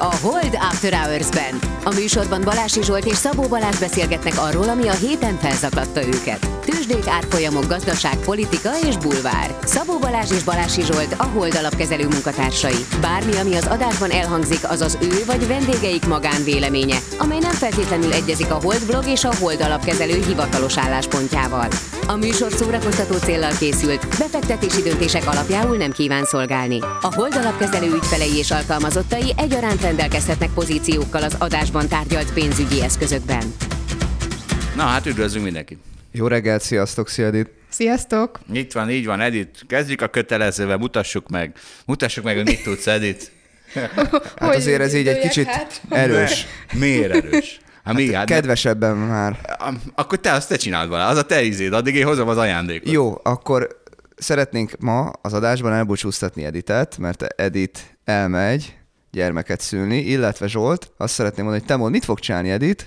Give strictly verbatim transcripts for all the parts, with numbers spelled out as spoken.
a Hold After Hours-ben. A műsorban Balási Zsolt és Szabó Balázs beszélgetnek arról, ami a héten felzakladta őket. Tőzsdék, árfolyamok, gazdaság, politika és bulvár. Szabó Balázs és Balási Zsolt a Hold alapkezelő munkatársai. Bármi, ami az adásban elhangzik, az az ő vagy vendégeik magánvéleménye, amely nem feltétlenül egyezik a Hold blog és a Hold alapkezelő hivatalos álláspontjával. A műsor szórakoztató céllal készült, befektetési döntések alapjául nem kíván szolgálni. A Hold alapkezelő ügyfelei és alkalmazottai egyaránt rendelkezhetnek pozíciókkal az adásban tárgyalt pénzügyi eszközökben. Na hát üdvözlünk mindenkit! Jó reggelt, sziasztok, szia Edith! Sziasztok! Itt van, így van, Edith. Kezdjük a kötelezővel, mutassuk meg. Mutassuk meg, hogy mit tudsz, Edith. Hát azért ez így egy kicsit hát? erős. Ne, miért erős? Hát, hát hát kedvesebben ne... már. Akkor te azt te csináld vele, az a te izéd, addig én hozom az ajándékot. Jó, akkor szeretnénk ma az adásban elbúcsúztatni Editet, mert Edith elmegy gyermeket szülni, illetve Zsolt, azt szeretném mondani, hogy te mond, mit fog csinálni Edith?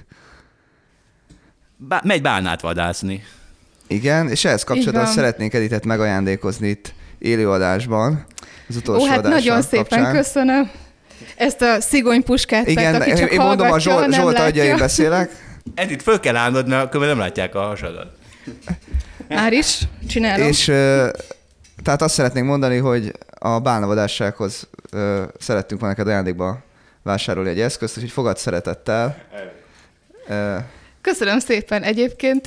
Bá- megy bálnát vadászni. Igen, és ehhez kapcsolatban szeretnénk Edithet megajándékozni itt élőadásban, az utolsó Ó, hát adással nagyon szépen kapcsán. Köszönöm. Ezt a szigonypuskát, igen, mert aki csak én mondom, a Zsolt, nem Zsolt látja. adja, én beszélek. Edith, föl kell állnod, mert akkor nem látják a hasadat. Már is csinálom. És tehát azt szeretnénk mondani, hogy a bálnavadássághoz szerettünk volna neked ajándékba vásárolni egy eszközt, úgyhogy fogad szeretettel. Köszönöm szépen. Egyébként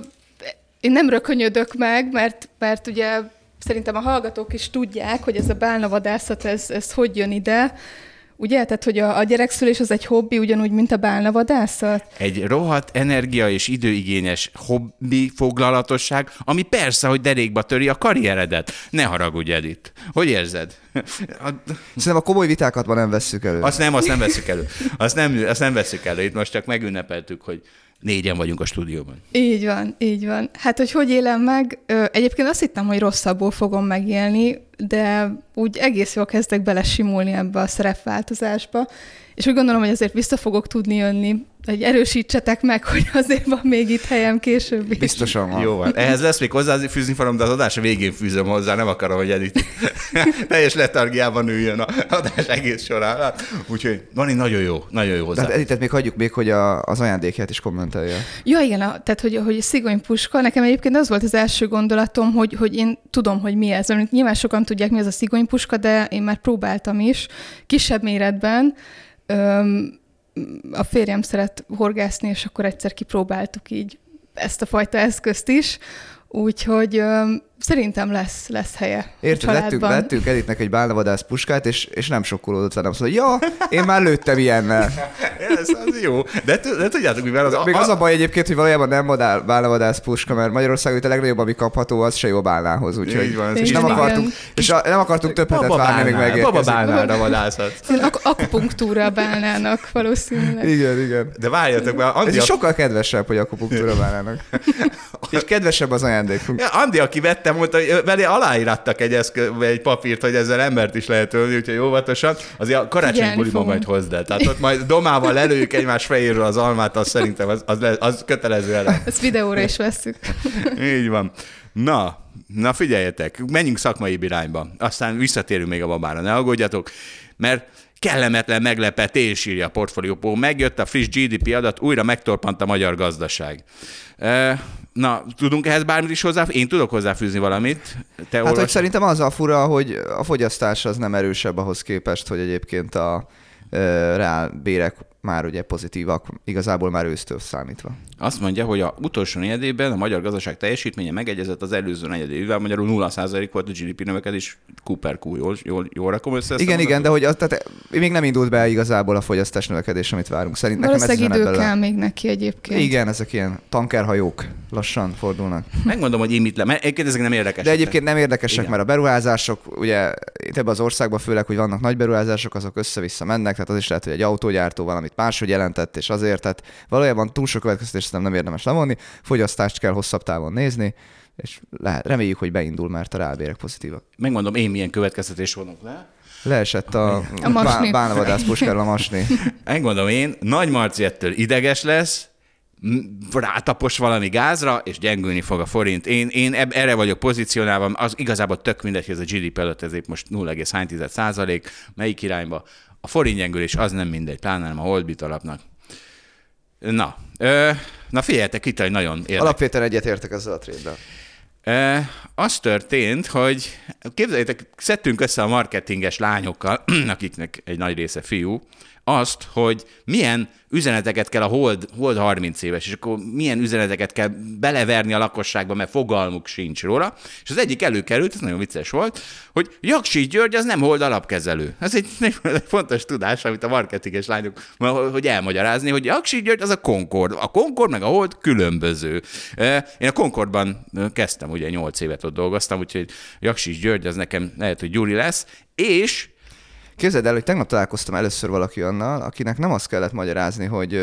én nem rökönyödök meg, mert, mert ugye szerintem a hallgatók is tudják, hogy ez a bálnavadászat, ez, ez hogy jön ide. Ugye? Tehát, hogy a, a gyerekszülés az egy hobbi, ugyanúgy, mint a bálnavadászat? Egy rohadt energia és időigényes hobbi foglalatosság, ami persze, hogy derékba töri a karrieredet. Ne haragudj, Edith. Hogy érzed? Szerintem a komoly vitákat ma nem vesszük elő. Azt nem, azt nem vesszük elő. Azt nem, azt nem vesszük elő. Itt most csak megünnepeltük, hogy négyen vagyunk a stúdióban. Így van, így van. Hát, hogy hogy élem meg? Egyébként azt hittem, hogy rosszabbul fogom megélni, de úgy egész jól kezdek belesimulni ebbe a szerepváltozásba, és úgy gondolom, hogy azért vissza fogok tudni jönni, hogy erősítsetek meg, hogy azért van még itt helyem később is. Biztosan van. Jó van. Ehhez lesz még hozzá fűzni fogom, de az adás a végén fűzöm hozzá, nem akarom, hogy Edith teljes letargiában üljön a adás egész során. Úgyhogy Dani, nagyon jó, nagyon jó hozzá. Tehát Edithet még hagyjuk még, hogy a, az ajándékját is kommentelje. Ja, igen, a, tehát hogy, hogy szigonypuska, nekem egyébként az volt az első gondolatom, hogy, hogy én tudom, hogy mi ez. Mert nyilván sokan tudják, mi az a szigonypuska, de én már próbáltam is, kisebb méretben. Öm, a férjem szeret horgászni, és akkor egyszer kipróbáltuk így ezt a fajta eszközt is, úgyhogy öm, szerintem lesz, lesz helye. Érted, vettünk, vettünk Edithnek egy bálnavadász puskát, és, és nem sokkolódott velem. Szóval, ja, én már lőttem ilyennel. Ez az jó. De, de tudjátok, mivel az... Még az a baj egyébként, hogy valójában nem bálnavadász puska, mert Magyarországon itt a legnagyobb, ami kapható, az se jó bálnához. Úgyhogy van, és nem akartunk, és a, nem akartunk több hetet várni, még megérkezik. Baba bálnára vadászat. Ak- akupunktúra bálnának valószínűleg. Igen, igen. De várjatok, mert Andi... Ez is sokkal kedvesebb, hogy akupunktúra bálnának. És kedvesebb az ajándékunk. Ja, Andi, aki vette, mondta, hogy vele aláírattak egy, eszköz, egy papírt, hogy ezzel embert is lehet ölni, úgyhogy óvatosan. Azért a karácsonyi buliban majd hozd el. Tehát ott majd domával lelőjük egymás fejéről az almát, az szerintem az, az, az kötelező elem. Ezt videóra is vesszük. Így van. Na, na figyeljetek, menjünk szakmai irányba. Aztán visszatérünk még a babára, ne aggódjatok, mert kellemetlen meglepetés, írja a Portfólió. Megjött a friss gé dé pé adat, újra megtorpant a magyar gazdaság. Na, tudunk ehhez bármit is hozzá? Én tudok hozzáfűzni valamit. Te hát, olvas... hogy szerintem az a fura, hogy a fogyasztás az nem erősebb ahhoz képest, hogy egyébként a e, reál bérek már ugye pozitívak, igazából már ősztől számítva. Azt mondja, hogy a utolsó negyedében a magyar gazdaság teljesítménye megegyezett az előző negyedével, magyarul nulla százalék volt a gé dé pé növekedés, Cooper Q, jól, jól, jól rakom össze? Igen, igen, de hogy az, tehát még nem indult be igazából a fogyasztás növekedés, amit várunk. Szerintem valószínűleg idő kell még neki egyébként. Igen, ezek ilyen tankerhajók lassan fordulnak. Megmondom, hogy én mit le, mert ezek nem érdekesek. De egyébként nem érdekesek, igen. Mert a beruházások, ugye itt ebben az országban főleg, hogy vannak nagy beruházások, azok össze-vissza mennek, tehát az is lehet, hogy egy autógyártó valamit máshogy jelentett, és azért, tehát valójában túl sok következtetést nem érdemes levonni, fogyasztást kell hosszabb távon nézni, és lehet, reméljük, hogy beindul, mert a reálbérek pozitívak. Megmondom, én milyen következtetés vonok le. Leesett a, a bá- bálnavadász puskáról a masni. Megmondom én, Nagy Marci ettől ideges lesz, rátapos valami gázra, és gyengülni fog a forint. Én, én eb- erre vagyok pozícionálva, az igazából tök mindegy, hogy ez a gé dé pé előtt ezért most nulla egész hány százalék, melyik irányba. a forintgyengülés az nem mindegy, pláne nem a Holdbit alapnak. Na, ö, na figyeljetek, itt egy nagyon érdekes. Alapvetően egyetértek ezzel a trade-del. E, az történt, hogy képzeljétek, szedtünk össze a marketinges lányokkal, akiknek egy nagy része fiú, azt, hogy milyen üzeneteket kell a Hold, Hold harminc éves, és akkor milyen üzeneteket kell beleverni a lakosságba, mert fogalmuk sincs róla. És az egyik előkerült, ez nagyon vicces volt, hogy Jaksich György az nem Hold alapkezelő. Ez egy, egy fontos tudás, amit a marketinges lányok, hogy elmagyarázni, hogy Jaksich György az a Concord. A Concord meg a Hold különböző. Én a Concordban kezdtem, ugye nyolc évet ott dolgoztam, úgyhogy Jaksich György az nekem lehet, hogy Gyuri lesz, és Képzeld el, hogy tegnap találkoztam először valaki annal, akinek nem azt kellett magyarázni, hogy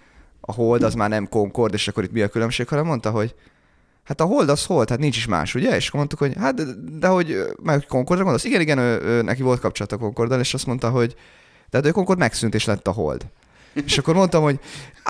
a Hold az már nem Concord, és akkor itt mi a különbség, hanem mondta, hogy hát a Hold az Hold, hát nincs is más, ugye? És akkor mondtuk, hogy hát, de, de hogy meg Concordra gondolsz? Igen, igen, ő, ő, neki volt kapcsolata a Concorddal, és azt mondta, hogy de hát a Concord megszűnt, és lett a Hold. És akkor mondtam, hogy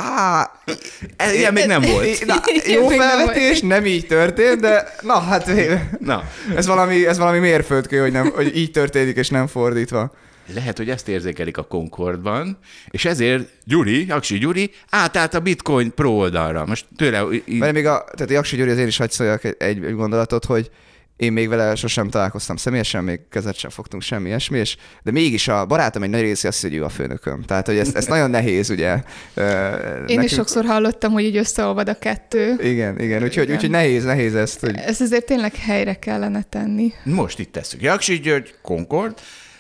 á, ez ilyen még nem volt. Na, jó felvetés, nem így történt, de na hát na. Ez, valami, ez valami mérföldkő, hogy, nem, hogy így történik, és nem fordítva. Lehet, hogy ezt érzékelik a Concordban, és ezért Gyuri, Jaksich Gyuri átállt a Bitcoin Pro oldalra. Most tőle... Mert még a, tehát a Jaksich Gyuri azért is hagy szóljak egy, egy gondolatot, hogy én még vele sosem találkoztam személyesen, még kezet sem fogtunk, semmi ilyesmi, és, de mégis a barátom egy nagy része azt, hogy ő a főnököm. Tehát, hogy ezt, ezt nagyon nehéz, ugye. Én nekünk... is sokszor hallottam, hogy így összeolvad a kettő. Igen, igen, úgyhogy, úgyhogy nehéz, nehéz ezt. Hogy... Ezt azért tényleg helyre kellene tenni. Most itt tesszük. Jaksich György, Concord,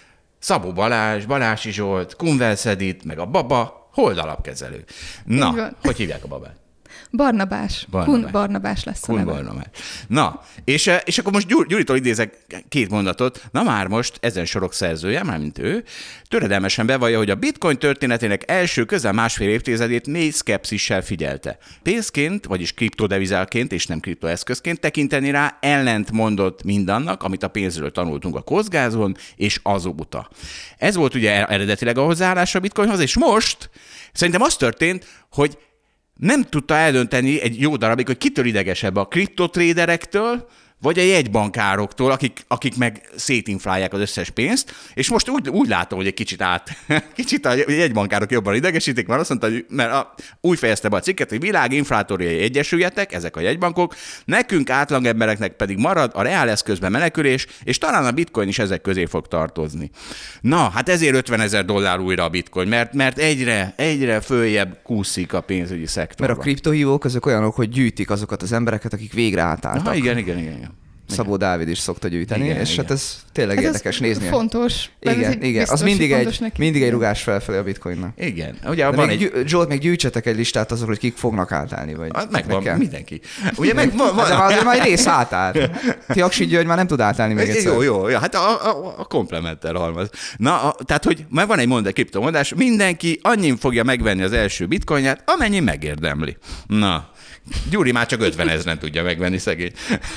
Szabó Balázs, Balási Zsolt, Kunvels Edith, meg a baba, Hold alapkezelő. Na, hogy hívják a babát? Barnabás. Barnabás. Kun Barnabás lesz Kun a neve. Barnabás. Na, és, és akkor most Gyur, Gyuritól idézek két mondatot. Na már most ezen sorok szerzője, mármint ő, töredelmesen bevallja, hogy a bitcoin történetének első közel másfél évtizedét mély szkepszissel figyelte. Pénzként, vagyis kriptodevizálként és nem kriptoeszközként tekinteni rá ellent mondott mindannak, amit a pénzről tanultunk a Kozgázon, és azóta. Ez volt ugye eredetileg a hozzáállás a bitcoinhoz, és most szerintem az történt, hogy nem tudta eldönteni egy jó darabig, hogy kitől idegesebb, a kriptotréderektől, vagy a jegybankároktól, akik, akik meg szétinflálják az összes pénzt, és most úgy, úgy látom, hogy egy kicsit át, kicsit a jegybankárok jobban idegesítik, mert azt mondta, hogy, mert a, úgy fejezte be a cikket, hogy világinflátoriai egyesüljetek, ezek a jegybankok, nekünk átlag embereknek pedig marad a reáleszközben menekülés, és talán a bitcoin is ezek közé fog tartozni. Na, hát ezért ötvenezer dollár újra a bitcoin, mert, mert egyre, egyre följebb kúszik a pénzügyi szektorban. Mert a kriptohívók azok olyanok, hogy gyűjtik azokat az embereket, akik végre átálltak. Aha, igen, igen, igen. Szabó Dávid is szokta gyűjteni, igen, és igen. Hát ez tényleg ez érdekes nézni. Fontos. Igen, ez igen. Az mindig egy, mindig egy rugás felfelé a bitcoinnak. Igen. Ugye van van egy... egy... Zsolt, még gyűjtsetek egy listát azokról, hogy kik fognak átállni. Vagy hát megvan, meg mindenki. Ugye meg van, van. De azért már egy rész átállt. Jaksich György már nem tud átállni még egyszer. Jó, jó, jó. Hát a, a, a komplementer halmaz. Na, a, tehát, hogy már van egy mondat, kriptomondás, mindenki annyin fogja megvenni az első bitcoinját, amennyi megérdemli. Na, Gyuri már csak ötvenezren tudja megvenni szegény.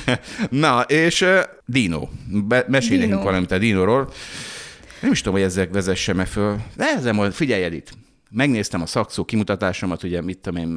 Na, és uh, Dino. Be, meséljünk valamit a Dinoról. Nem is tudom, hogy ezzel vezessem-e föl. De ezzel majd figyelj itt. Megnéztem a szakszó kimutatásomat, ugye mit tudom én,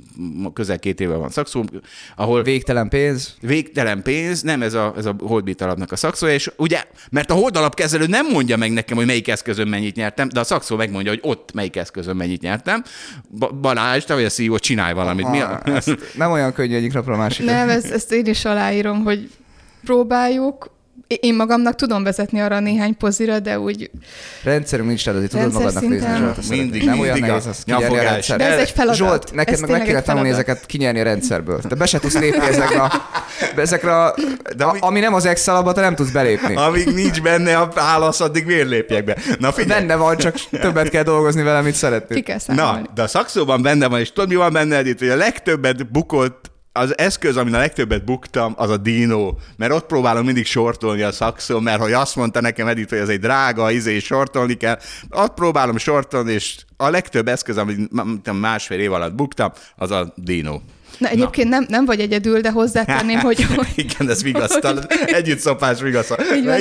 közel két éve van szakszó, ahol... Végtelen pénz. Végtelen pénz, nem ez a, ez a Holdbit alapnak a szakszója, és ugye, mert a Hold alapkezelő nem mondja meg nekem, hogy melyik eszközön mennyit nyertem, de a szakszó megmondja, hogy ott melyik eszközön mennyit nyertem. Balázs, te vagy a szí í ó, csinálj valamit. Aha, Mi a... nem olyan könnyű egyik napra a másikra. Nem, ezt, ezt én is aláírom, hogy próbáljuk. Én magamnak tudom vezetni arra néhány pozira, de úgy... Rendszerünk nincs, tehát azért tudod magadnak szinten... nézni. Mindig, nem mindig olyan nehéz azt kinyerni a rendszer. De ez egy feladat. Zsolt, neked ez meg meg kéne tanulni ezeket kinyerni a rendszerből. Te be se tudsz lépni ezekre a... Ezekre a, de ami, ami nem az Excel abba, te nem tudsz belépni. Amíg nincs benne a válasz, addig miért lépjek be? Na figyelj. Benne van, csak többet kell dolgozni vele, mint szeretnél. Ki kell számolni. Na, de a szakszóban benne van, és tudod, mi van benne, Edith, hogy a legtöbbet bukott az eszköz, amin a legtöbbet buktam, az a Dino, mert ott próbálom mindig sortolni a szakszó, mert hogy azt mondta nekem Edith, hogy ez egy drága, izé, sortolni kell, ott próbálom sortolni, és a legtöbb eszköz, amit másfél év alatt buktam, az a Dino. Na egyébként nem, nem vagy egyedül, de hozzátenném, hogy... hogy igen, ez vigasztal. Együtt szopás vigasztal.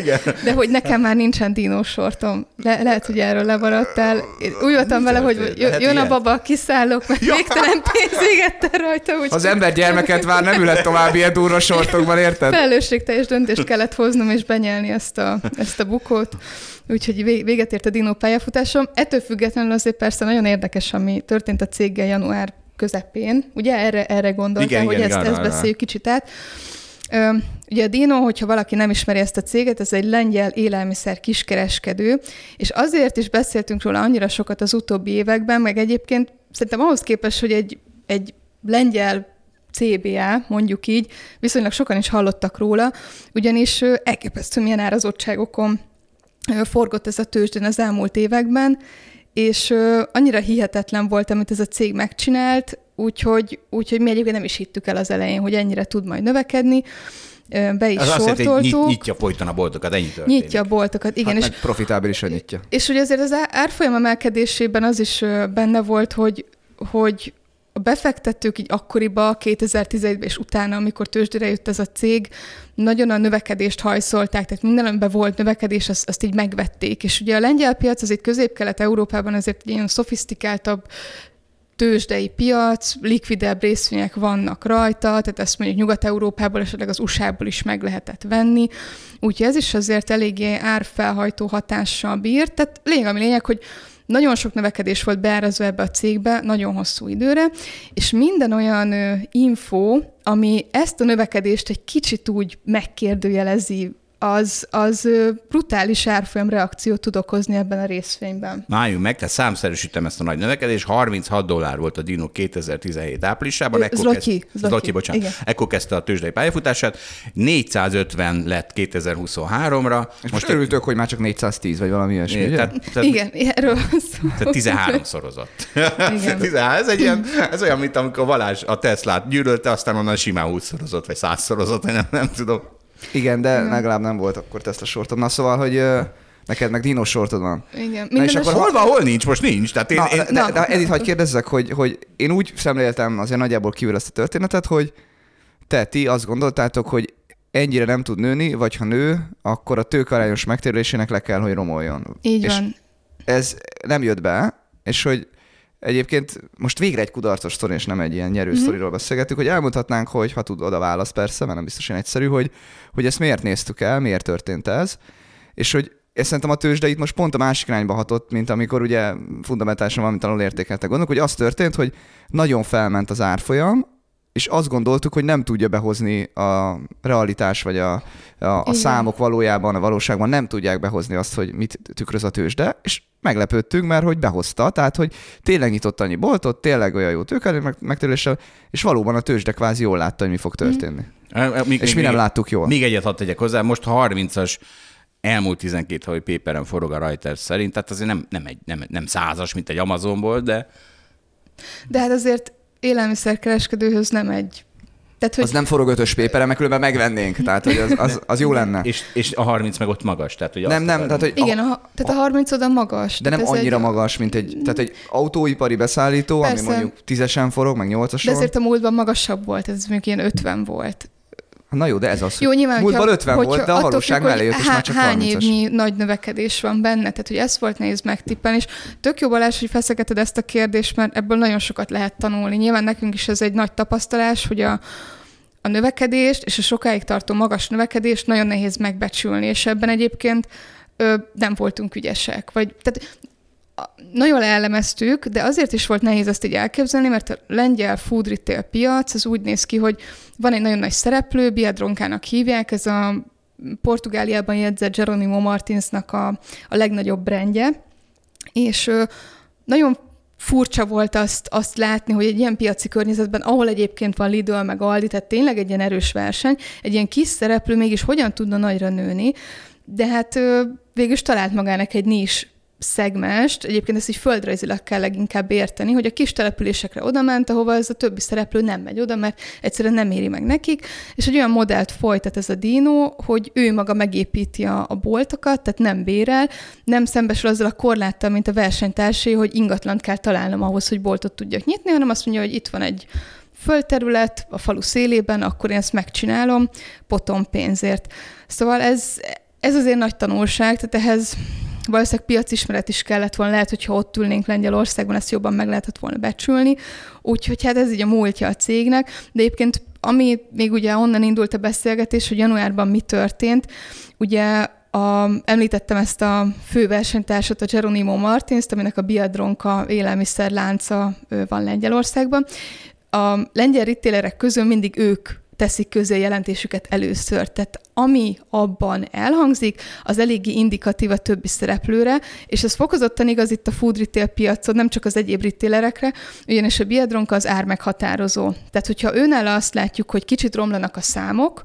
De hogy nekem már nincsen dinósortom. Le, lehet, hogy erről lemaradtál. Én úgy voltam vele, hogy jön ilyen? A baba, kiszállok, mert ja. végtelen pénz égette rajta. Úgy az ember gyermeket vár, nem ülhet tovább ilyen durva sortokban, érted? Felelősségteljes döntést kellett hoznom, és benyelni ezt a, ezt a bukót. Úgyhogy véget ért a dinó pályafutásom. Ettől függetlenül azért persze nagyon érdekes, ami történt a céggel január közepén. Ugye erre, erre gondoltál, igen, hogy igen, ezt, igen, ezt beszéljük kicsit át. Ö, ugye a Dino, hogyha valaki nem ismeri ezt a céget, ez egy lengyel élelmiszer kiskereskedő, és azért is beszéltünk róla annyira sokat az utóbbi években, meg egyébként szerintem ahhoz képest, hogy egy, egy lengyel cé bé á, mondjuk így, viszonylag sokan is hallottak róla, ugyanis elképesztő milyen árazottságokon forgott ez a tőzsdén az elmúlt években, és uh, annyira hihetetlen volt, amit ez a cég megcsinált, úgyhogy, úgyhogy mi egyébként nem is hittük el az elején, hogy ennyire tud majd növekedni. Be is az sortoltuk. Azt jelenti, hogy nyitja folyton a boltokat, ennyi történik. Nyitja a boltokat, igen. Hát és profitábilisan nyitja. És ugye azért az árfolyam emelkedésében az is benne volt, hogy, hogy a befektetők így akkoriban, kétezer-tizenegyben és utána, amikor tőzsdére jött ez a cég, nagyon a növekedést hajszolták, tehát mindenben volt növekedés, azt, azt így megvették. És ugye a lengyel piac, az itt Közép-Kelet-Európában azért egy ilyen szofisztikáltabb tőzsdei piac, likvidebb részvények vannak rajta, tehát ezt mondjuk Nyugat-Európából, esetleg az u es á-ból is meg lehetett venni. Úgyhogy ez is azért eléggé árfelhajtó hatással bírt. Tehát lényeg, ami lényeg, hogy nagyon sok növekedés volt beárazva ebbe a cégbe, nagyon hosszú időre, és minden olyan ö, info, ami ezt a növekedést egy kicsit úgy megkérdőjelezi, az, az ö, brutális árfolyam reakciót tud okozni ebben a részvényben. Álljunk meg, tehát számszerűsítem ezt a nagy növekedést, harminchat dollár volt a Dino kétezer-tizenhét áprilisában. Zloty, Zloty, bocsánat. Igen. Ekkor kezdte a tőzsdei pályafutását, négyszázötven lett kétezer-huszonháromra. És most örültök, hogy már csak négyszáztíz, vagy valami ilyesmi, ugye? Tehát, tehát, igen, erről szó. Tehát tizenhárom szorozott. ez, egy ilyen, ez olyan, mint amikor Balázs a Teslát gyűlölte, aztán onnan simán húszszorozott, vagy százszorozott, nem, nem tudom. Igen, de igen. legalább nem volt akkor Tesla sortod. Na szóval, hogy uh, neked meg Dino sortod van. Igen. Na és akkor hol van, hol nincs? Most nincs. Tehát én, na, én... De, de, de Edith, hagyj kérdezzek, hogy, hogy én úgy szemléltem azért nagyjából kívül ezt a történetet, hogy te, ti azt gondoltátok, hogy ennyire nem tud nőni, vagy ha nő, akkor a tőkearányos megtérülésének le kell, hogy romoljon. Így és van. Ez nem jött be, és hogy egyébként most végre egy kudarcos sztori, és nem egy ilyen nyerő mm-hmm. sztoriról beszélgettük, hogy elmondhatnánk, hogy ha tud oda válasz persze, mert nem biztos én egyszerű, hogy, hogy ezt miért néztük el, miért történt ez, és hogy ezt szerintem a tőzsde itt most pont a másik irányba hatott, mint amikor ugye fundamentálisan valamit értékeltek gondolok, hogy az történt, hogy nagyon felment az árfolyam, és azt gondoltuk, hogy nem tudja behozni a realitás, vagy a, a, a számok valójában, a valóságban nem tudják behozni azt, hogy mit tükröz a tőzsde, és meglepődtünk, mert hogy behozta, tehát hogy tényleg nyitott annyi boltot, tényleg olyan jó tőke megtérüléssel, és valóban a tőzsde kvázi jól látta, hogy mi fog történni. Mm. Még, és még, mi nem még, láttuk jól. Még egyet hadd tegyek hozzá, most harmincas elmúlt tizenkét havi paperen forog a Reuters szerint, tehát azért nem, nem, egy, nem, nem százas, mint egy Amazonból, de... De hát azért élelmiszerkereskedőhöz nem egy... Tehát, hogy... Az nem forog ötös pépere, mert különben megvennénk, tehát hogy az, az, az jó lenne. És, és a harminc meg ott magas. Tehát, hogy nem, nem, tehát, hogy igen, a, tehát a harminc oda magas. De nem annyira egy... magas, mint egy, tehát egy autóipari beszállító, persze, ami mondjuk tízesen forog, meg nyolcason. De ezért a múltban magasabb volt, ez mondjuk ilyen ötven volt. Na jó, de ez az, jó, nyilván, múltban ötven volt, de a valóság mellé jött, és há, már csak hány harmincas. Évnyi nagy növekedés van benne, tehát hogy ezt volt nehéz megtippelni, és tök jó Balázs, hogy feszegeted ezt a kérdést, mert ebből nagyon sokat lehet tanulni. Nyilván nekünk is ez egy nagy tapasztalás, hogy a, a növekedést és a sokáig tartó magas növekedést nagyon nehéz megbecsülni, és ebben egyébként ö, nem voltunk ügyesek. Vagy, tehát nagyon leelemeztük, de azért is volt nehéz ezt így elképzelni, mert a lengyel food retail piac az úgy néz ki, hogy van egy nagyon nagy szereplő, Biedronkának hívják, ez a Portugáliában jegyzett Jerónimo Martinsnak a, a legnagyobb brandje, és ö, nagyon furcsa volt azt, azt látni, hogy egy ilyen piaci környezetben, ahol egyébként van Lidl meg Aldi, tehát tényleg egy ilyen erős verseny, egy ilyen kis szereplő mégis hogyan tudna nagyra nőni, de hát ö, végül is talált magának egy nis szegmest, egyébként ezt így földrajzilag kell leginkább érteni, hogy a kis településekre oda ment, ahova ez a többi szereplő nem megy oda, mert egyszerűen nem éri meg nekik, és egy olyan modellt folytat ez a Dino, hogy ő maga megépíti a, a boltokat, tehát nem bérel, nem szembesül azzal a korláttal, mint a versenytársai, hogy ingatlant kell találnom ahhoz, hogy boltot tudjak nyitni, hanem azt mondja, hogy itt van egy földterület a falu szélében, akkor én ezt megcsinálom potom pénzért. Szóval ez, ez azért nagy tanulság, tehát ehhez valószínűleg piacismeret is kellett volna, lehet, hogyha ott ülnénk Lengyelországban, ezt jobban meg lehetett volna becsülni. Úgyhogy hát ez így a múltja a cégnek, de egyébként ami még ugye onnan indult a beszélgetés, hogy januárban mi történt, ugye a, említettem ezt a fő versenytársat, a Jeronimo Martins-t, aminek a Biedronka élelmiszerlánca van Lengyelországban. A lengyel retailerek közül mindig ők teszik közé jelentésüket először. Tehát ami abban elhangzik, az eléggé indikatív a többi szereplőre, és ez fokozottan igaz itt a food retail piacon, nem csak az egyéb retailerekre, ugyanis a Biedronka az ár meghatározó. Tehát, hogyha őnála azt látjuk, hogy kicsit romlanak a számok,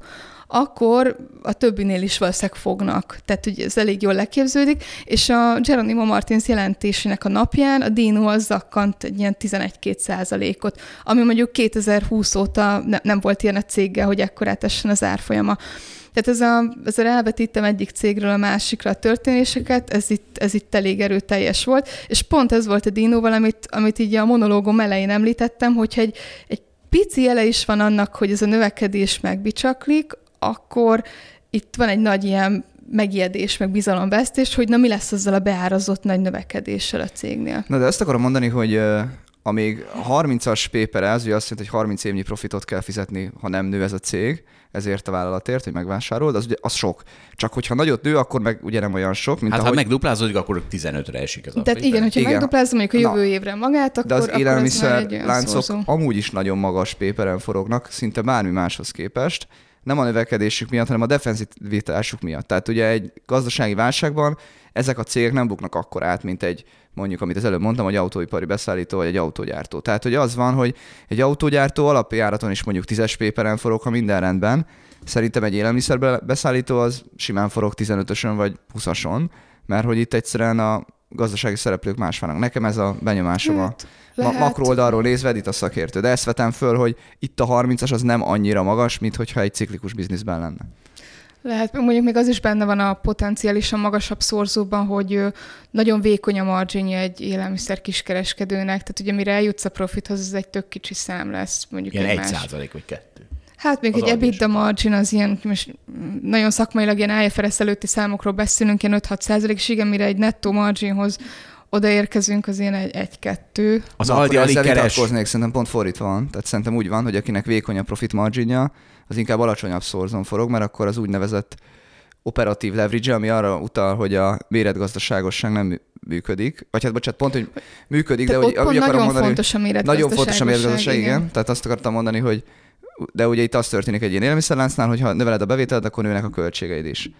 akkor a többinél is valószínűleg fognak. Tehát ugye ez elég jól leképződik, és a Jeronimo Martins jelentésének a napján a Dino az zakkant egy ilyen tizenegy-két százalékot, ami mondjuk kétezer-húsz óta ne, nem volt ilyen a céggel, hogy ekkorát essen az árfolyama. Tehát ez a, ezzel elvetítem egyik cégről a másikra a történéseket, ez itt, ez itt elég erőteljes volt, és pont ez volt a Dinoval, amit, amit így a monológom elején említettem, hogyha egy, egy pici jele is van annak, hogy ez a növekedés megbicsaklik, akkor itt van egy nagy ilyen megijedés, meg bizalomvesztés, hogy na mi lesz azzal a beárazott nagy növekedéssel a cégnél. Na de ezt akarom mondani, hogy uh, amíg harmincas paper ez, ugye azt jelenti, hogy harminc évnyi profitot kell fizetni, ha nem nő ez a cég, ezért a vállalatért, hogy megvásárolod, az, ugye, az sok. Csak hogyha nagyot nő, akkor meg ugye nem olyan sok, mint hát ahogy... ha megduplázódik, akkor tizenötre esik az a Tehát igen, hogyha igen. megduplázom mondjuk a jövő Na, évre magát, akkor, de az akkor élelmiszer ez láncok szózó. amúgy is nagyon magas paperen forognak, szinte bármi máshoz képest. Nem a növekedésük miatt, hanem a defenzivitásuk miatt. Tehát ugye egy gazdasági válságban ezek a cégek nem buknak akkor át, mint egy, mondjuk, amit az előbb mondtam, egy autóipari beszállító vagy egy autógyártó. Tehát ugye az van, hogy egy autógyártó alapjáraton is mondjuk tízes paperen forog, ha minden rendben. Szerintem egy élelmiszer beszállító az simán forog tizenötösön vagy húszason, mert hogy itt egyszerűen a gazdasági szereplők más vannak. Nekem ez a benyomásom hát, a ma- makrooldalról nézve, itt a szakértő. De ezt vetem föl, hogy itt a harmincas az nem annyira magas, mint hogyha egy ciklikus bizniszben lenne. Lehet, mondjuk még az is benne van a potenciálisan magasabb szorzóban, hogy nagyon vékony a marginja egy élelmiszer kiskereskedőnek, tehát ugye mire eljutsz a profithoz, az egy tök kicsi szám lesz. Mondjuk ilyen egy más. százalék vagy kettő. Hát még az egy EBITDA margin az ilyen, most nagyon szakmailag ilyen I F R S előtti számokról beszélünk, ilyen öt-hat százalék, és igen, mire egy nettó marginhoz odaérkezünk, az ilyen egy-kettő. Az Na, Aldi alig keres. Szerintem pont fordítva van. Tehát szerintem úgy van, hogy akinek vékony a profit marginja, az inkább alacsonyabb szorzón forog, mert akkor az úgynevezett operatív leverage, ami arra utal, hogy a méretgazdaságosság nem működik. Vagy hát bocsánat, pont, hogy működik, Te de hogy, úgy akarom mondani, fontos a méretgazdaságosság. Nagyon fontos a méretgazdaság, igen. igen. Tehát azt akartam mondani, hogy de ugye itt az történik egy ilyen élelmiszerláncnál, hogy ha növeled a bevételt, akkor nőnek a költségeid is.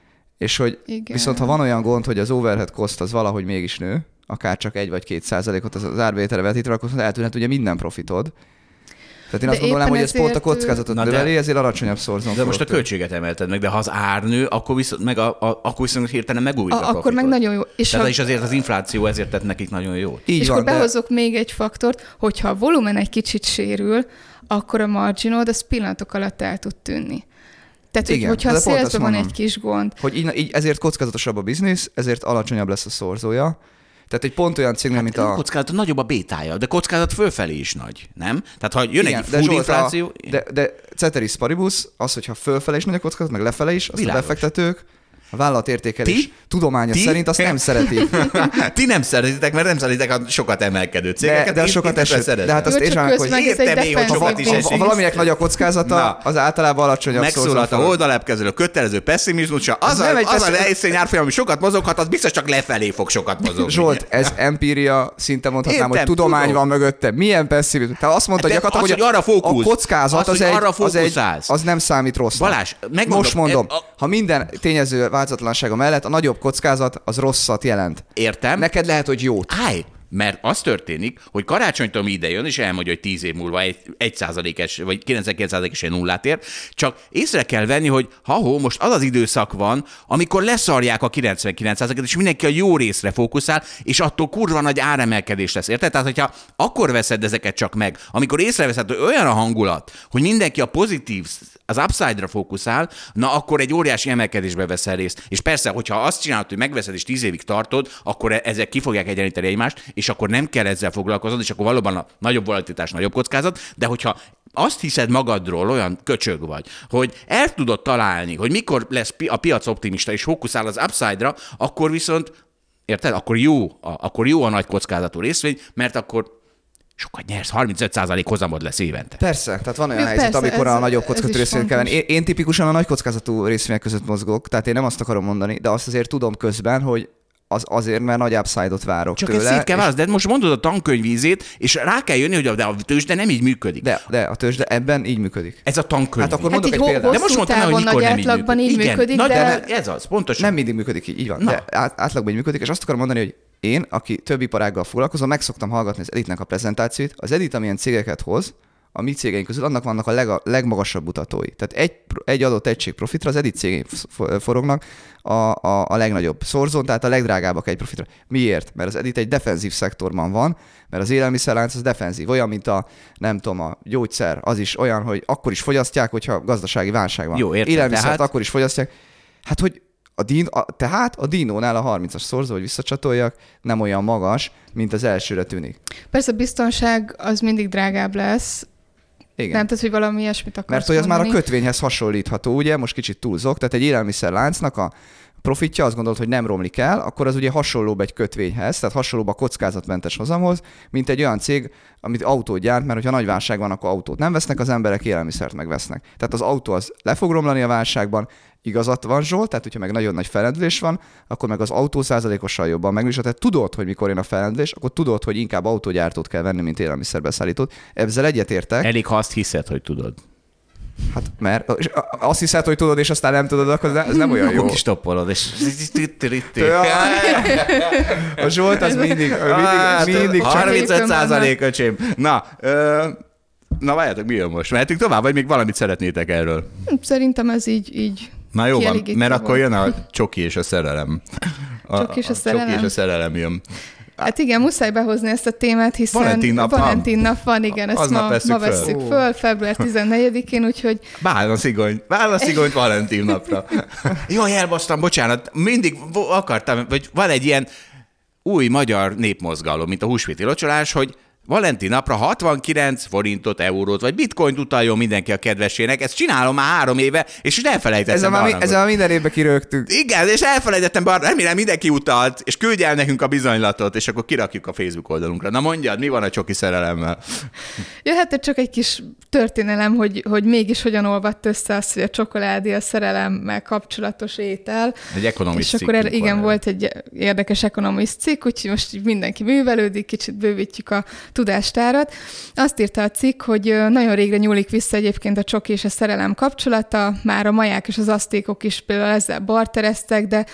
És hogy igen. Viszont ha van olyan gond, hogy az overhead cost az valahogy mégis nő, akár csak egy vagy két százalékot az árbevételre vetítve, akkor eltűnhet ugye minden profitod. Tehát én de azt gondolom, hogy ez pont a kockázatot növeli, de, ezért alacsonyabb szorzón. De most a költséget emelted meg, de ha az ár nő, akkor viszont, meg a, a, akkor viszont hirtelen megújít a, a Akkor meg nagyon jó. És Tehát ha... is azért az infláció ezért tett nekik nagyon jót. Így és van, akkor de... behozok még egy faktort, hogyha a volumen egy kicsit sérül, akkor a marginod az pillanatok alatt el tud tűnni. Tehát, igen, hogyha a szélzben van egy kis gond. Hogy így, így ezért kockázatosabb a biznisz, ezért alacsonyabb lesz a szorzója. Tehát egy pont olyan cégnél, hát mint a... kockázat nagyobb a bétája, de kockázat fölfelé is nagy, nem? Tehát ha jön igen, egy food infláció... A, de, de ceteris paribus, az, hogyha fölfelé is nagy a kockázat, meg lefele is, azt Világos. A befektetők, a vállalatértékelés Ti? tudománya Ti? szerint azt nem szeretik. Ti nem szeretitek, mert nem szeretitek a sokat emelkedő cégeket. De, de a sokat esett. De hát azt értsem, hogy értem én, hogy sokat is esik. Ha valaminek nagy a kockázata, Na. az általában alacsonyabb megszólalt a oldalapkezelő kötelező pessimizmusa. Az a, az a helyszín árfolyam, ami sokat mozoghat, az biztos csak lefelé fog sokat mozogni. Zsolt, ez empíria, szinte mondhatnám, hogy tudomány van mögötte. Milyen pessimizmus? Tehát azt mondta gyakorlatilag, hogy a kockázat az egy, az nem számít rossz. Balázs, most mondom, ha minden tényező változatlansága mellett a nagyobb kockázat az rosszat jelent. Értem. Neked lehet, hogy jót. Állj, mert az történik, hogy karácsonytól mi ide jön, és elmondja, hogy tíz év múlva egy százalékos, vagy kilencvenkilenc százalékos nullát ér, csak észre kell venni, hogy ha-hó, most az az időszak van, amikor leszarják a kilencvenkilenc százalékot, és mindenki a jó részre fókuszál, és attól kurva nagy áremelkedés lesz, érted? Tehát, hogyha akkor veszed ezeket csak meg, amikor észreveszed, hogy olyan a hangulat, hogy mindenki a pozitív, az upside-ra fókuszál, na akkor egy óriási emelkedésbe veszel részt. És persze, hogyha azt csinálod, hogy megveszed és tíz évig tartod, akkor ezek ki fogják egyenlíteni egymást, és akkor nem kell ezzel foglalkoznod, és akkor valóban a nagyobb volatilitás, nagyobb kockázat, de hogyha azt hiszed magadról, olyan köcsög vagy, hogy el tudod találni, hogy mikor lesz a piac optimista, és fókuszál az upside-ra, akkor viszont, érted? Akkor jó, akkor jó a nagy kockázatú részvény, mert akkor sokat nyersz, harmincöt százalék hozamod lesz évente. Persze, tehát van olyan Jó, helyzet, persze, amikor ez, a nagyobb kockázatú részvények kell venni. Én, én tipikusan a nagy kockázatú részvények között mozgok, tehát én nem azt akarom mondani, de azt azért tudom közben, hogy az azért, mert nagy upside-ot várok Csak tőle. ezt szét kell választani, de most mondod a tankönyvízét, és rá kell jönni, hogy a, de a tőzsde nem így működik. De, de a tőzsde ebben így működik. Ez a tankönyv. Hát akkor Hát mondok így egy ho- példát. De most mondtam el, hogy mikor nem így átlagban működik. így Igen, működik, na, de... de ez az, pontosan. Nem mindig működik így, így van. Na. De át, átlagban így működik, és azt akarom mondani, hogy én, aki több iparággal foglalkozom, meg szoktam hallgatni az Editnek a prezentációit. Az Edit, amilyen cégeket hoz, a mi cégeink közül annak vannak a leg, legmagasabb mutatói. Tehát egy, egy adott egység profitra az Edit cégeink forognak a, a, a legnagyobb szorzón, tehát a legdrágábbak egy profitra. Miért? Mert az Edit egy defenzív szektorban van, mert az élelmiszerlánc az defenzív. Olyan, mint a, nem tudom, a gyógyszer, az is olyan, hogy akkor is fogyasztják, hogyha gazdasági válság van. Jó, értem, Élelmiszert tehát... akkor is fogyasztják. Hát, hogy a din, a, tehát a Dinónál a harmincas szorzó, hogy visszacsatoljak, nem olyan magas, mint az elsőre tűnik. Persze a biztonság az mindig drágább lesz. Igen. Nem, tehát, hogy valami ilyesmit akarsz Mert hogy az mondani. már a kötvényhez hasonlítható, ugye, most kicsit túlzok, tehát egy élelmiszerláncnak a profitja, azt gondolod, hogy nem romlik el, akkor az ugye hasonlóbb egy kötvényhez, tehát hasonlóbb a kockázatmentes hozamhoz, mint egy olyan cég, amit autót gyárt, mert hogyha nagy válság van, akkor autót nem vesznek, az emberek élelmiszert megvesznek. Tehát az autó az le fog romlani a válságban, igazat van Zsolt, tehát hogyha meg nagyon nagy felendülés van, akkor meg az autó százalékosan jobban megvizsgál. Tehát tudod, hogy mikor jön a felendülés, akkor tudod, hogy inkább autógyártót kell venni, mint élelmiszerbeszállítót. Ezzel egyetértek. Elég, ha azt hiszed, hogy tudod. Hát mert és azt hiszed, hogy tudod, és aztán nem tudod, akkor ez nem olyan jó. Akkor kistoppolod, és... A Zsolt az mindig, mindig, mindig csak... harmincöt százalék, öcsém. Na, ö, na várjátok, mi jön most? Mehetünk tovább, vagy még valamit szeretnétek erről? Szerintem ez így, így Na jó van, kielégítő mert volt. akkor jön a csoki és a szerelem. A, Csoki és a a szerelem? Csoki és a szerelem jön. Hát igen, muszáj behozni ezt a témát, hiszen Valentin nap van. Valentin nap van, igen, ezt Aznap ma, vesszük ma föl. vesszük föl, február tizennegyedikén, úgyhogy Bálna szigony, bálna szigonyt Valentin napra. Jaj, elbasztam, bocsánat, mindig akartam, vagy van egy ilyen új magyar népmozgalom, mint a húsvéti locsolás, hogy Valentin napra hatvankilenc forintot, eurót, vagy bitcoint utaljon mindenki a kedvesének. Ezt csinálom már három éve, és elfelejtettem. Ezzel már, ezzel már minden évben kirögtünk. Igen, és elfelejtettem, bár remélem mindenki utalt, és küldj el nekünk a bizonylatot, és akkor kirakjuk a Facebook oldalunkra. Na mondjad, mi van a csoki szerelemmel? jöhet csak egy kis történelem, hogy, hogy mégis hogyan olvadt össze az, hogy a csokoládé a szerelemmel kapcsolatos étel. Egy Economist És akkor erre, cikkünk igen, van. volt egy érdekes Economist cikk, úgyhogy most így mindenki művelődik, kicsit bővítjük a tudástárat. Azt írta a cikk, hogy nagyon régre nyúlik vissza egyébként a csoki és a szerelem kapcsolata, már a maják és az asztékok is például ezzel bartereztek, de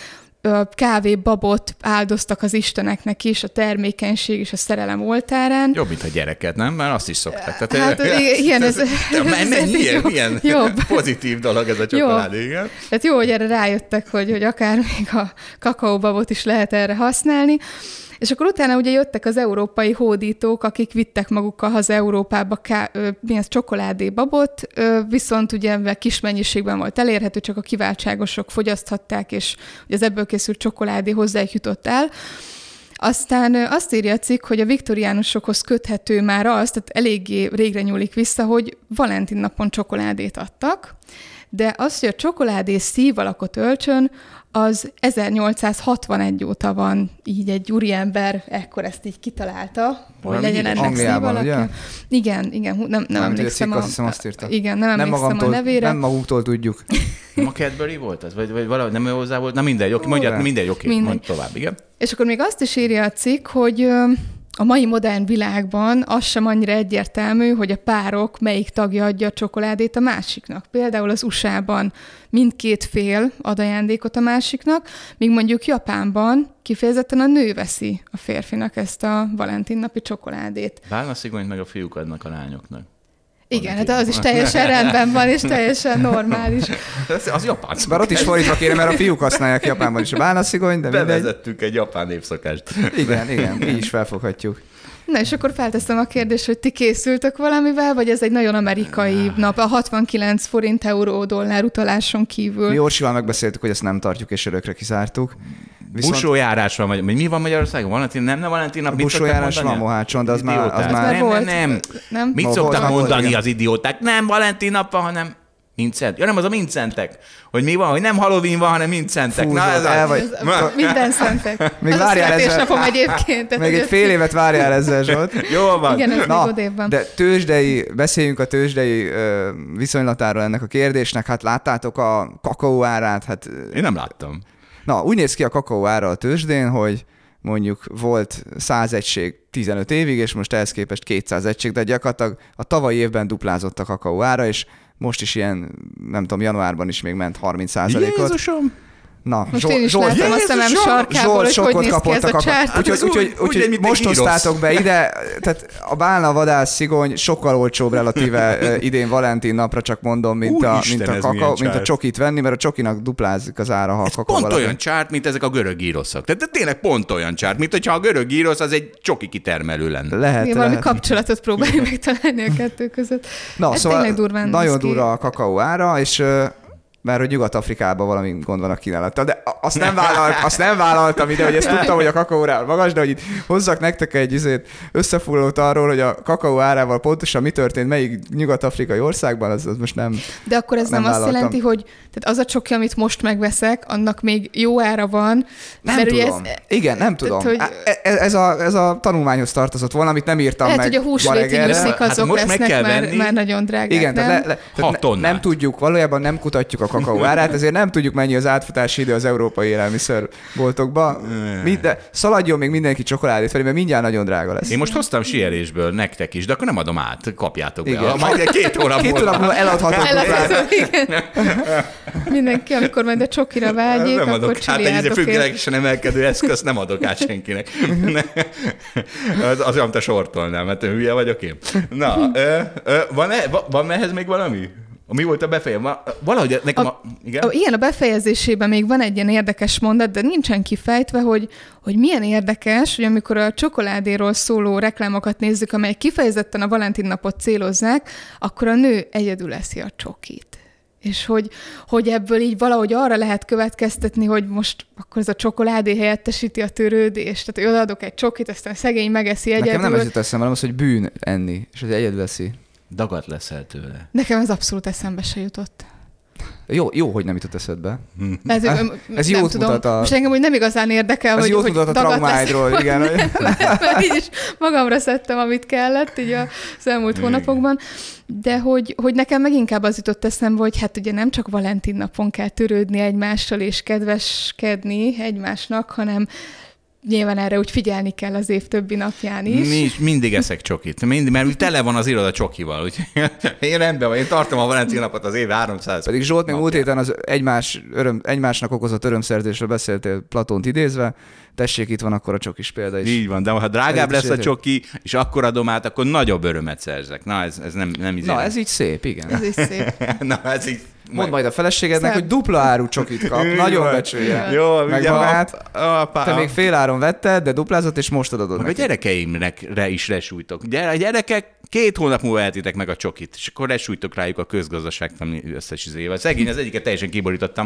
kávébabot áldoztak az isteneknek is, a termékenység és a szerelem oltárán. Jobb, mint a gyereket, nem? Már azt is szokták. Tehát, Hát igen, ez, ez, ez, ez, ez milyen, jobb, milyen jobb. pozitív dolog ez a csokoládé, igen? Tehát jó, hogy erre rájöttek, hogy, hogy akár még a kakaóbabot is lehet erre használni. És akkor utána ugye jöttek az európai hódítók, akik vittek magukkal haza Európába ká- ö, mi ez, csokoládébabot, ö, viszont ugye mivel kis mennyiségben volt elérhető, csak a kiváltságosok fogyaszthatták, és ugye az ebből készült csokoládé hozzájuk jutott el. Aztán ö, azt írja a cikk, hogy a viktoriánusokhoz köthető már az, tehát eléggé régre nyúlik vissza, hogy Valentin napon csokoládét adtak, de az, hogy a csokoládé szív alakot öltsön, az ezernyolcszázhatvanegy óta van így egy úriember, ekkor ezt így kitalálta, hogy Valami legyen híres. ennek Angliában, szív alakja. ugye? Igen, igen, hú, nem, nem Nem, emlékszem a... a... Azt hiszem, azt írta. Igen, nem Nem, emlékszem magamtól, a nevére. nem magunktól tudjuk. Nem a Cadbury volt ez? Vagy, vagy valahogy nem hozzá volt? Na mindegy, oké, mondjad, de. mindegy, oké, Mindegy. mondd tovább, igen. És akkor még azt is írja a cikk, hogy ö, a mai modern világban az sem annyira egyértelmű, hogy a párok melyik tagja adja a csokoládét a másiknak. Például az u es á-ban mindkét fél ad ajándékot a másiknak, míg mondjuk Japánban kifejezetten a nő veszi a férfinak ezt a Valentin napi csokoládét. Bálna szigonyt meg a fiúk adnak a lányoknak. Igen, hát az is teljesen rendben van, és teljesen normális. Az, az japán szokás. Bár ott is fordítva kéne, mert a fiúk használják Japánban is a bálnaszigony, de mindegy. Bevezettünk egy japán népszokást. Igen, igen, így is felfoghatjuk. Na és akkor felteszem a kérdést, hogy ti készültök valamivel, vagy ez egy nagyon amerikai nap, a hatvankilenc forint euró dollár utaláson kívül? Mi Orsival megbeszéltük, hogy ezt nem tartjuk, és örökre kizártuk. Viszont... Busójárás van, vagy mi van Magyarországon? Valentin, nem, nem Valentin nap, mit busójárás van Mohácson, de az már... Az már... Nem, nem, nem. nem. Mit Ma szoktak volt, mondani volt, az idióták? Nem Valentin nap van, hanem Mincent. Ja nem, az a Mincentek. Hogy mi van, hogy nem Halloween van, hanem Mincentek. Fú, Na, ez el vagy. Minden szentek. Még az várjál a születésnapom egyébként. Még egy fél évet várjál ezzel, Zsolt. Jó van. Igen, ez Na, még odébb van. De tőzsdei, beszéljünk a tőzsdei uh, viszonylatáról ennek a kérdésnek. Hát láttátok a kakaó árát? Hát, én nem láttam. Na, úgy néz ki a kakaó ára a tőzsdén, hogy mondjuk volt száz egység tizenöt évig, és most ehhez képest kétszáz egység, de gyakorlatilag a tavalyi évben duplázott a kakaó ára, és most is ilyen, nem tudom, januárban is még ment harminc százalékot. Jézusom! Na, most Zsolt, én is Zsolt, láttam a szemem sarkából, hogy hogy néz ki ez a csárt. Úgyhogy úgy, úgy, úgy, úgy, most hoztátok be ide, tehát a bálna vadász szigony sokkal olcsóbb relatíve idén Valentin napra, csak mondom, mint, Ú, a, mint, a, kakao, mint a csokit venni, mert a csokinak duplázik az ára, ha a kakao pont valami. Olyan csárt, mint ezek a görög gyroszok. Tehát tényleg pont olyan csárt, mint hogyha a görög gyrosz az egy csoki kitermelő lenne. Lehet, Igen, valami kapcsolatot próbálj megtalálni a kettő között. Na, ez szóval nagyon durva a kakaó ára, és mert hogy Nyugat-Afrikában valami gond van a kínálattal. De azt nem, vállalt, azt nem vállaltam ide, hogy ezt tudtam, hogy a kakaó árával magas, de hogy itt hozzak nektek egy izét, összefoglalót arról, hogy a kakaó árával pontosan mi történt, melyik nyugat-afrikai országban, az, az most nem De akkor ez nem, nem azt jelenti, hogy tehát az a csoki, amit most megveszek, annak még jó ára van. Nem mert tudom. Ez, Igen, nem tudom. Tehát, hogy... ez, a, ez a tanulmányhoz tartozott volna, amit nem írtam lehet, meg. Lehet, hogy a húsvéti nyusszik azok hát lesznek már, már nagyon drágák. Igen, nem? Le, le, ne, nem tudjuk, valójában nem kutatjuk a kakaó árát, ezért nem tudjuk mennyi az átfutási idő az európai élelmiszerboltokba. Minden, szaladjon még mindenki csokoládét felé, mert mindjárt nagyon drága lesz. Én most hoztam sielésből nektek is, de akkor nem adom át, kapjátok be. Igen. Majd két hónap Két hónap múlva eladhatok. Mindenki, amikor majd a csokira vágyik, nem akkor adok át, egy függelegesen emelkedő eszközt nem adok át senkinek. az, az olyan, te sortolnál, mert hülye vagyok én. Na, ö, ö, van, -e, van ehhez még valami? Mi volt a befejezés? Valahogy nekem a, a, igen? A, igen, a befejezésében még van egy ilyen érdekes mondat, de nincsen kifejtve, hogy, hogy milyen érdekes, hogy amikor a csokoládéról szóló reklámokat nézzük, amelyek kifejezetten a Valentin napot célozzák, akkor a nő egyedül eszi a csokit. És hogy, hogy ebből így valahogy arra lehet következtetni, hogy most akkor ez a csokoládé helyettesíti a törődést, tehát odaadok egy csokit, aztán szegény megeszi egyedül. Nekem nem ez jut eszembe, hanem az, hogy bűn enni, és hogy egyedül eszi. Dagat leszel tőle. Nekem ez abszolút eszembe se jutott. Jó, jó, hogy nem jutott eszedbe. Ez, ez, ez jót mutat a... Most engem úgy nem igazán érdekel, ez hogy, jót hogy mutat a traumáidról, igen. Mert így is magamra szedtem, amit kellett így az elmúlt igen. hónapokban. De hogy, hogy nekem meg inkább az jutott eszembe, hogy hát ugye nem csak Valentin napon kell törődni egymással és kedveskedni egymásnak, hanem nyilván erre úgy figyelni kell az év többi napján is. Mi, mindig eszek csokit, mindig, mert tele van az iroda csokival. Úgy. Én rendben van, én tartom a Valentin napot az év háromszáz. Pedig Zsolt még múlt héten az egymás, öröm, egymásnak okozott örömszerzésről beszéltél Platónt idézve. Tessék, itt van akkor a csokis példa is. Így van, de ha drágább lesz a csoki, és akkor adom át, akkor nagyobb örömet szerzek. Na, ez, ez nem, nem izé. Na, ez így szép, igen. Ez így szép. Na, ez így. Mondd majd a feleségednek, hogy dupla áru csokit kap. Nagyon becsülje. Jó, meg magát. Te még fél áron vetted, de duplázott, és most adod neki. A gyerekeimre is resújtok. A gyerekek két hónap múlva eltitek meg a csokit, és akkor resújtok rájuk a közgazdaságtani összes izével. Szegény, az egyiket teljesen kiborítottam.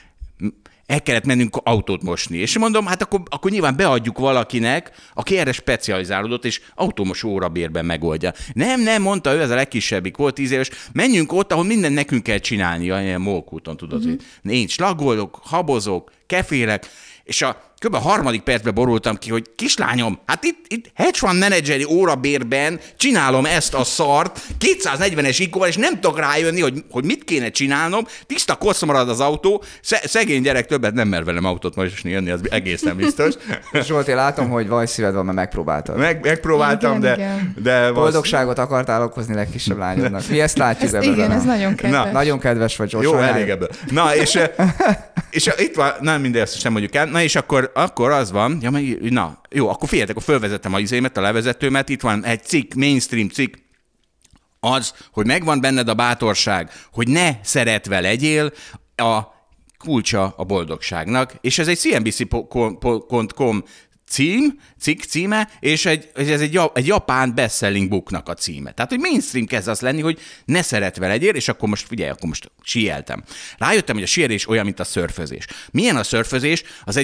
El kellett mennünk autót mosni. És mondom, hát akkor, akkor nyilván beadjuk valakinek, aki erre specializálódott, és automosó órabérben megoldja. Nem, nem, mondta ő, ez a legkisebbik volt, tíz éves, menjünk ott, ahol mindent nekünk kell csinálni, ilyen Mókúton, tudod, mm-hmm. hogy én slagolok, habozok, kefélek, és a kb. a harmadik percben borultam ki, hogy kislányom, hát itt, itt hedge fund menedzseri órabérben csinálom ezt a szart kétszáznegyvenes ikóval, és nem tudok rájönni, hogy, hogy mit kéne csinálnom, tiszta kosz marad az autó, szegény gyerek többet nem mer velem autót mosni jönni, az egészen biztos. Zsolt, én látom, hogy vajszíved van, mert megpróbáltad. Meg, megpróbáltam, igen, de... igen. de boldogságot vasz... akartál okozni legkisebb lányodnak. Mi ezt látjuk ez, igen, ez nagyon kedves. Na, nagyon kedves vagy, Zsolt. Jó, elég ebből. Na, és... És itt van, nem mindegy, ezt sem mondjuk el. Na és akkor, akkor az van, ja, na, jó, akkor figyeljetek, akkor fölvezettem a izémet, a levezetőmet, itt van egy cikk, mainstream cikk, az, hogy megvan benned a bátorság, hogy ne szeretve legyél, a kulcsa a boldogságnak, és ez egy C N B C pont com cím, cikk címe, és egy, ez egy, egy japán bestselling booknak a címe. Tehát, hogy mainstream kezd az lenni, hogy ne szeretve legyél, és akkor most figyelj, akkor most síeltem. Rájöttem, hogy a síelés olyan, mint a szörfözés. Milyen a szörfözés? Az egy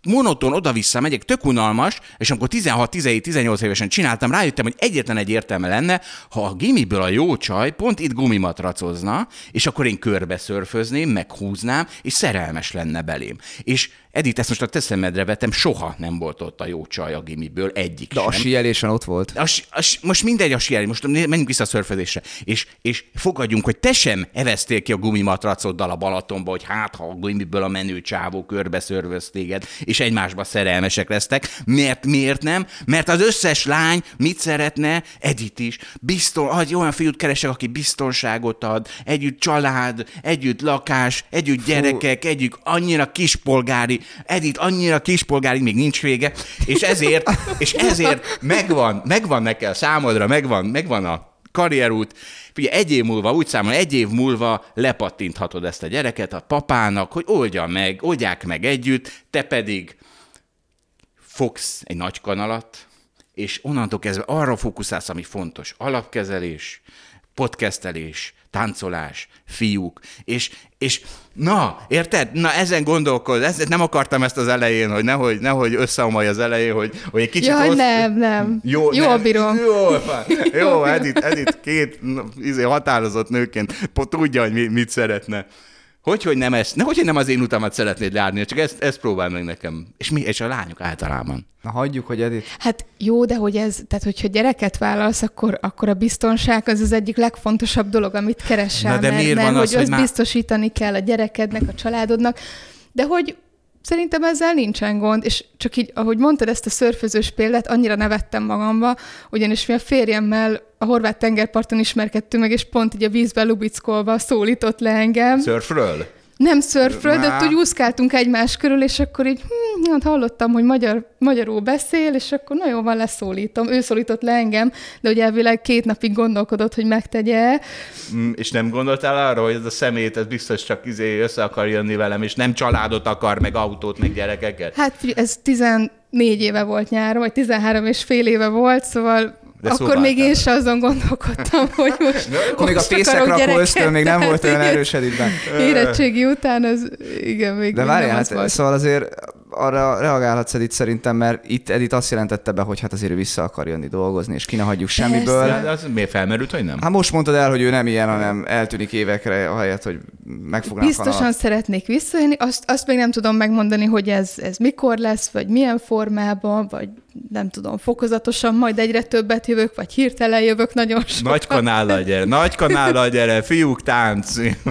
monoton oda-vissza megyek, tök unalmas, és amikor tizenhat, tizenhét, tizennyolc évesen csináltam, rájöttem, hogy egyetlen egy értelme lenne, ha a gimiből a jó csaj pont itt gumimatracozna, és akkor én körbe szörfözném, meghúznám, és szerelmes lenne belém. És Edith, ezt most a te szemedre vettem, soha nem volt ott a jó csaj a gimiből, egyik De sem. a síelésen ott volt. A, a, most mindegy a síelés, most menjünk vissza a szörfözésre, és, és fogadjunk, hogy te sem eveztél ki a gumimatracoddal a Balatonba, hogy hát, ha a gumiből a menő csávó körbe szörvöz téged, és egymásba szerelmesek lesztek. Miért, miért nem? Mert az összes lány mit szeretne? Edith is. Bizton, hogy olyan fiút keresek, aki biztonságot ad, együtt család, együtt lakás, együtt gyerekek, Fú. együtt annyira kispolgári, Edith annyira kispolgári, még nincs vége, és ezért, és ezért megvan, megvan neked számodra, megvan, megvan a karrierút. Ugye egy év múlva, úgy számol, egy év múlva lepattinthatod ezt a gyereket a papának, hogy oldja meg, oldják meg együtt, te pedig fogsz egy nagy kanalat, és onnantól kezdve arra fókuszálsz, ami fontos. Alapkezelés, podcastelés, táncolás, fiúk, és, és na, érted? Na, ezen gondolkod, ezt, nem akartam ezt az elején, hogy nehogy, nehogy összeomolj az elején, hogy, hogy egy kicsit... Jaj, rossz... nem, nem. Jó, Jól nem. bírom. Jó, jó, Edith, Edith két izé, határozott nőként tudja, hogy mi, mit szeretne. Hogy, hogy nem ezt, ne, hogy nem az én utamat szeretnéd járni, csak ezt, ezt próbál meg nekem. És, mi, és a lányok általában. Na hagyjuk, hogy Edith. Hát jó, de hogy ez, tehát hogyha gyereket vállalsz, akkor, akkor a biztonság az az egyik legfontosabb dolog, amit keresel. Na de mert, miért mert van az, hogy hogy azt már... biztosítani kell a gyerekednek, a családodnak, de hogy szerintem ezzel nincsen gond, és csak így, ahogy mondtad ezt a szörfözős példát, annyira nevettem magamba, ugyanis mi a férjemmel a horvát tengerparton ismerkedtünk meg, és pont így a vízbe lubickolva szólított le engem. Szörfről? Nem szörfről, de ott úgy úszkáltunk egymás körül, és akkor így hm, hát hallottam, hogy magyar, magyarul beszél, és akkor na jó, van, leszólítom. Ő szólított le engem, de ugye elvileg két napig gondolkodott, hogy megtegye. Mm, és nem gondoltál arra, hogy ez a szemét, ez biztos csak izé össze akar jönni velem, és nem családot akar, meg autót, meg gyerekeket? Hát ez tizennégy éve volt nyáron, vagy tizenhárom és fél éve volt, szóval de akkor szóval még én sem azon gondolkodtam, hogy most, akkor még a fészekrakó ösztön még nem volt olyan erős Edithben. Érettségi után az, igen, még De várjál, nem hát, az volt. Szóval azért arra reagálhatsz Edith szerintem, mert itt Edith azt jelentette be, hogy hát azért ő vissza akar jönni dolgozni, és ki ne hagyjuk semmiből. De az miért felmerült, hogy nem? Hát most mondtad el, hogy ő nem ilyen, hanem eltűnik évekre, ahelyett, hogy megfognak Biztosan kanalat. Szeretnék visszajönni, azt, azt még nem tudom megmondani, hogy ez, ez mikor lesz, vagy milyen formában, vagy nem tudom, fokozatosan, majd egyre többet jövök, vagy hirtelen jövök nagyon sokat. Nagy kanállal gyere, nagy kanállal gyere, fiúk tánc.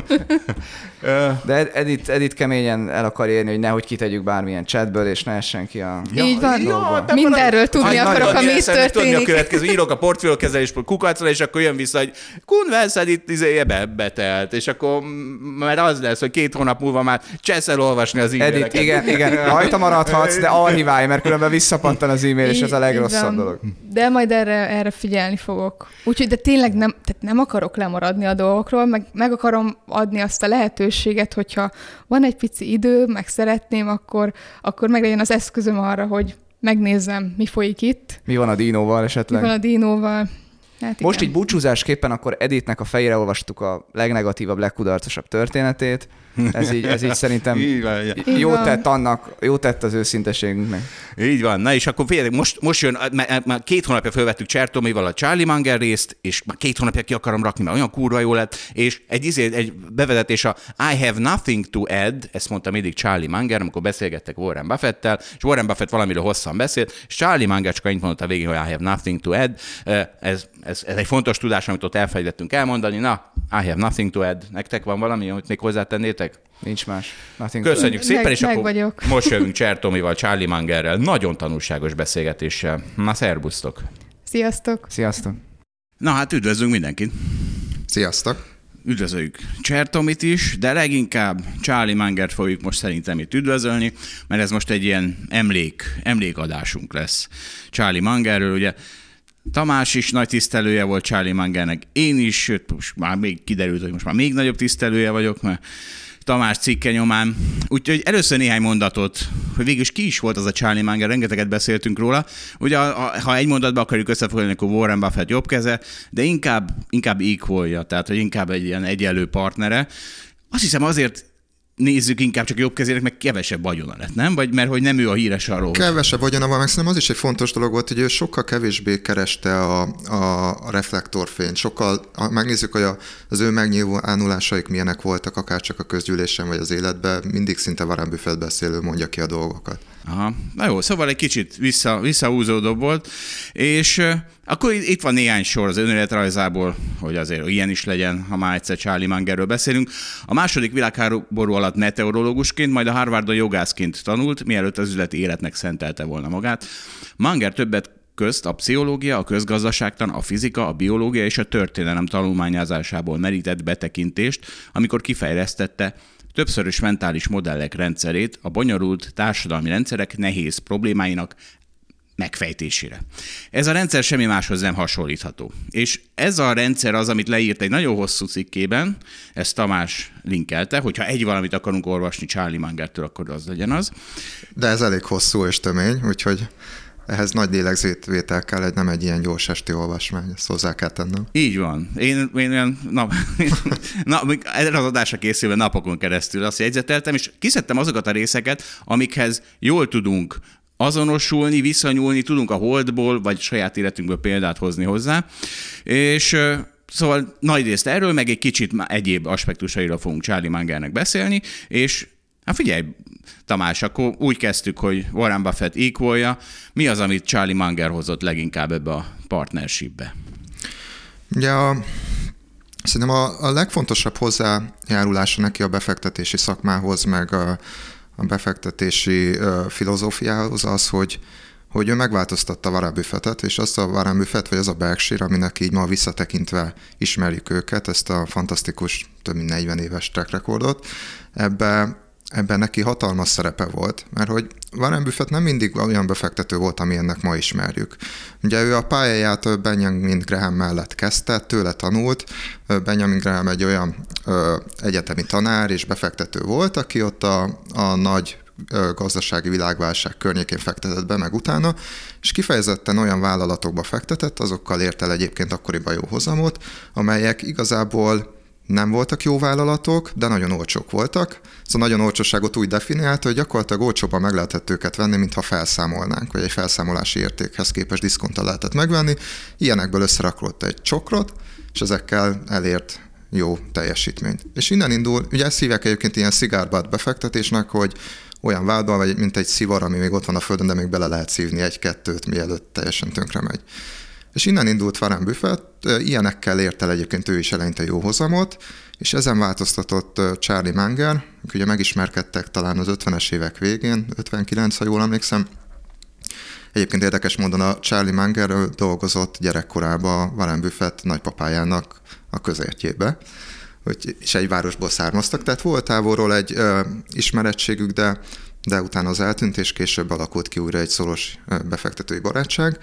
De Edith, Edith keményen el akar érni, hogy nehogy kitegyük bármilyen chatből, és ne essen ki a... Ja, így van. Ja, mindenről tudni Aj, akarok, ami itt történik. Tudni a következő, írok a portfóliókezelés kukacra, és akkor jön vissza, hogy Kunvesz Edith izéje be, betelt, és akkor már az lesz, hogy két hónap múlva már cseszel olvasni az e-maileket. Edith, igen, igen, rajta maradhatsz, de archiválj, mert különben visszapattan az e-mail, és ez a legrosszabb dolog. De majd erre, erre figyelni fogok. Úgyhogy, de tényleg nem, tehát nem akarok lemaradni a dolgokról, meg, meg akarom adni azt a lehetőséget, hogyha van egy pici idő, meg szeretném, akkor, akkor meg legyen az eszközöm arra, hogy megnézzem, mi folyik itt. Mi van a dinóval esetleg? Mi van a dinóval. Hát Most igen. így búcsúzásképpen akkor Edithnek a fejére olvastuk a legnegatívabb, legkudarcosabb történetét. Ez így, ez így szerintem Így van, ja. jó van. tett annak, jó tett az őszinteségünknek. Így van. Na és akkor figyeljetek, most, most jön, már két hónapja felvettük Csertomival a Charlie Munger részt, és már két hónapja ki akarom rakni, mert olyan kurva jó lett, és egy, izé, egy bevezetés a I have nothing to add, ezt mondta mindig Charlie Munger, amikor beszélgettek Warren Buffettel, és Warren Buffett valamiről hosszan beszélt, és Charlie Munger csak annyit mondott a végén, hogy I have nothing to add. Ez, ez, ez egy fontos tudás, amit ott elfelejtettünk elmondani. Na, I have nothing to add. Nektek van valami, amit még hozzátennétek? Nincs más. Nothing Köszönjük szépen, Meg- és meg akkor vagyok. most jövünk Csertomival, Charlie Mungerrel, nagyon tanulságos beszélgetéssel. Na, szervusztok! Sziasztok! Sziasztok! Na hát üdvözlünk mindenkit! Sziasztok! Üdvözöljük Csertomit is, de leginkább Charlie Mungert fogjuk most szerintem itt üdvözölni, mert ez most egy ilyen emlék, emlékadásunk lesz Charlie Mungerről, ugye Tamás is nagy tisztelője volt Charlie Mungernek, én is, sőt, most már még kiderült, hogy most már még nagyobb tisztelője vagyok, mert Tamás cikke nyomán. Úgyhogy először néhány mondatot, hogy végül is ki is volt az a Charlie Munger, rengeteget beszéltünk róla. Ugye, ha egy mondatban akarjuk összefoglalni, akkor Warren Buffett jobb keze, de inkább, inkább equalja, tehát hogy inkább egy ilyen egyenlő partnere. Azt hiszem azért nézzük inkább csak jobb kezének, meg kevesebb vagyona lett, nem? Vagy mert hogy nem ő a híres arról. Kevesebb vagyona van, meg szerintem az is egy fontos dolog volt, hogy ő sokkal kevésbé kereste a, a, a reflektorfényt. Sokkal, ha megnézzük, hogy a, az ő megnyilvánulásaik milyenek voltak, akár csak a közgyűlésen vagy az életben, mindig szinte Warren Buffett beszélő mondja ki a dolgokat. Aha. Na jó, szóval egy kicsit vissza, visszahúzódóbb volt, és uh, akkor itt van néhány sor az önéletrajzából, hogy azért ilyen is legyen, ha már egyszer Charlie Mungerről beszélünk. A második világháború alatt meteorológusként, majd a Harvardon jogászként tanult, mielőtt az üzleti életnek szentelte volna magát. Munger többet közt a pszichológia, a közgazdaságtan, a fizika, a biológia és a történelem tanulmányozásából merített betekintést, amikor kifejlesztette többszörös mentális modellek rendszerét a bonyolult társadalmi rendszerek nehéz problémáinak megfejtésére. Ez a rendszer semmi máshoz nem hasonlítható. És ez a rendszer az, amit leírt egy nagyon hosszú cikkében, ezt Tamás linkelte, hogyha egy valamit akarunk olvasni Charlie Mungertől, akkor az legyen az. De ez elég hosszú és tömény, úgyhogy ehhez nagy lélegzetvétel kell, egy nem egy ilyen gyors esti olvasmány, ezt hozzá kell tennem. Így van. Én, én olyan nap, na, erre az adásra készülve napokon keresztül azt jegyzeteltem, és kiszedtem azokat a részeket, amikhez jól tudunk azonosulni, visszanyúlni, tudunk a holdból, vagy saját életünkből példát hozni hozzá. És szóval nagy részt erről, meg egy kicsit egyéb aspektusairól fogunk Charlie Mungernek beszélni, és hát figyelj, Tamás, akkor úgy kezdtük, hogy Warren Buffett equalja. Mi az, amit Charlie Munger hozott leginkább ebbe a partnershipbe? Ugye a, szerintem a, a legfontosabb hozzájárulása neki a befektetési szakmához, meg a, a befektetési uh, filozófiához az, hogy, hogy ő megváltoztatta Warren Buffettet, és azt a Warren Buffett, vagy az a Berkshire, aminek így ma visszatekintve ismerjük őket, ezt a fantasztikus több mint negyven éves track recordot, ebbe Ebben neki hatalmas szerepe volt, mert hogy Warren Buffett nem mindig olyan befektető volt, ami ennek ma ismerjük. Ugye ő a pályáját Benjamin Graham mellett kezdte, tőle tanult. Benjamin Graham egy olyan ö, egyetemi tanár és befektető volt, aki ott a, a nagy ö, gazdasági világválság környékén fektetett be, meg utána, és kifejezetten olyan vállalatokba fektetett, azokkal ért el egyébként akkoriban jó hozamot, amelyek igazából nem voltak jó vállalatok, de nagyon olcsók voltak. Ez a nagyon olcsóságot úgy definiálta, hogy gyakorlatilag olcsóban meg lehetett őket venni, mintha felszámolnánk, vagy egy felszámolási értékhez képest diszkonttal lehetett megvenni. Ilyenekből összerakott egy csokrot, és ezekkel elért jó teljesítményt. És innen indul, ugye ezt hívják egyébként ilyen cigárbát befektetésnek, hogy olyan vádban, vagy mint egy szivar, ami még ott van a földön, de még bele lehet szívni egy-kettőt, mielőtt teljesen tönkre megy. És innen indult Warren Buffett, ilyenekkel ért el egyébként ő is eleinte jó hozamot, és ezen változtatott Charlie Munger, akik ugye megismerkedtek talán az ötvenes évek végén, ötvenkilenc, ha jól emlékszem. Egyébként érdekes módon a Charlie Munger dolgozott gyerekkorában Warren Buffett nagypapájának a közértjébe, és egy városból származtak, tehát volt távolról egy ö, ismerettségük, de, de utána az eltűnt, és később alakult ki újra egy szoros befektetői barátság.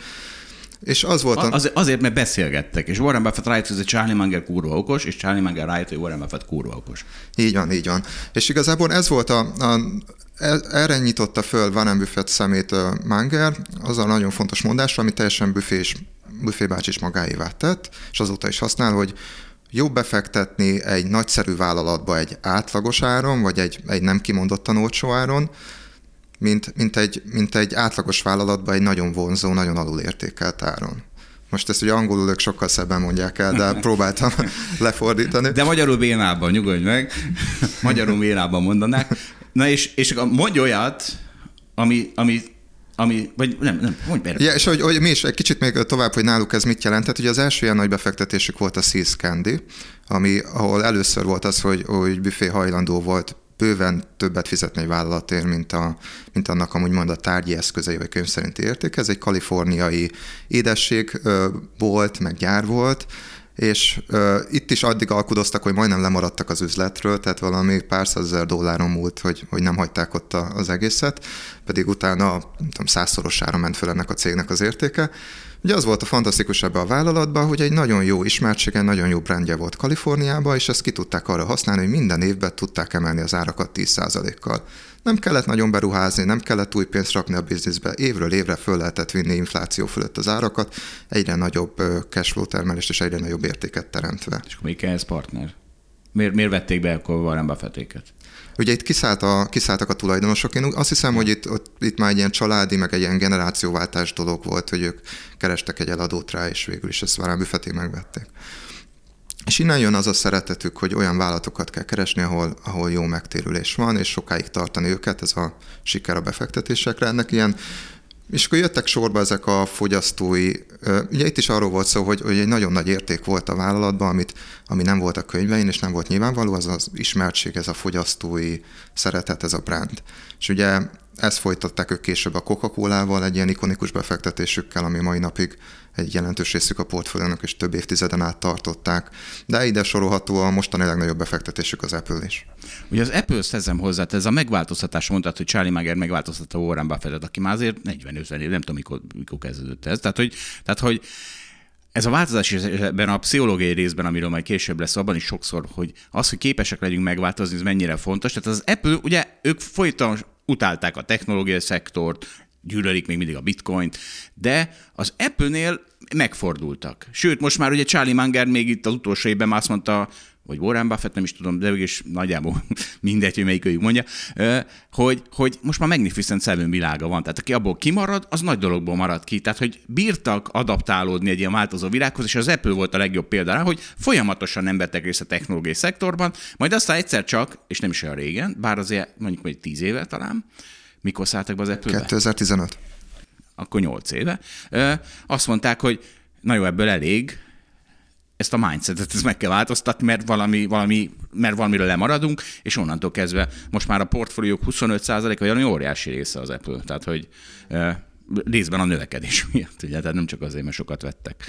És az volt a... Az, azért, mert beszélgettek, és Warren Buffett rájött, hogy Charlie Munger kurva okos, és Charlie Munger rájött, hogy Warren Buffett kurva okos. Így van, így van. És igazából ez volt a... a erre nyitotta föl Warren Buffett szemét Munger, az a nagyon fontos mondásra, ami teljesen Buffett, és, Buffett bácsi is magáévá tett, és azóta is használ, hogy jobb befektetni egy nagyszerű vállalatba egy átlagos áron, vagy egy, egy nem kimondottan olcsó áron, mint, mint, egy, mint egy átlagos vállalatban egy nagyon vonzó, nagyon alulértékelt áron. Most ezt ugye angolul ők sokkal szebben mondják el, de próbáltam lefordítani. De magyarul bénában, nyugodj meg, magyarul bénában mondanák. Na és, és mondj olyat, ami, ami, ami vagy nem, nem, mondj be. Ja, és hogy, hogy mi is egy kicsit még tovább, hogy náluk ez mit jelentett. Ugye az első ilyen nagy befektetésük volt a See's Candy, ami, ahol először volt az, hogy, hogy Buffett hajlandó volt bőven többet fizetni egy vállalatért, mint, a, mint annak amúgy mond a tárgyi eszközei, vagy könyv szerinti érték. Ez egy kaliforniai édesség volt, meg gyár volt, és uh, itt is addig alkudoztak, hogy majdnem lemaradtak az üzletről, tehát valami pár százezer dolláron múlt, hogy, hogy nem hagyták ott a, az egészet, pedig utána nem tudom, százszorosára ment fel ennek a cégnek az értéke. Ugye az volt a fantasztikus ebbe a vállalatban, hogy egy nagyon jó ismertsége, nagyon jó brandje volt Kaliforniában, és ezt ki tudták arra használni, hogy minden évben tudták emelni az árakat tíz százalékkal. Nem kellett nagyon beruházni, nem kellett új pénzt rakni a bizniszbe, évről évre föl lehetett vinni infláció fölött az árakat, egyre nagyobb cashflow termelést és egyre nagyobb értéket teremtve. És akkor még kell ez partner? Miért, miért vették be akkor Warren Buffettéket? Ugye itt kiszállt a, kiszálltak a tulajdonosok. Én azt hiszem, hogy itt, ott, itt már egy ilyen családi, meg egy ilyen generációváltás dolog volt, hogy ők kerestek egy eladót rá, és végül is ezt Warren Buffették megvették. És innen jön az a szeretetük, hogy olyan vállalatokat kell keresni, ahol, ahol jó megtérülés van, és sokáig tartani őket, ez a siker a befektetésekre. Ennek ilyen, és akkor jöttek sorba ezek a fogyasztói, ugye itt is arról volt szó, hogy, hogy egy nagyon nagy érték volt a vállalatban, amit, ami nem volt a könyvein, és nem volt nyilvánvaló, az az ismertség, ez a fogyasztói szeretet, ez a brand. És ugye ezt folytatták ők később a Coca-Colával, egy ilyen ikonikus befektetésükkel, ami mai napig egy jelentős részük a portfóliónak, és több évtizeden át tartották. De ide sorolható a mostani legnagyobb befektetésük az Apple is. Ugye az Apple-hez teszem hozzá, ez a megváltoztatás, mondtad, hogy Charlie Munger megváltoztatta Warren Buffettet, aki már azért negyven-ötven év, nem tudom, mikor, mikor kezdődött ez. Tehát, hogy, tehát, hogy ez a változás ebben a pszichológiai részben, amiről majd később lesz, abban is sokszor, hogy az, hogy képesek legyünk megváltozni, ez mennyire fontos. Tehát az Apple, ugye ők folyton utálták a technológiai szektort, gyűlölik még mindig a bitcoint, de az Apple-nél megfordultak. Sőt, most már ugye Charlie Munger még itt az utolsó évben már azt mondta, vagy Warren Buffett, nem is tudom, de is nagyjából mindegy, hogy melyik őjük mondja, hogy, hogy most már Magnificent Seven világa van. Tehát aki abból kimarad, az nagy dologból marad ki. Tehát, hogy bírtak adaptálódni egy ilyen változó világhoz, és az Apple volt a legjobb példa rá, hogy folyamatosan nem vettek részt a technológiai szektorban, majd aztán egyszer csak, és nem is olyan régen, bár azért mondjuk majd tíz éve talán, mikor szálltak be az Apple-be? kétezer-tizenöt. Akkor nyolc éve. Azt mondták, hogy na jó, ebből elég, ezt a mindsetet ezt meg kell változtatni, mert, valami, valami, mert valamiről lemaradunk, és onnantól kezdve most már a portfóliók huszonöt százalék vagy olyan óriási része az Apple. Tehát, hogy e, részben a növekedés miatt, ugye, tehát nem csak azért, mert sokat vettek.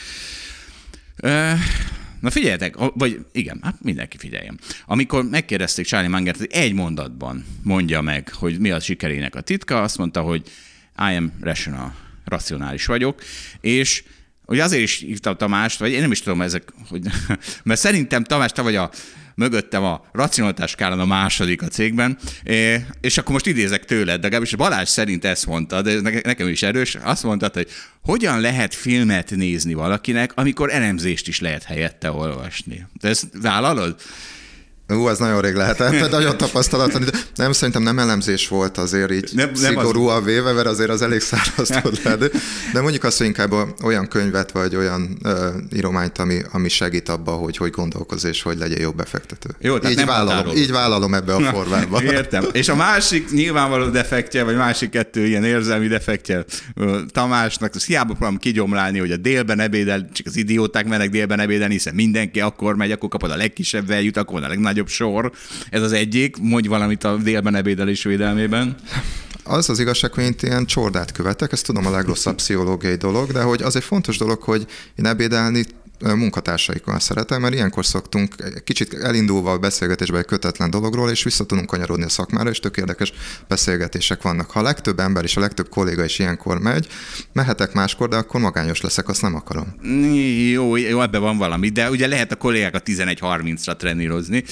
E, na figyeljetek, vagy igen, hát mindenki figyeljen. Amikor megkérdezték Charlie Mungert, hogy egy mondatban mondja meg, hogy mi a sikerének a titka, azt mondta, hogy I am rational, racionális vagyok, és ugye azért is hívtam Tamást, vagy én nem is tudom ezek, hogy, mert szerintem Tamás, te vagy a, mögöttem a racionalitás skálán a második a cégben, és akkor most idézek tőled, de legalábbis Balázs szerint ezt mondta, de nekem is erős, azt mondtad, hogy hogyan lehet filmet nézni valakinek, amikor elemzést is lehet helyette olvasni. Te ezt vállalod? Ú, ez nagyon rég lehetett, de nagyon tapasztalatlan. Nem, szerintem nem elemzés volt azért így nem, szigorúan az... véve, mert azért az elég száraz tud lenni. De mondjuk azt, hogy inkább olyan könyvet, vagy olyan uh, írományt, ami, ami segít abba, hogy hogy gondolkozz, és hogy legyen jobb befektető. Jó, tehát így, nem vállalom, így vállalom ebbe a formába. Értem. És a másik nyilvánvaló defektje, vagy másik kettő ilyen érzelmi defektje Tamásnak, az hiába próbálom kigyomlálni, hogy a délben ebédel, csak az idióták mennek délben ebédelni, hiszen mindenki akkor megy, akkor kapod a legkisebb value-t, akkor a legnagyobb sor. Ez az egyik, mondj valamit a délben ebédelés védelmében. Az az igazság, hogy én ilyen csordát követek, ezt tudom, a legrosszabb pszichológiai dolog, de hogy az egy fontos dolog, hogy én ebédelni munkatársaikkal szeretem, mert ilyenkor szoktunk kicsit elindulva a beszélgetésbe egy kötetlen dologról, és vissza tudunk kanyarodni a szakmára, és tök érdekes beszélgetések vannak. Ha a legtöbb ember és a legtöbb kolléga is ilyenkor megy, mehetek máskor, de akkor magányos leszek, azt nem akarom. Jó, jó, ebben van valami, de ugye lehet a kollégákat tizenegy harmincra trenírozni.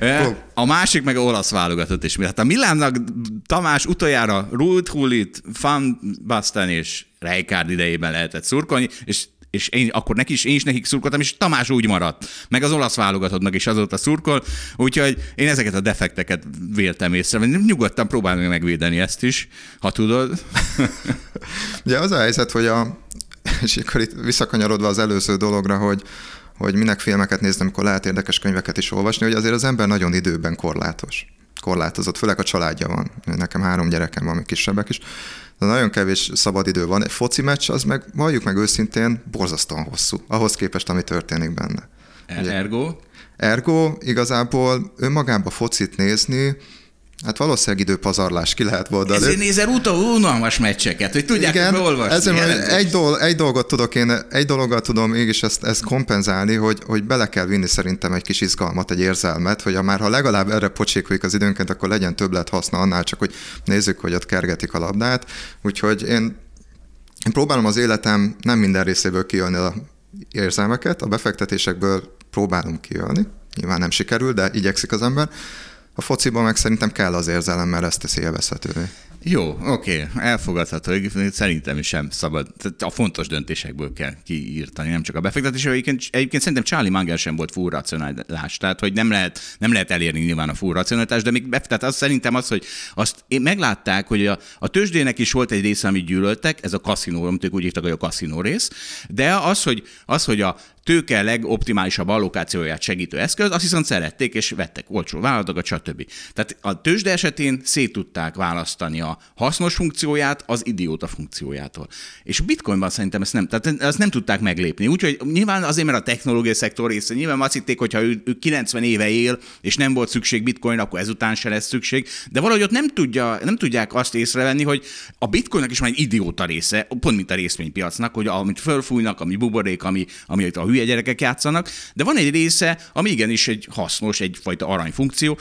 A másik meg a olasz válogatott is. Hát a Milánnak Tamás utoljára Ruud Gullit, Van Basten és Rijkaard idejében lehetett szurkolni, és és én, akkor neki is, én is nekik szurkoltam, és Tamás úgy maradt. Meg az olasz válogatottnak is azóta szurkol, úgyhogy én ezeket a defekteket véltem észre. Nyugodtan próbálom megvédeni ezt is, ha tudod. Ugye az a helyzet, hogy a, és akkor itt visszakanyarodva az előző dologra, hogy, hogy minek filmeket nézni, amikor lehet érdekes könyveket is olvasni, hogy azért az ember nagyon időben korlátos. Korlátozott, főleg a családja van. Nekem három gyerekem van, még kisebbek is. De nagyon kevés szabadidő van. Egy foci meccs, az meg, valljuk meg őszintén, borzasztóan hosszú, ahhoz képest, ami történik benne. Ergo? Ergo igazából önmagában focit nézni, hát valószínűleg időpazarlás ki lehet mondani. Ezért nézel unalmas meccseket, hogy tudják, hogy olvasni. Ezért egy, dolog, egy dolgot tudok én, egy dologgal tudom mégis ezt, ezt kompenzálni, hogy, hogy bele kell vinni szerintem egy kis izgalmat, egy érzelmet, hogy ha már ha legalább erre pocsékoljuk az időnként, akkor legyen többlet haszna annál, csak hogy nézzük, hogy ott kergetik a labdát. Úgyhogy én, én próbálom az életem nem minden részéből kijönni az érzelmeket, a befektetésekből próbálom kijönni. Nyilván nem sikerül, de igyekszik az ember. A fociban meg szerintem kell az érzelem, mert ezt teszi élvezhetővé. Jó, oké, elfogadható. Szerintem sem szabad. A fontos döntésekből kell kiírtani, nem csak a befektetés. Egyébként, egyébként szerintem Charlie Munger sem volt full racionális, tehát hogy nem lehet, nem lehet elérni nyilván a full racionalitást, de még befektet, az szerintem az, hogy azt meglátták, hogy a, a tőzsdének is volt egy része, amit gyűlöltek, ez a kaszinó, amit ők úgy írtak, hogy a kaszinó rész, de az, hogy, az, hogy a tőke legoptimálisabb allokációját segítő eszköz, azt viszont szerették, és vettek olcsó vállalatokat, stb. Tehát a tőzsde esetén szét tudták választani a hasznos funkcióját az idióta funkciójától. És a bitcoinban szerintem ezt nem, tehát ezt nem tudták meglépni. Úgyhogy nyilván azért, mert a technológiai szektor része, nyilván azt hitték, hogyha ő, ő kilencven éve él, és nem volt szükség bitcoinra, akkor ezután se lesz szükség. De valahogy ott nem, tudja, nem tudják azt észrevenni, hogy a bitcoinnak is van egy idióta része, pont mint a részvénypiacnak, hogy amit fölfújnak, ami buborék, ami, ami a hülye gyerekek játszanak, de van egy része, ami igenis egy hasznos, egyfajta aranyfunkció,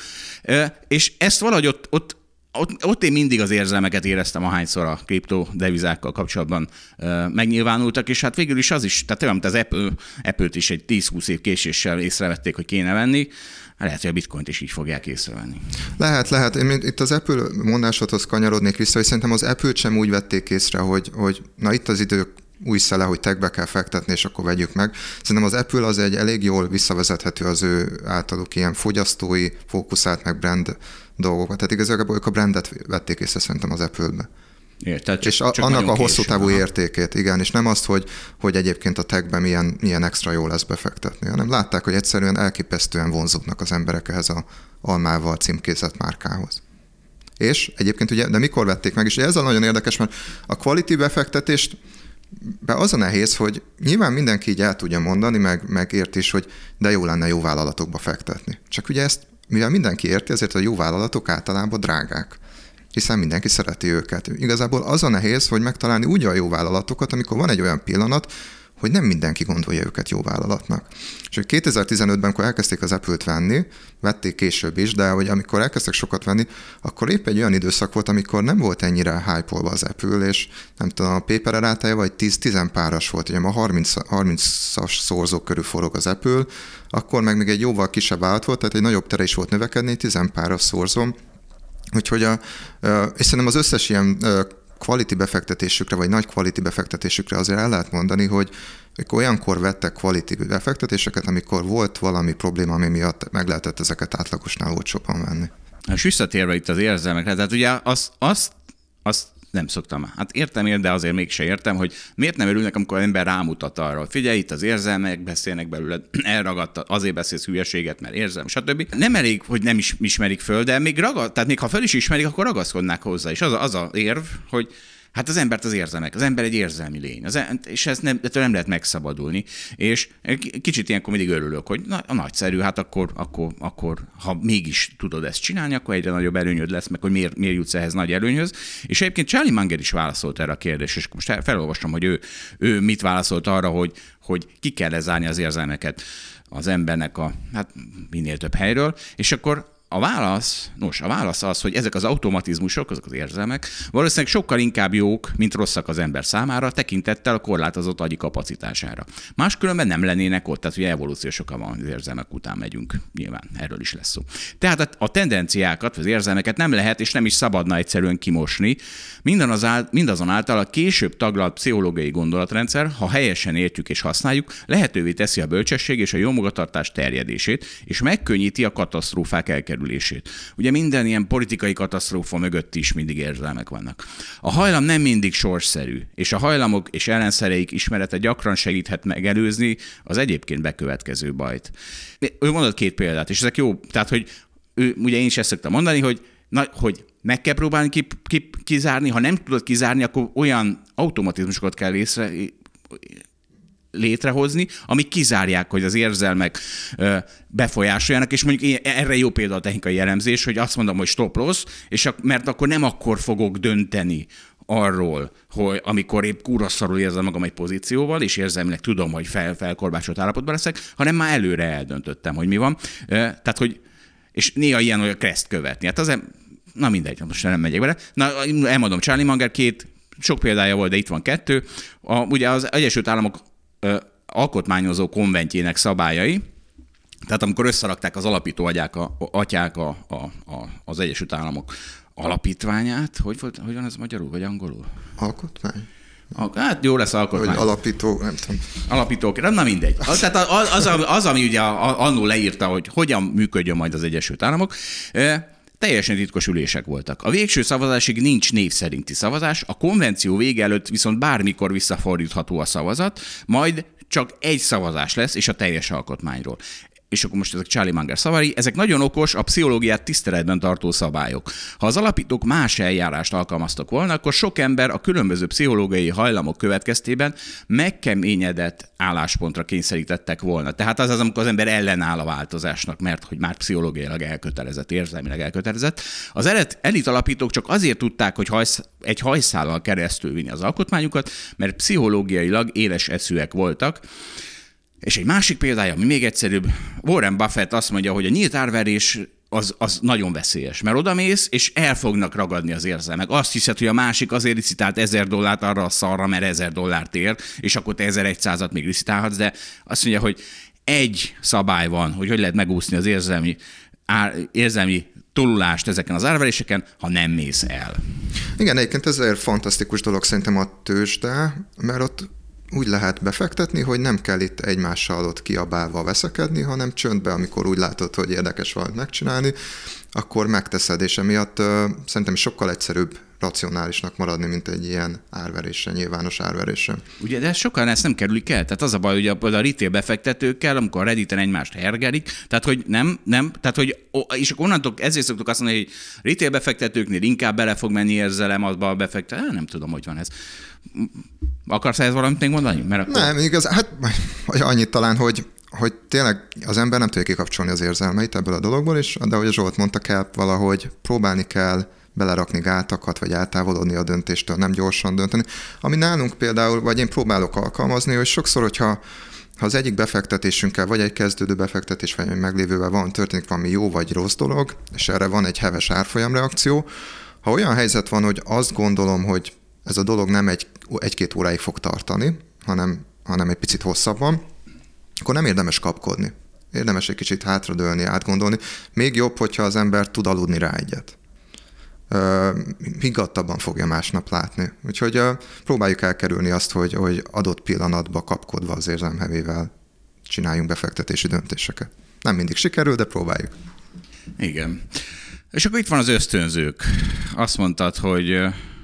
és ezt valahogy ott, ott Ott, ott én mindig az érzelmeket éreztem, ahányszor a kriptodevizákkal kapcsolatban uh, megnyilvánultak, és hát végül is az is, tehát olyan, mint az Apple, Apple-t is egy tíz-húsz év késéssel észrevették, hogy kéne venni, lehet, hogy a bitcoint is így fogják észrevenni. Lehet, lehet. Én itt az Apple mondásodhoz kanyarodnék vissza, hogy szerintem az Apple-t sem úgy vették észre, hogy, hogy na itt az idők új szele, hogy techbe kell fektetni, és akkor vegyük meg. Szerintem az Apple az egy elég jól visszavezethető az ő általuk ilyen fogyasztói, fókuszált meg brand dolgokat. Tehát igazából ők a brandet vették észre szerintem az Apple-be. Érted, és a, annak a hosszú távú aha. értékét, igen, és nem azt, hogy, hogy egyébként a techben milyen, milyen extra jó lesz befektetni, hanem látták, hogy egyszerűen elképesztően vonzódnak az emberek ehhez a almával címkézett márkához. És egyébként ugye, de mikor vették meg, és ez a nagyon érdekes, mert a quality befektetést be az a nehéz, hogy nyilván mindenki így el tudja mondani, meg, meg ért is, hogy de jó lenne jó vállalatokba fektetni. Csak ugye ezt, mivel mindenki érti, ezért a jó vállalatok általában drágák, hiszen mindenki szereti őket. Igazából az a nehéz, hogy megtalálni úgy a jó vállalatokat, amikor van egy olyan pillanat, hogy nem mindenki gondolja őket jó vállalatnak. És hogy kétezer-tizenötben, amikor elkezdték az Apple-t venni, vették később is, de hogy amikor elkezdtek sokat venni, akkor épp egy olyan időszak volt, amikor nem volt ennyire hype-olva az Apple, és nem tudom, a paper rátája vagy tíz-tíz páros volt, ugye ma harmincas szorzók körül forog az Apple, akkor meg még egy jóval kisebb állat volt, tehát egy nagyobb tere is volt növekedni, tíz páros szorzom. Úgyhogy a, és szerintem az összes ilyen quality befektetésükre, vagy nagy quality befektetésükre azért el lehet mondani, hogy olyankor vettek quality befektetéseket, amikor volt valami probléma, ami miatt meg lehetett ezeket átlagosnál olcsóbban venni. És visszatérve itt az érzelmekre, tehát ugye azt, azt, azt nem szoktam. Hát értem én, de azért mégse értem, hogy miért nem örülnek, amikor az ember rámutat arra, hogy figyelj, itt az érzelmek, beszélnek belőle, elragadt, azért beszélsz hülyeséget, mert érzem, stb. Nem elég, hogy nem is ismerik föl, de még ragad, tehát még ha föl is ismerik, akkor ragaszkodnák hozzá. És az a, az a érv, hogy hát az embert az érzelmek, az ember egy érzelmi lény, az, és ez nem, nem lehet megszabadulni. És kicsit ilyenkor mindig örülök, hogy na, nagyszerű, hát akkor, akkor, akkor, ha mégis tudod ezt csinálni, akkor egyre nagyobb előnyöd lesz, meg hogy miért, miért jutsz ehhez nagy előnyhöz. És egyébként Charlie Munger is válaszolt erre a kérdésre, és most felolvastam, hogy ő, ő mit válaszolt arra, hogy, hogy ki kell lezárni az érzelmeket az embernek a, hát minél több helyről, és akkor A válasz, nos, a válasz az, hogy ezek az automatizmusok, azok az érzelmek valószínűleg sokkal inkább jók, mint rosszak az ember számára, tekintettel a korlátozott agyi kapacitására. Máskülönben nem lennének ott, tehát ugye evolúciósokan van, az érzelmek után megyünk, nyilván erről is lesz szó. Tehát a tendenciákat, az érzelmeket nem lehet és nem is szabadna egyszerűen kimosni, mindazonáltal a később taglalt pszichológiai gondolatrendszer, ha helyesen értjük és használjuk, lehetővé teszi a bölcsesség és a jó magatartás terjedését, és megkönnyíti a katasztrófák elkerülését. Ugye minden ilyen politikai katasztrófa mögött is mindig érzelmek vannak. A hajlam nem mindig sorsszerű, és a hajlamok és ellenszereik ismerete gyakran segíthet megelőzni az egyébként bekövetkező bajt. Ő mondott két példát, és ezek jó, tehát hogy ő, ugye én is ezt szoktam mondani, hogy, na, hogy meg kell próbálni ki, ki, kizárni, ha nem tudod kizárni, akkor olyan automatizmusokat kell észre, létrehozni, amik kizárják, hogy az érzelmek befolyásoljanak, és mondjuk erre jó példa a technikai elemzés, hogy azt mondom, hogy stop loss, és mert akkor nem akkor fogok dönteni arról, hogy amikor épp kuraszarul érzem magam egy pozícióval, és érzelmileg tudom, hogy fel, felkorbácsolt állapotban leszek, hanem már előre eldöntöttem, hogy mi van. Tehát, hogy és néha ilyen olyan kereszt követni. Hát az, na mindegy, most nem megyek bele. Na, elmondom, Charlie Munger két, sok példája volt, de itt van kettő. A, ugye az Egyesült Államok ö, alkotmányozó konventjének szabályai, tehát amikor összerakták az alapító atyák, a, atyák a, a, a, az Egyesült Államok alapítványát, hogy volt, hogyan ez magyarul, vagy angolul? Alkotmány? Hát jó lesz alkotmány. Vagy alapító, nem tudom. Alapítók, na mindegy. Az, tehát az, az, az, ami ugye annól leírta, hogy hogyan működjön majd az Egyesült Államok, teljesen titkos ülések voltak. A végső szavazásig nincs név szerinti szavazás, a konvenció vége előtt viszont bármikor visszafordítható a szavazat, majd csak egy szavazás lesz, és a teljes alkotmányról. És akkor most ezek Charlie Munger szavai, ezek nagyon okos, a pszichológiát tiszteletben tartó szabályok. Ha az alapítók más eljárást alkalmaztak volna, akkor sok ember a különböző pszichológiai hajlamok következtében megkeményedett álláspontra kényszerítettek volna. Tehát az az, amikor az ember ellenáll a változásnak, mert hogy már pszichológiailag elkötelezett, érzelmileg elkötelezett. Az elit alapítók csak azért tudták, hogy hajsz, egy hajszállal keresztül vinni az alkotmányukat, mert pszichológiailag éles eszűek voltak. És egy másik példája, ami még egyszerűbb, Warren Buffett azt mondja, hogy a nyílt árverés az, az nagyon veszélyes, mert odamész, és el fognak ragadni az érzelmek. Azt hiszed, hogy a másik azért licitált ezer dollárt arra a szarra, mert ezer dollárt ér, és akkor te ezerszázat még licitálhatsz, de azt mondja, hogy egy szabály van, hogy hogy lehet megúszni az érzelmi, ár, érzelmi tolulást ezeken az árveréseken, ha nem mész el. Igen, egyébként ez egy fantasztikus dolog szerintem a tőzsde, mert ott úgy lehet befektetni, hogy nem kell itt egymással ott kiabálva veszekedni, hanem csöndbe, amikor úgy látod, hogy érdekes valamit megcsinálni, akkor megteszed, és emiatt uh, szerintem sokkal egyszerűbb racionálisnak maradni, mint egy ilyen árverésen, nyilvános árverésen. Ugye, de sokan ezt nem kerülik el. Tehát az a baj, hogy a retail befektetőkkel, amikor a Redditen egymást hergelik, tehát hogy nem, nem, tehát hogy, és akkor onnantól ezért szoktuk azt mondani, hogy retail befektetőknél inkább bele fog menni érzelem azba a befektető. Nem tudom, hogy van ez. Akarsz ehhez valamit még mondani? Mert akkor... Nem, igaz, hát annyit talán, hogy, hogy tényleg az ember nem tudja kikapcsolni az érzelmeit ebből a dologból, és, de ahogy a Zsolt mondta, kell valahogy próbálni kell belerakni gátakat, vagy eltávolodni a döntéstől, nem gyorsan dönteni. Ami nálunk például, vagy én próbálok alkalmazni, hogy sokszor, hogyha ha az egyik befektetésünkkel, vagy egy kezdődő befektetés, vagy egy meglévővel van, történik valami jó vagy rossz dolog, és erre van egy heves árfolyamreakció, ha olyan helyzet van, hogy azt gondolom, hogy ez a dolog nem egy, egy-két óráig fog tartani, hanem, hanem egy picit hosszabban, akkor nem érdemes kapkodni. Érdemes egy kicsit hátradőlni, átgondolni. Még jobb, hogyha az ember tud aludni rá egyet. Higgadtabban fogja másnap látni. Úgyhogy uh, próbáljuk elkerülni azt, hogy, hogy adott pillanatban kapkodva az érzelmhevével csináljunk befektetési döntéseket. Nem mindig sikerül, de próbáljuk. Igen. És akkor itt van az ösztönzők. Azt mondtad, hogy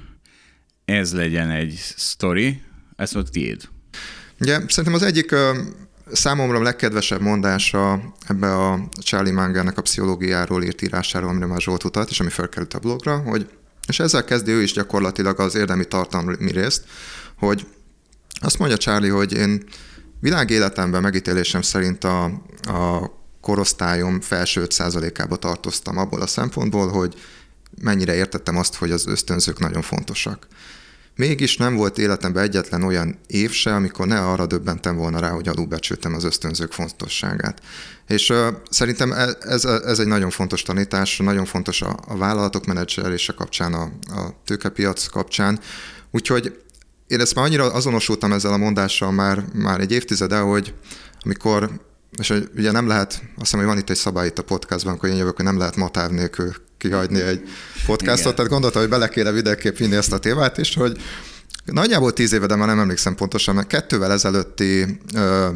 ez legyen egy sztori. Ez volt tiéd. Ugye, szerintem az egyik uh, számomra a legkedvesebb mondása ebbe a Charlie Mungernek a pszichológiáról írt írásáról, amire már Zsolt utalt, és ami felkerült a blogra, hogy, és ezzel kezdi ő is gyakorlatilag az érdemi tartalmi részt, hogy azt mondja Charlie, hogy én világéletemben megítélésem szerint a, a korosztályom felső öt százalékába tartoztam abból a szempontból, hogy mennyire értettem azt, hogy az ösztönzők nagyon fontosak. Mégis nem volt életemben egyetlen olyan év se, amikor ne arra döbbentem volna rá, hogy alulbecsültem az ösztönzők fontosságát. És uh, szerintem ez, ez egy nagyon fontos tanítás, nagyon fontos a, a vállalatok menedzselése kapcsán, a, a tőkepiac kapcsán. Úgyhogy én ezt már annyira azonosultam ezzel a mondással már, már egy évtizede, hogy amikor, és ugye nem lehet, azt hiszem, hogy van itt egy szabály itt a podcastban, amikor én jövök, hogy nem lehet matáv nélkül kihagyni egy podcastot, igen. Tehát gondoltam, hogy bele kéne videóképp vinni ezt a témát is, hogy nagyjából tíz éve, de már nem emlékszem pontosan, mert kettővel ezelőtti ö,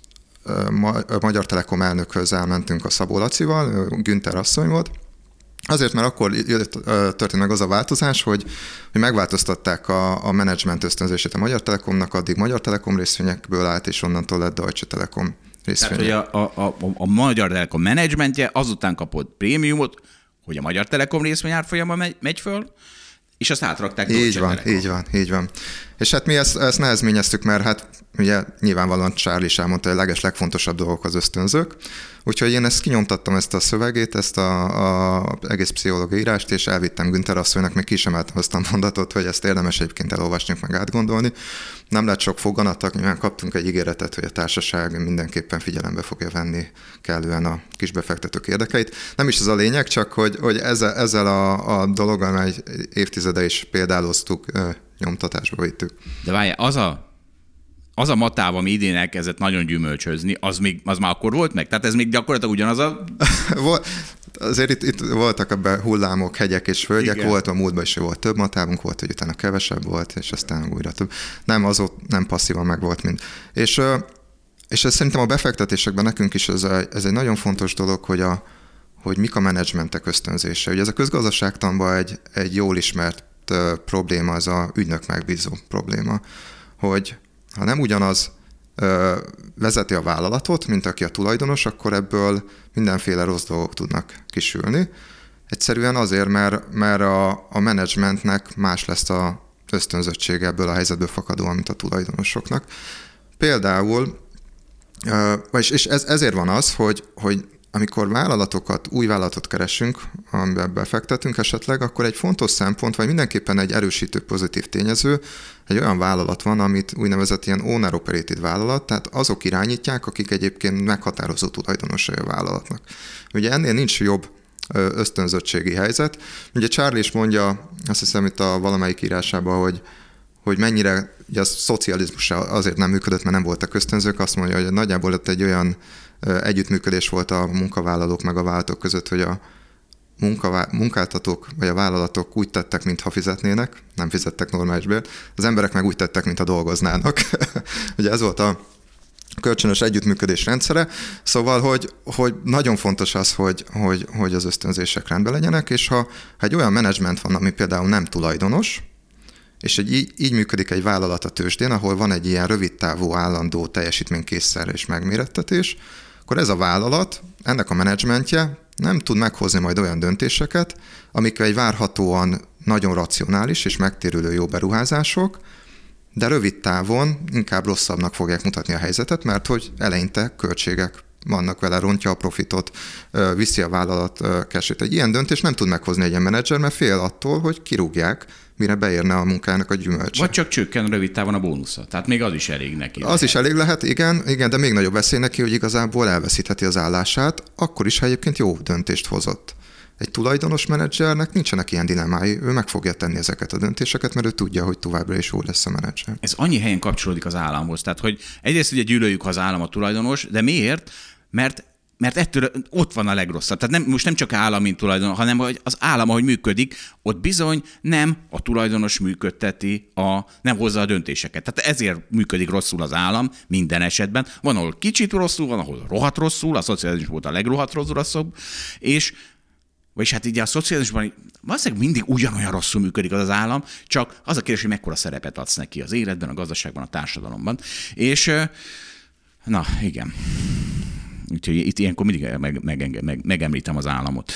ö, ma, Magyar Telekom elnökhöz elmentünk a Szabó Lacival, Günther asszony volt, azért, mert akkor történt meg az a változás, hogy, hogy megváltoztatták a, a menedzsment ösztönzését a Magyar Telekomnak, addig Magyar Telekom részvényekből állt, és onnantól lett Deutsche Telekom részvények. Tehát, hogy a, a, a, a Magyar Telekom menedzsmentje azután kapott prémiumot, hogy a Magyar Telekom részvény árfolyama megy, megy föl, és azt átrakták Deutsche Így van, Telekom. így van, így van. És hát mi ezt, ezt nehezményeztük, mert hát ugye nyilvánvalóan Charlie is elmondta, hogy a leges legfontosabb dolgok az ösztönzők. Úgyhogy én ezt kinyomtattam, ezt a szövegét, ezt a, a egész pszichológiai írást, és elvittem Günther asszonynak, még ki sem emeltem azt a mondatot, hogy ezt érdemes egyébként elolvasni, meg átgondolni. Nem lett sok foganattak, nyilván kaptunk egy ígéretet, hogy a társaság mindenképpen figyelembe fogja venni kellően a kisbefektetők érdekeit. Nem is ez a lényeg, csak hogy, hogy ezzel, ezzel a, a dologgal egy évtizede is példáloztuk, nyomtatásba vittük. De várjál, az a Az a matáv, ami idén elkezdett nagyon gyümölcsözni, az, még, az már akkor volt meg? Tehát ez még gyakorlatilag ugyanaz a... azért itt, itt voltak ebben hullámok, hegyek és völgyek, Igen. volt a múltban is, volt több matávunk, volt, hogy utána kevesebb volt, és aztán újra több. Nem, az ott nem passzívan meg volt mind. És, és ez szerintem a befektetésekben nekünk is ez, a, ez egy nagyon fontos dolog, hogy, a, hogy mik a menedzsmentek ösztönzése. Ugye ez a közgazdaságtanban egy, egy jól ismert probléma, az a ügynök megbízó probléma, hogy ha nem ugyanaz vezeti a vállalatot, mint aki a tulajdonos, akkor ebből mindenféle rossz dolgok tudnak kisülni. Egyszerűen azért, mert, mert a, a menedzsmentnek más lesz a ösztönzöttsége ebből a helyzetből fakadóan, mint a tulajdonosoknak. Például, és, és ez, ezért van az, hogy, hogy amikor vállalatokat, új vállalatot keresünk, amiben befektetünk esetleg, akkor egy fontos szempont, vagy mindenképpen egy erősítő pozitív tényező, egy olyan vállalat van, amit úgynevezett ilyen owner-operated vállalat, tehát azok irányítják, akik egyébként meghatározó tulajdonosai a vállalatnak. Ugye ennél nincs jobb ösztönzöttségi helyzet. Ugye Charlie is mondja, azt hiszem itt a valamelyik írásában, hogy hogy mennyire ugye a szocializmus azért nem működött, mert nem voltak ösztönzők, azt mondja, hogy nagyjából ott egy olyan együttműködés volt a munkavállalók meg a vállalatok között, hogy a munkavá- munkáltatók vagy a vállalatok úgy tettek, mintha fizetnének, nem fizettek normális bért, az emberek meg úgy tettek, mintha dolgoznának. Ugye ez volt a kölcsönös együttműködés rendszere, szóval, hogy, hogy nagyon fontos az, hogy, hogy, hogy az ösztönzések rendben legyenek, és ha, ha egy olyan menedzsment van, ami például nem tulajdonos, és egy, így, így működik egy vállalat a tőzsdén, ahol van egy ilyen rövidtávú, állandó teljesítménykészszerre és megmérettetés, akkor ez a vállalat, ennek a menedzsmentje nem tud meghozni majd olyan döntéseket, amik egy várhatóan nagyon racionális és megtérülő jó beruházások, de rövid távon inkább rosszabbnak fogják mutatni a helyzetet, mert hogy eleinte költségek vannak vele, rontja a profitot, viszi a vállalat cashét. Egy ilyen döntés nem tud meghozni egy ilyen menedzser, mert fél attól, hogy kirúgják, mire beérne a munkának a gyümölcse. Vagy csak csökken rövid távon a bónusza. Tehát még az is elég neki. Az lehet. is elég lehet, igen, igen, de még nagyobb veszély neki, hogy igazából elveszítheti az állását, akkor is, ha egyébként jó döntést hozott. Egy tulajdonos menedzsernek nincsenek ilyen dilemmái, ő meg fogja tenni ezeket a döntéseket, mert ő tudja, hogy továbbra is jó lesz a menedzser. Ez annyi helyen kapcsolódik az államhoz. Tehát, hogy egyrészt ugye gyűlöljük, ha az állam a tulajdonos, de miért? Mert Mert ettől ott van a legrosszabb. Tehát nem, most nem csak állam, mint tulajdonos, hanem hogy az állam, ahogy működik, ott bizony nem a tulajdonos működteti, a, nem hozza a döntéseket. Tehát ezért működik rosszul az állam minden esetben. Van, ahol kicsit rosszul, van, ahol rohadt rosszul, a szocializmus volt a legrohadt rosszabb, és vagyis hát így a szocializmusban valószínűleg mindig ugyanolyan rosszul működik az az állam, csak az a kérdés, hogy mekkora szerepet adsz neki az életben, a gazdaságban, a társadalomban. És na, igen. Úgyhogy itt ilyenkor mindig meg, meg, meg, megemlítem az államot.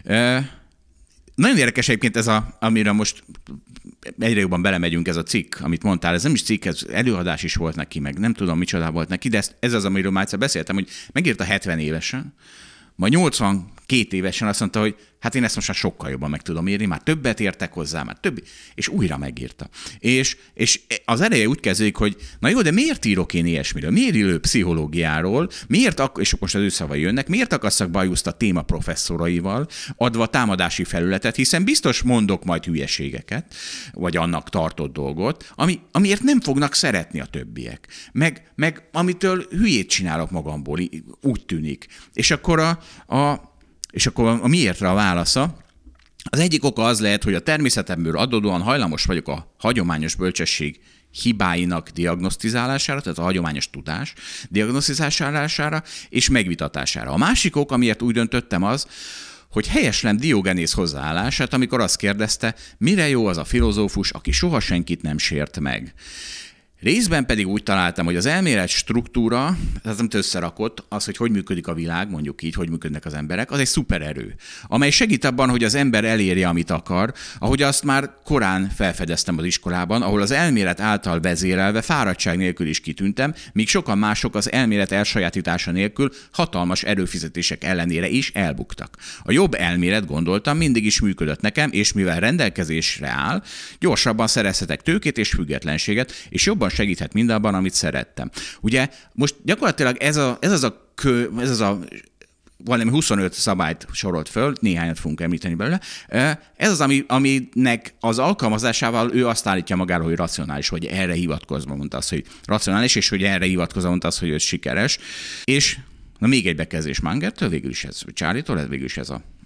E, nagyon érdekes egyébként ez, a, amire most egyre jobban belemegyünk, ez a cikk, amit mondtál. Ez nem is cikk, ez előadás is volt neki, meg nem tudom, micsoda volt neki, de ez, ez az, amiről már egyszer beszéltem, hogy megírta hetven évesen, majd nyolcvankét évesen azt mondta, hogy hát én ezt most már sokkal jobban meg tudom írni, már többet értek hozzá, már több, és újra megírta. És, és az eleje úgy kezdődik, hogy na jó, de miért írok én ilyesmiről? Miért írok pszichológiáról? Miért, ak- és most az ő szavai jönnek, miért akasszak bajuszt a téma professzoraival, adva támadási felületet, hiszen biztos mondok majd hülyeségeket, vagy annak tartott dolgot, ami, amiért nem fognak szeretni a többiek. Meg, meg amitől hülyét csinálok magamból, úgy tűnik. És akkor a, a És akkor a miértre a válasza. Az egyik oka az lehet, hogy a természetemből adódóan hajlamos vagyok a hagyományos bölcsesség hibáinak diagnosztizálására, tehát a hagyományos tudás diagnosztizálására és megvitatására. A másik ok, amiért úgy döntöttem az, hogy helyeslem Diogenész hozzáállását, amikor azt kérdezte, mire jó az a filozófus, aki soha senkit nem sért meg. Részben pedig úgy találtam, hogy az elmélet struktúra, az amit összerakott, az, hogy hogy működik a világ, mondjuk így, hogy működnek az emberek, az egy szupererő, amely segít abban, hogy az ember elérje, amit akar, ahogy azt már korán felfedeztem az iskolában, ahol az elmélet által vezérelve fáradtság nélkül is kitűntem, míg sokan mások az elmélet elsajátítása nélkül hatalmas erőfizetések ellenére is elbuktak. A jobb elmélet, gondoltam, mindig is működött nekem, és mivel rendelkezésre áll, gyorsabban szerezhetek tőkét és függetlenséget, és jobban segíthet mindabban, amit szerettem. Ugye most gyakorlatilag ez, a, ez az a kö, ez az a valami huszonöt szabályt sorolt föl, néhányat fogunk említeni belőle. Ez az, ami, aminek az alkalmazásával ő azt állítja magáról, hogy racionális, vagy erre hivatkozva mondta azt, hogy racionális, és hogy erre hivatkozva mondta azt, hogy ő sikeres. És na még egy bekezdés Mangertől, végül is ez, Charlie-tól, ez végül is ez a,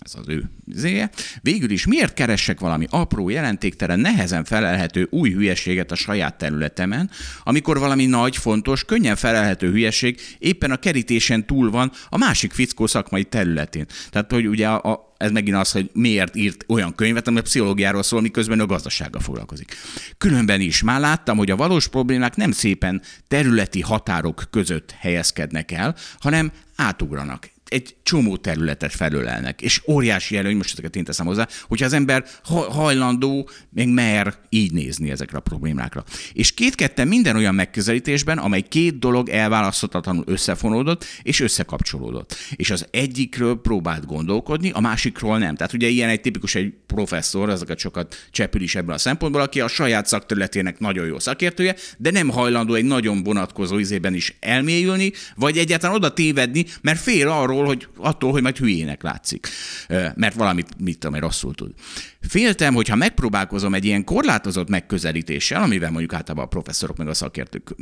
ez az ő zéje. Végül is miért keressek valami apró, jelentéktelen, nehezen felelhető új hülyeséget a saját területemen, amikor valami nagy, fontos, könnyen felelhető hülyeség éppen a kerítésen túl van a másik fickó szakmai területén. Tehát, hogy ugye a, a ez megint az, hogy miért írt olyan könyvet, ami a pszichológiáról szól, miközben a gazdasággal foglalkozik. Különben is már láttam, hogy a valós problémák nem szépen területi határok között helyezkednek el, hanem átugranak. Egy csomó területet felölelnek, és óriási előny, most ezeket én teszem hozzá, hogyha az ember hajlandó, meg mer így nézni ezekre a problémákra. És két-ketten minden olyan megközelítésben, amely két dolog elválaszthatatlanul összefonódott és összekapcsolódott. És az egyikről próbált gondolkodni, a másikról nem. Tehát ugye ilyen egy tipikus egy professzor, azokat sokat csepül is ebből a szempontból, aki a saját szakterületének nagyon jó szakértője, de nem hajlandó egy nagyon vonatkozó izében is elmélyülni, vagy egyáltalán oda tévedni, mert fél arról, hogy attól, hogy majd hülyének látszik, mert valamit, mit tudom, rosszul tud. Féltem, hogyha megpróbálkozom egy ilyen korlátozott megközelítéssel, amivel mondjuk általában a professzorok meg a szakértők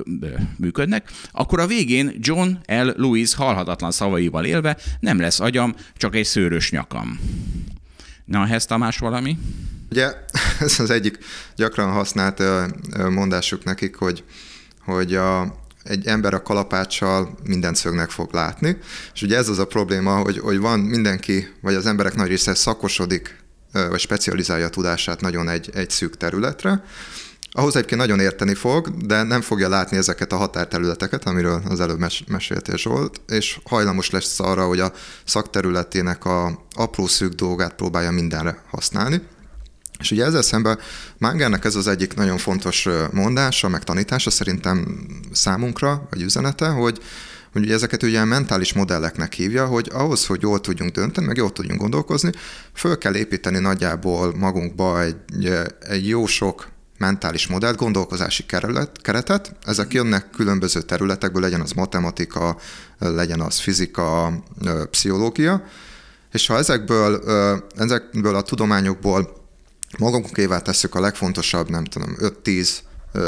működnek, akkor a végén John L. Lewis halhatatlan szavaival élve nem lesz agyam, csak egy szőrös nyakam. Na, ehhez Tamás valami? Ugye ez az egyik gyakran használt mondásuk nekik, hogy, hogy a egy ember a kalapáccsal minden szögnek fog látni, és ugye ez az a probléma, hogy, hogy van mindenki, vagy az emberek nagy része szakosodik, vagy specializálja a tudását nagyon egy, egy szűk területre. Ahhoz egyébként nagyon érteni fog, de nem fogja látni ezeket a határterületeket, amiről az előbb mes- meséltél Zsolt, és hajlamos lesz arra, hogy a szakterületének a apró szűk dolgát próbálja mindenre használni. És ugye ezzel szemben Mangernek ez az egyik nagyon fontos mondása, meg tanítása szerintem számunkra, vagy üzenete, hogy, hogy ugye ezeket ugye mentális modelleknek hívja, hogy ahhoz, hogy jól tudjunk dönteni, meg jól tudjunk gondolkozni, föl kell építeni nagyjából magunkba egy, egy jó sok mentális modellt, gondolkozási keretet. Ezek jönnek különböző területekből, legyen az matematika, legyen az fizika, pszichológia, és ha ezekből, ezekből a tudományokból magunkévá tesszük a legfontosabb, nem tudom, öt-tíz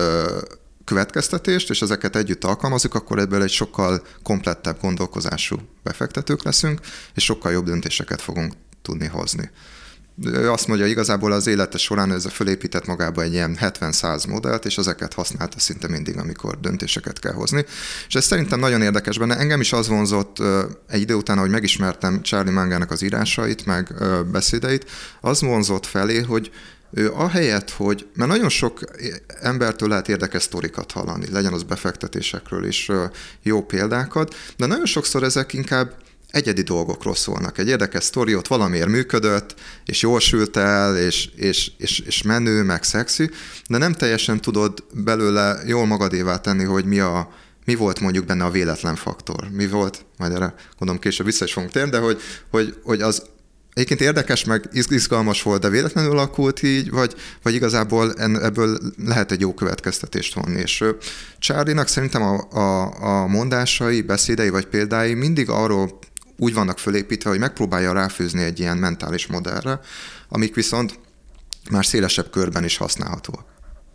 következtetést, és ezeket együtt alkalmazzuk, akkor ebből egy sokkal komplettebb gondolkozású befektetők leszünk, és sokkal jobb döntéseket fogunk tudni hozni. Ő azt mondja, igazából az élete során ez fölépített magába egy ilyen hetven-száz modellt, és ezeket használta szinte mindig, amikor döntéseket kell hozni. És ez szerintem nagyon érdekes benne. Engem is az vonzott egy idő után, ahogy megismertem Charlie Mangernek az írásait, meg beszédeit, az vonzott felé, hogy ő ahelyett, hogy, mert nagyon sok embertől lehet érdekes sztorikat hallani, legyen az befektetésekről is jó példákat, de nagyon sokszor ezek inkább egyedi dolgokról szólnak. Egy érdekes sztori ott valamiért működött, és jól sült el, és, és, és, és menő, meg szexi, de nem teljesen tudod belőle jól magadévá tenni, hogy mi, a, mi volt mondjuk benne a véletlen faktor. Mi volt, majd erre gondolom később vissza is fogunk térni, de hogy, hogy, hogy az egyébként érdekes, meg izgalmas volt, de véletlenül alakult így, vagy, vagy igazából ebből lehet egy jó következtetést vonni. És Charlie-nak szerintem a, a, a mondásai, beszédei vagy példái mindig arról úgy vannak fölépítve, hogy megpróbálja ráfűzni egy ilyen mentális modellre, amik viszont már szélesebb körben is használhatóak.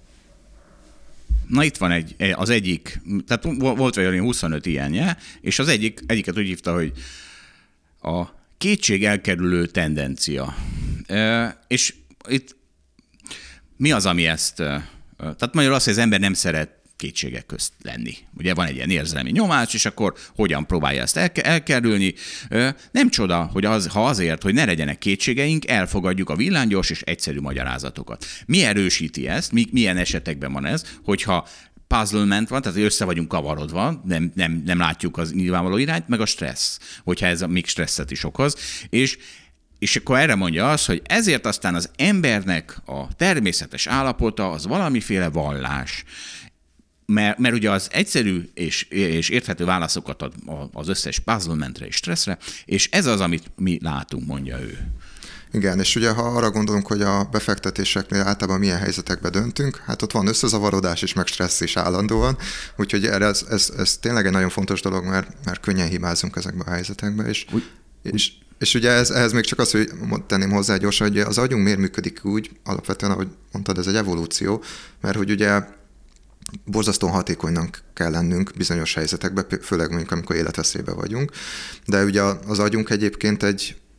Na itt van egy, az egyik, tehát volt vagy huszonöt ilyenje, és az egyik, egyiket úgy hívta, hogy a kétség elkerülő tendencia. E, és itt mi az, ami ezt, tehát magyarul az, hogy az ember nem szeret kétségek közt lenni. Ugye van egy ilyen érzelmi nyomás, és akkor hogyan próbálja ezt el- elkerülni. Nem csoda, hogy az, ha azért, hogy ne legyenek kétségeink, elfogadjuk a villámgyors és egyszerű magyarázatokat. Mi erősíti ezt? Mi, milyen esetekben van ez? Hogyha puzzlement van, tehát össze vagyunk kavarodva, nem, nem, nem látjuk az nyilvánvaló irányt, meg a stressz, hogyha ez a még stresszet is okoz. És És akkor erre mondja az, hogy ezért aztán az embernek a természetes állapota az valamiféle vallás. Mert, mert ugye az egyszerű és, és érthető válaszokat ad az összes puzzlementre és stresszre, és ez az, amit mi látunk, mondja ő. Igen, és ugye ha arra gondolunk, hogy a befektetéseknél általában milyen helyzetekbe döntünk, hát ott van összezavarodás is, meg stressz is állandóan, úgyhogy erre ez, ez, ez tényleg egy nagyon fontos dolog, mert, mert könnyen hibázunk ezekbe a helyzetekbe, és, úgy, és, és ugye ez, ehhez még csak azt, hogy tenném hozzá gyorsan, hogy az agyunk miért működik úgy, alapvetően, ahogy mondtad, ez egy evolúció, mert hogy ugye borzasztóan hatékonynak kell lennünk bizonyos helyzetekben, főleg mondjuk, amikor életveszélyben vagyunk, de ugye az agyunk egyébként egy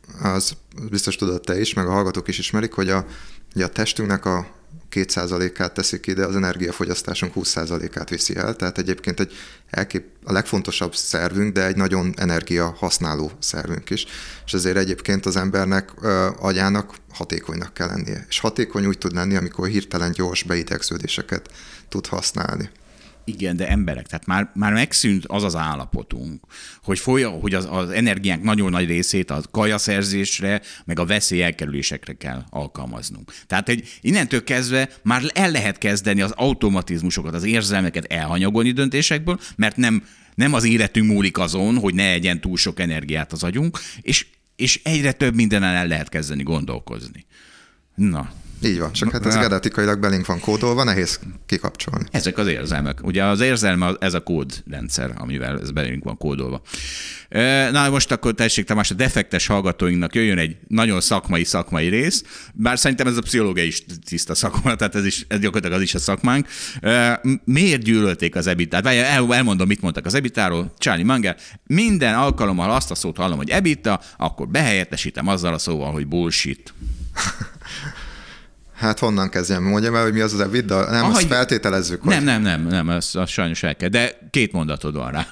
az biztos tudod te is, meg a hallgatók is ismerik, hogy a, ugye a testünknek a két százalékát teszik ki, de az energiafogyasztásunk húsz százalékát viszi el, tehát egyébként egy elkép, a legfontosabb szervünk, de egy nagyon energia használó szervünk is, és ezért egyébként az embernek ö, agyának hatékonynak kell lennie. És hatékony úgy tud lenni, amikor hirtelen gyors beidegződéseket tud használni. Igen, de emberek, tehát már, már megszűnt az az állapotunk, hogy, folya, hogy az, az energiánk nagyon nagy részét a kajaszerzésre, meg a veszély elkerülésekre kell alkalmaznunk. Tehát egy, innentől kezdve már el lehet kezdeni az automatizmusokat, az érzelmeket elhanyagolni döntésekből, mert nem, nem az életünk múlik azon, hogy ne egyen túl sok energiát az agyunk, és, és egyre több mindenen el lehet kezdeni gondolkozni. Na. Így van, csak hát ez genetikailag belénk van kódolva, nehéz kikapcsolni. Ezek az érzelmek. Ugye az érzelme, ez a kódrendszer, amivel ez belénk van kódolva. Na most akkor tessék, Tamás, a defektes hallgatóinknak jöjjön egy nagyon szakmai-szakmai rész, bár szerintem ez a pszichológia is tiszta szakma, tehát ez, is, ez gyakorlatilag az is a szakmánk. Miért gyűlölték az ebitát? El, elmondom, mit mondtak az ebitáról. Charlie Munger, minden alkalommal azt a szót hallom, hogy ebita, akkor behelyettesítem azzal a szóval, hogy bullshit. Hát honnan kezdjem? Mondjam el, hogy mi az az EBITDA? Nem, Aha, azt feltételezzük. Nem, hogy... nem, nem, nem, azt, azt sajnos el kell, de két mondatod van rá.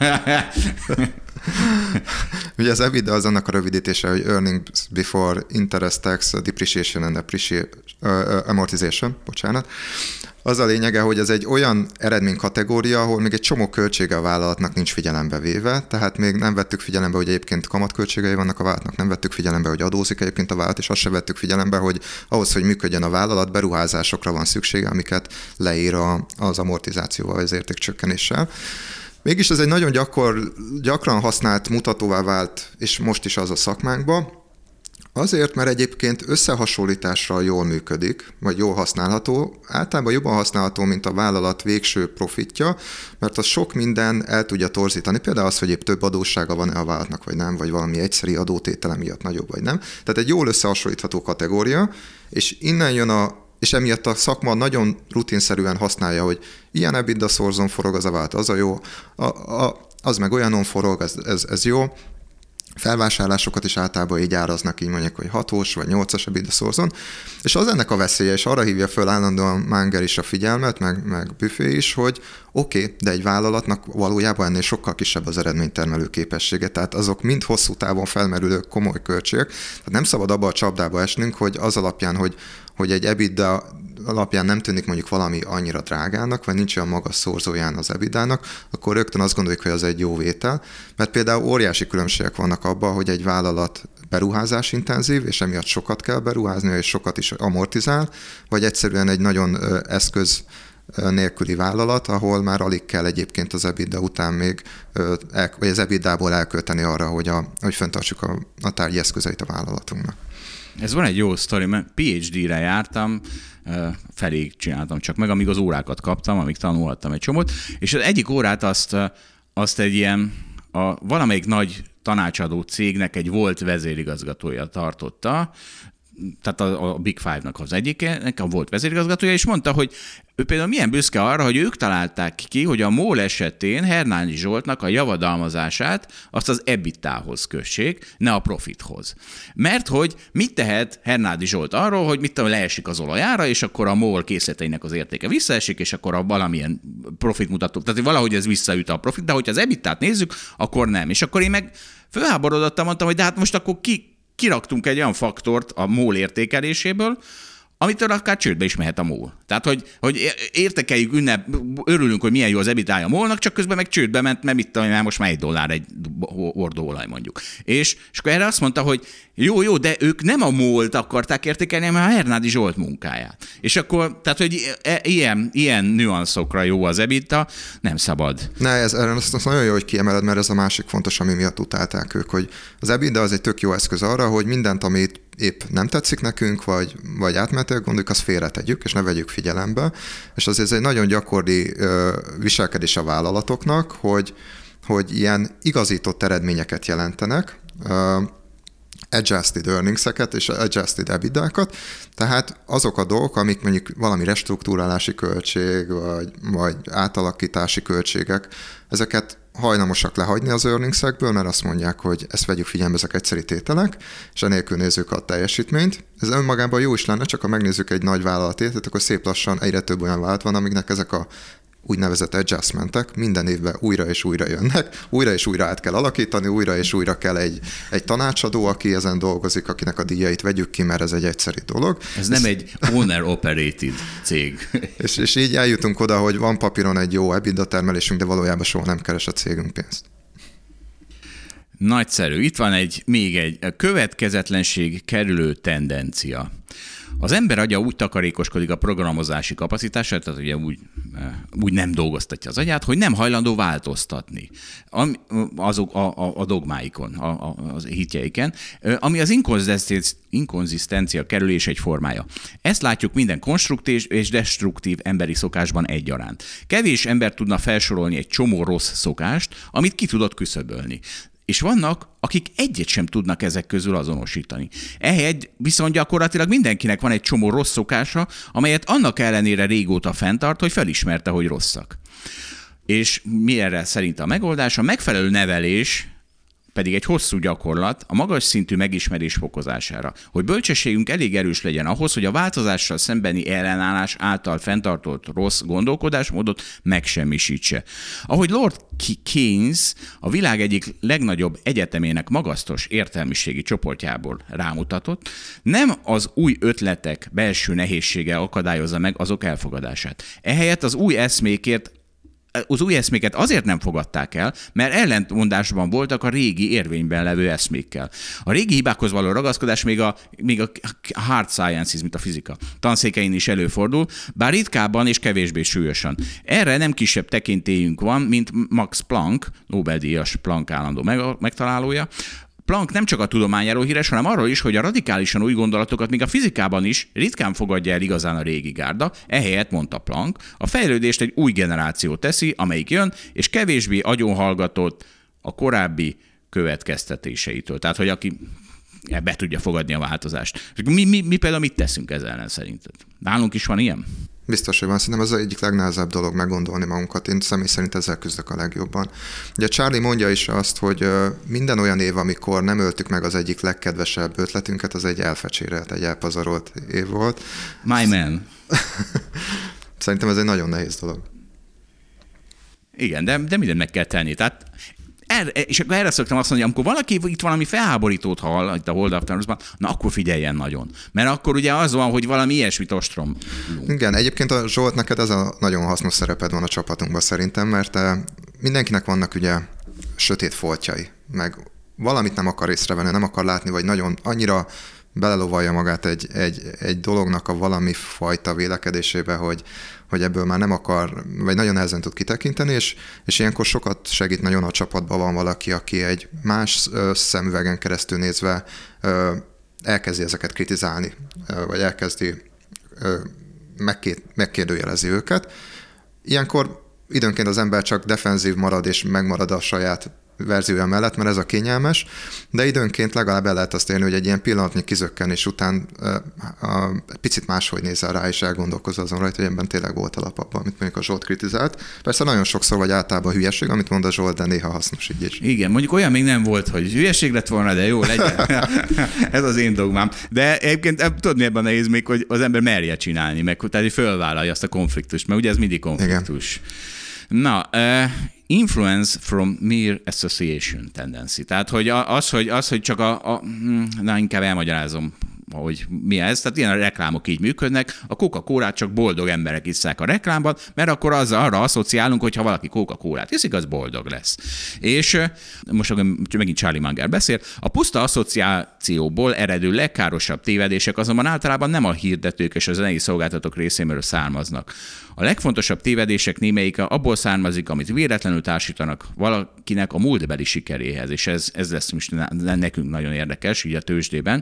Ugye az EBITDA az annak a rövidítése, hogy Earnings Before Interest, Tax, Depreciation and Appreciation, uh, Amortization, bocsánat. Az a lényege, hogy ez egy olyan eredménykategória, ahol még egy csomó költsége a vállalatnak nincs figyelembe véve, tehát még nem vettük figyelembe, hogy egyébként kamatköltségei vannak a vállalatnak, nem vettük figyelembe, hogy adózik egyébként a vállalat, és azt sem vettük figyelembe, hogy ahhoz, hogy működjön a vállalat, beruházásokra van szüksége, amiket leír az amortizációval, vagy az értékcsökkenéssel. Mégis ez egy nagyon gyakor, gyakran használt mutatóvá vált, és most is az a szakmánkban, azért, mert egyébként összehasonlításra jól működik, vagy jól használható, általában jobban használható, mint a vállalat végső profitja, mert az sok minden el tudja torzítani, például az, hogy épp több adóssága van-e a vállalatnak, vagy nem, vagy valami egyszeri adótétele miatt nagyobb, vagy nem. Tehát egy jól összehasonlítható kategória, és innen jön a és emiatt a szakma nagyon rutinszerűen használja, hogy ilyen EBITDA szorzon forog az a vállalat, az a jó, a, a, az meg olyanon forog, ez, ez, ez jó. Felvásárlásokat is általában így áraznak, így mondják, hogy hatos vagy nyolcas EBITDA szorzon, és az ennek a veszélye, és arra hívja föl állandóan Munger is a figyelmet, meg, meg Buffett is, hogy oké, okay, de egy vállalatnak valójában ennél sokkal kisebb az eredménytermelő képessége, tehát azok mind hosszú távon felmerülő komoly költségek, tehát nem szabad abba a csapdába esnünk, hogy az alapján, hogy, hogy egy EBITDA alapján nem tűnik mondjuk valami annyira drágának, vagy nincs olyan magas szorzóján az ebidának, akkor rögtön azt gondoljuk, hogy az egy jó vétel, mert például óriási különbségek vannak abban, hogy egy vállalat beruházás intenzív, és emiatt sokat kell beruháznia, és sokat is amortizál, vagy egyszerűen egy nagyon eszköz nélküli vállalat, ahol már alig kell egyébként az EBITDA után még, vagy az ebidából elkölteni arra, hogy, a, hogy fenntartsuk a, a tárgyi eszközeit a vállalatunknak. Ez van egy jó sztori, mert PhD-re jártam, felé csináltam csak meg, amíg az órákat kaptam, amíg tanulhattam egy csomót, és az egyik órát azt, azt egy ilyen, a valamelyik nagy tanácsadó cégnek egy volt vezérigazgatója tartotta, tehát a, a Big Five-nak az egyike, nekem volt vezérigazgatója, és mondta, hogy ő például milyen büszke arra, hogy ők találták ki, hogy a MOL esetén Hernádi Zsoltnak a javadalmazását azt az ebitához kössék, ne a profithoz. Mert hogy mit tehet Hernádi Zsolt arról, hogy mit tudom, leesik az olajára, és akkor a MOL készleteinek az értéke visszaesik, és akkor a valamilyen profit mutató, tehát valahogy ez visszaüt a profit, de hogyha az ebitát nézzük, akkor nem. És akkor én meg fölháborodottam, mondtam, hogy de hát most akkor ki kiraktunk egy olyan faktort a MOL értékeléséből, amitől akár csődbe is mehet a MOL. Tehát, hogy, hogy értekeljük, ünnep, örülünk, hogy milyen jó az ebitája a MOL-nak, csak közben meg csődbe ment, mert mit tudom, most már egy dollár egy hordóolaj mondjuk. És, és akkor erre azt mondta, hogy jó, jó, de ők nem a MOL-t akarták értékelni, hanem a Hernádi Zsolt munkáját. És akkor, tehát, hogy ilyen, ilyen nüanszokra jó az ebita, nem szabad. Ne, ez, ez nagyon jó, hogy kiemeled, mert ez a másik fontos, ami miatt utálták ők, hogy az ebida az egy tök jó eszköz arra, hogy mindent, amit épp nem tetszik nekünk, vagy, vagy átmenetileg gondoljuk, azt félretegyük, és ne vegyük figyelembe. És azért ez egy nagyon gyakori ö, viselkedés a vállalatoknak, hogy, hogy ilyen igazított eredményeket jelentenek, ö, adjusted earningseket és adjusted ebidákat, tehát azok a dolgok, amik mondjuk valami restruktúrálási költség, vagy, vagy átalakítási költségek, ezeket hajlamosak lehagyni az earningsekből, mert azt mondják, hogy ezt vegyük figyelembe, ezek egyszeri tételek, és enélkül nézzük a teljesítményt. Ez önmagában jó is lenne, csak ha megnézzük egy nagy vállalatét, akkor szép lassan egyre több olyan vállalat van, amiknek ezek a úgynevezett adjustmentek minden évben újra és újra jönnek, újra és újra át kell alakítani, újra és újra kell egy, egy tanácsadó, aki ezen dolgozik, akinek a díjait vegyük ki, mert ez egy egyszerű dolog. Ez, ez nem egy owner-operated cég. És, és így eljutunk oda, hogy van papíron egy jó EBITDA termelésünk, de valójában soha nem keres a cégünk pénzt. Nagyszerű. Itt van egy még egy következetlenség kerülő tendencia. Az ember agya úgy takarékoskodik a programozási kapacitását, tehát ugye úgy, úgy nem dolgoztatja az agyát, hogy nem hajlandó változtatni azok a, a, a dogmáikon, a, a, az hitjeiken, ami az inkonzisztencia kerülés egy formája. Ezt látjuk minden konstruktív és destruktív emberi szokásban egyaránt. Kevés ember tudna felsorolni egy csomó rossz szokást, amit ki tudott küszöbölni. És vannak, akik egyet sem tudnak ezek közül azonosítani. Ehelyett viszont gyakorlatilag mindenkinek van egy csomó rossz szokása, amelyet annak ellenére régóta fenntart, hogy felismerte, hogy rosszak. És mi erre szerint a megoldás? A megfelelő nevelés pedig egy hosszú gyakorlat a magas szintű megismerés fokozására, hogy bölcsességünk elég erős legyen ahhoz, hogy a változással szembeni ellenállás által fenntartott rossz gondolkodásmódot megsemmisítse. Ahogy Lord Keynes a világ egyik legnagyobb egyetemének magasztos értelmiségi csoportjából rámutatott, nem az új ötletek belső nehézsége akadályozza meg azok elfogadását. Ehelyett az új eszmékért Az új eszméket azért nem fogadták el, mert ellentmondásban voltak a régi érvényben levő eszmékkel. A régi hibákhoz való ragaszkodás még a, még a hard sciences, mint a fizika tanszékein is előfordul, bár ritkábban és kevésbé súlyosan. Erre nem kisebb tekintélyünk van, mint Max Planck, Nobel-díjas Planck állandó megtalálója. Planck nem csak a tudományáról híres, hanem arról is, hogy a radikálisan új gondolatokat még a fizikában is ritkán fogadja el igazán a régi gárda, ehelyett, mondta Planck, a fejlődést egy új generáció teszi, amelyik jön, és kevésbé agyonhallgatott a korábbi következtetéseitől. Tehát, hogy aki be tudja fogadni a változást. Mi, mi, mi például mit teszünk ezzel ellen szerinted? Nálunk is van ilyen? Biztos, hogy van. Szerintem ez az egyik legnehezebb dolog meggondolni magunkat. Én személy szerint ezzel küzdök a legjobban. Ugye Charlie mondja is azt, hogy minden olyan év, amikor nem öltük meg az egyik legkedvesebb ötletünket, az egy elfecsérelt, egy elpazarolt év volt. My man. Szerintem ez egy nagyon nehéz dolog. Igen, de, de mindent meg kell tenni. Tehát erre, és akkor erre szoktam azt mondani, amikor valaki itt valami felháborítót hall, itt a Hold Up Terrorban, na akkor figyeljen nagyon. Mert akkor ugye az van, hogy valami ilyesmit ostrom. Igen, egyébként a Zsolt, neked ez a nagyon hasznos szereped van a csapatunkban szerintem, mert mindenkinek vannak ugye sötét foltjai, meg valamit nem akar észrevenni, nem akar látni, vagy nagyon annyira belelovalja magát egy, egy, egy dolognak a valami fajta vélekedésébe, hogy, hogy ebből már nem akar, vagy nagyon nehezen tud kitekinteni, és, és ilyenkor sokat segít nagyon a csapatban van valaki, aki egy más szemüvegen keresztül nézve elkezdi ezeket kritizálni, vagy elkezdi megkérdőjelezni őket. Ilyenkor időnként az ember csak defenzív marad, és megmarad a saját verziója mellett, mert ez a kényelmes, de időnként legalább el lehet azt élni, hogy egy ilyen pillanatnyi kizökkenés után uh, uh, picit máshogy nézel rá, és elgondolkozol azon rajta, hogy ebben tényleg volt alap abban, amit mondjuk a Zsolt kritizált. Persze nagyon sokszor vagy általában hülyeség, amit mond a Zsolt, de néha hasznos így is. Igen, mondjuk olyan még nem volt, hogy hülyeség lett volna, de jó legyen. Ez az én dogmám. De egyébként tudod, mi ebben nehéz még, hogy az ember merje csinálni, meg tehát, hogy fölvállalja azt a konfliktust, mert ugye ez mindig konfliktus. Igen. Na, uh, influence from mere association tendency. Tehát, hogy az, hogy, az, hogy csak a, a... Na, inkább elmagyarázom, hogy mi ez. Tehát ilyen a reklámok így működnek. A Coca-Colát csak boldog emberek isszák a reklámban, mert akkor az, arra asszociálunk, hogy ha valaki Coca-Colát iszik, az boldog lesz. És most megint Charlie Munger beszél. A puszta asszociációból eredő legkárosabb tévedések azonban általában nem a hirdetők és a zenei szolgáltatók részéről származnak. A legfontosabb tévedések némelyike abból származik, amit véletlenül társítanak valakinek a múltbeli sikeréhez, és ez, ez lesz most nekünk nagyon érdekes, így a tőzsdében.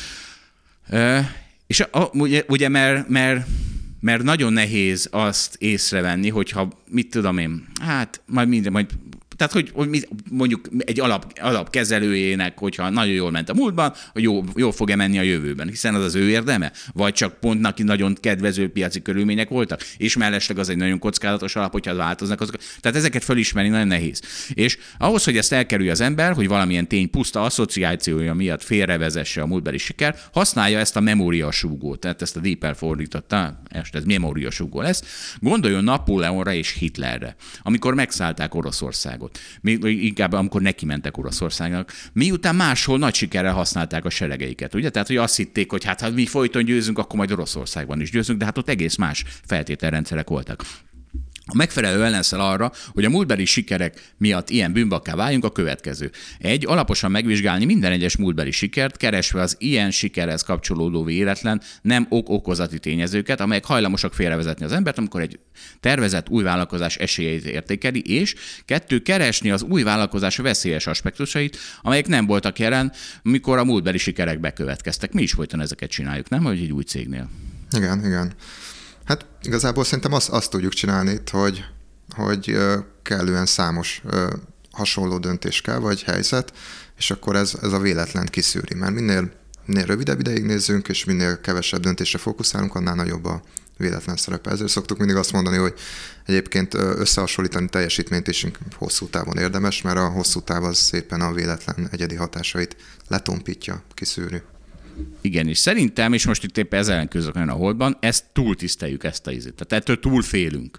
Uh, és a, ugye, ugye mert, mert, mert nagyon nehéz azt észrevenni, hogyha mit tudom én, hát majd minden, majd tehát hogy, hogy mondjuk egy alap, alapkezelőjének, hogyha nagyon jól ment a múltban, hogy jó, jól fog-e menni a jövőben, hiszen az az ő érdeme, vagy csak pont neki nagyon kedvező piaci körülmények voltak, és mellesleg az egy nagyon kockázatos alap, hogyha változnak azok. Tehát ezeket felismerni nagyon nehéz. És ahhoz, hogy ezt elkerülje az ember, hogy valamilyen tény puszta asszociációja miatt félrevezesse a múltbeli siker, használja ezt a memóriasúgót, tehát ezt a Deeper fordította, ez memóriasúgó lesz. Gondoljon Napóleonra és Hitlerre, amikor megszállták Oroszországot, inkább amikor neki mentek Oroszországnak, miután máshol nagy sikerrel használták a seregeiket, ugye? Tehát, hogy azt hitték, hogy hát ha mi folyton győzünk, akkor majd Oroszországban is győzünk, de hát ott egész más feltételrendszerek voltak. A megfelelő ellenszer arra, hogy a múltbeli sikerek miatt ilyen bűnbakká váljunk, a következő. Egy, alaposan megvizsgálni minden egyes múltbeli sikert, keresve az ilyen sikerhez kapcsolódó véletlen, nem ok-okozati tényezőket, amelyek hajlamosak félrevezetni az embert, amikor egy tervezett új vállalkozás esélyeit értékeli, és kettő, keresni az új vállalkozás veszélyes aspektusait, amelyek nem voltak jelen, mikor a múltbeli sikerek bekövetkeztek. Mi is folyton ezeket csináljuk, nem? Hogy egy új cégnél. Igen, igen. Hát igazából szerintem azt, azt tudjuk csinálni itt, hogy, hogy kellően számos hasonló döntés kell, vagy helyzet, és akkor ez, ez a véletlent kiszűri. Mert minél, minél rövidebb ideig nézzünk, és minél kevesebb döntésre fókuszálunk, annál nagyobb a véletlen szerepe. Ezért szoktuk mindig azt mondani, hogy egyébként összehasonlítani teljesítményt is hosszú távon érdemes, mert a hosszú táv az szépen a véletlen egyedi hatásait letompítja, kiszűri. Igen, és szerintem, és most itt éppen ezzel közök a holdban, ezt túl tiszteljük, ezt a izét. Tehát ettől túl félünk.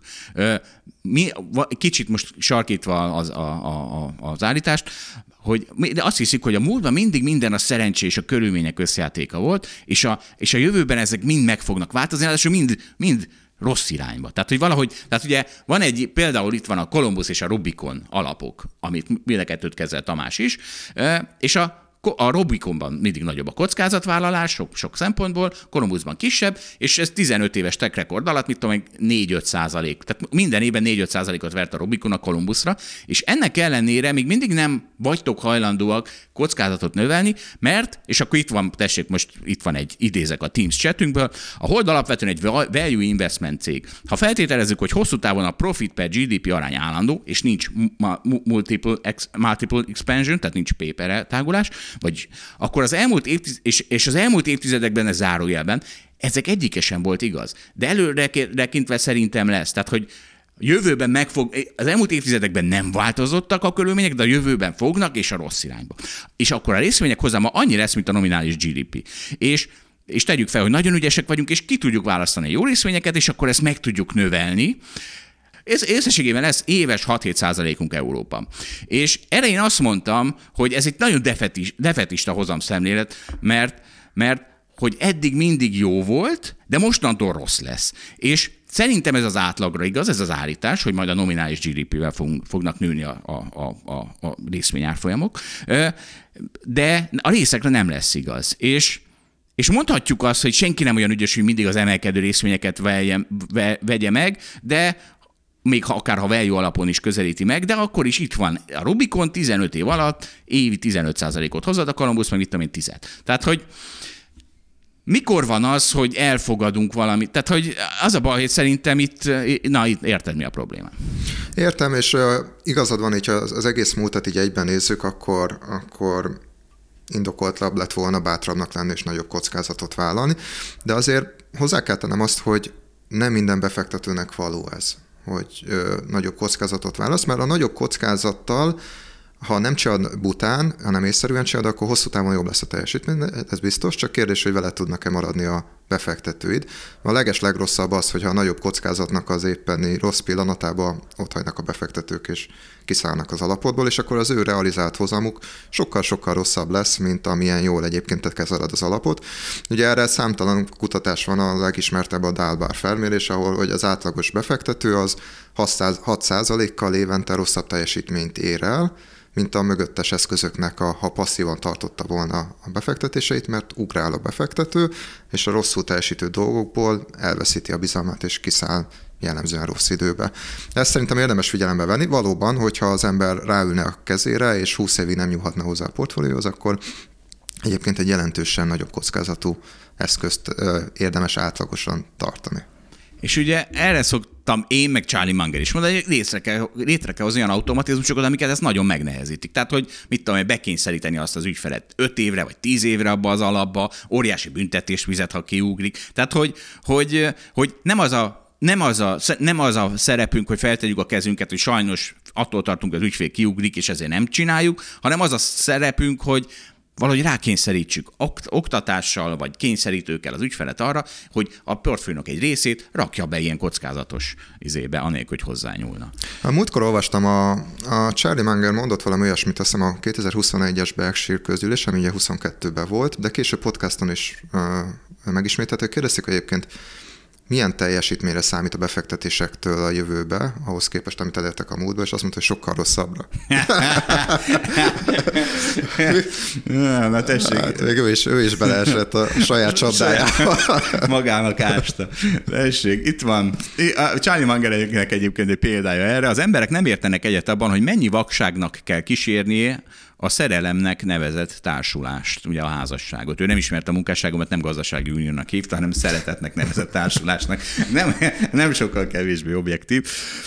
Mi, kicsit most sarkítva az, a, a, az állítást, hogy de azt hiszik, hogy a múltban mindig minden a szerencsé és a körülmények összjátéka volt, és a, és a jövőben ezek mind meg fognak változni, és mind, mind rossz irányba. Tehát, hogy valahogy, tehát ugye van egy, például itt van a Columbus és a Rubicon alapok, amit mind a kettőt kezel Tamás is, és a A Rubiconban mindig nagyobb a kockázatvállalás, sok, sok szempontból, Columbusban kisebb, és ez tizenöt éves tech rekord alatt, mit tudom, négy-öt százalék. Tehát minden évben négy-öt százalékot vert a Rubicon a Columbusra, és ennek ellenére még mindig nem vagytok hajlandóak kockázatot növelni, mert, és akkor itt van, tessék, most itt van egy idézek a Teams chatünkből, a Hold alapvetően egy value investment cég. Ha feltételezzük, hogy hosszú távon a profit per gé dé pé arány állandó, és nincs multiple, ex, multiple expansion, tehát nincs paper tágulás, vagy akkor az elmúlt évtized, és, és az elmúlt évtizedekben, ez zárójelben, ezek egyike sem volt igaz. De előre tekintve szerintem lesz. Tehát, hogy jövőben megfog, az elmúlt évtizedekben nem változottak a körülmények, de a jövőben fognak, és a rossz irányba. És akkor a részvények hozzá ma annyi lesz, mint a nominális gé dé pé. És és tegyük fel, hogy nagyon ügyesek vagyunk, és ki tudjuk választani jó részvényeket, és akkor ezt meg tudjuk növelni. Ez összességében lesz éves hat-hét százalékunk Európa. És erre én azt mondtam, hogy ez egy nagyon defetis, defetista hozamszemlélet, mert, mert hogy eddig mindig jó volt, de mostantól rossz lesz. És szerintem ez az átlagra igaz, ez az állítás, hogy majd a nominális gé dé pével fog, fognak nőni a, a, a, a részvényárfolyamok, de a részekre nem lesz igaz. És És mondhatjuk azt, hogy senki nem olyan ügyes, hogy mindig az emelkedő részvényeket vegye, vegye meg, de még ha akár ha value alapon is közelíti meg, de akkor is itt van a Rubicon tizenöt év alatt évi tizenöt százalékot hozott, a Columbus meg mit tudom én tíz. Tehát, hogy mikor van az, hogy elfogadunk valamit? Tehát, hogy az a baj, hogy szerintem itt, na, itt érted, mi a probléma. Értem, és uh, igazad van, hogyha az, az egész múltat így egyben nézzük, akkor, akkor indokoltabb lett volna bátrabbnak lenni és nagyobb kockázatot vállalni, de azért hozzá kell tennem azt, hogy nem minden befektetőnek való ez, hogy ö, nagyobb kockázatot válasz, mert a nagyobb kockázattal, ha nem csinálod bután, hanem észszerűen csinálod, akkor hosszú távon jobb lesz a teljesítmény, ez biztos, csak kérdés, hogy vele tudnak-e maradni a befektetőid. A leges legrosszabb az, hogyha a nagyobb kockázatnak az éppeni rossz pillanatában ott hagynak a befektetők, és kiszállnak az alapodból, és akkor az ő realizált hozamuk sokkal-sokkal rosszabb lesz, mint amilyen jól egyébként te kezeled az alapot. Ugye erre számtalan kutatás van, a legismertebb a Dalbar felmérés, ahol hogy az átlagos befektető az hat százalékkal évente rosszabb teljesítményt ér el, mint a mögöttes eszközöknek, a, ha passzívan tartotta volna a befektetéseit, mert ugrál a befektető, és a rosszul teljesítő dolgokból elveszíti a bizalmát, és kiszáll jellemzően rossz időbe. Ezt szerintem érdemes figyelembe venni. Valóban, hogyha az ember ráülne a kezére, és húsz évig nem nyúlhatna hozzá a portfólióhoz, akkor egyébként egy jelentősen nagyobb kockázatú eszközt érdemes átlagosan tartani. És ugye erre szok mondtam én, meg Charlie Munger is mondta, hogy létre kell, létre kell hozni olyan automatizmusokat, amiket ezt nagyon megnehezítik. Tehát, hogy mit tudom, bekényszeríteni azt az ügyfelet öt évre, vagy tíz évre abba az alapba, óriási büntetést fizet, ha kiugrik. Tehát, hogy, hogy, hogy nem az a Nem az, a, nem az a szerepünk, hogy feltegyük a kezünket, hogy sajnos attól tartunk, hogy az ügyfél kiugrik, és ezért nem csináljuk, hanem az a szerepünk, hogy valahogy rákényszerítsük oktatással, vagy kényszerítőkkel az ügyfelet arra, hogy a portfóliónak egy részét rakja be ilyen kockázatos izébe, anélkül, hogy hozzányúlna. A múltkor olvastam, a, a Charlie Munger mondott valami olyasmit, azt hiszem a kétezer-huszonegyes Berkshire közgyűlés, ami ugye huszonkettőben volt, de később podcaston is uh, megismételték. Kérdezték egyébként, milyen teljesítményre számít a befektetésektől a jövőbe, ahhoz képest, amit elértek a múltba, és azt mondta, hogy sokkal rosszabbra. Na tessék. Hát, ő, is, ő is beleesett a saját csapdájába. Magának ásta. Tessék, itt van. A Charlie Mungernek egyébként egy példája erre. Az emberek nem értenek egyet abban, hogy mennyi vakságnak kell kísérnie a szerelemnek nevezett társulást, ugye a házasságot. Ő nem ismerte a munkásságomat, nem gazdasági uniónak hívta, hanem szeretetnek nevezett társulásnak. Nem, nem sokkal kevésbé objektív.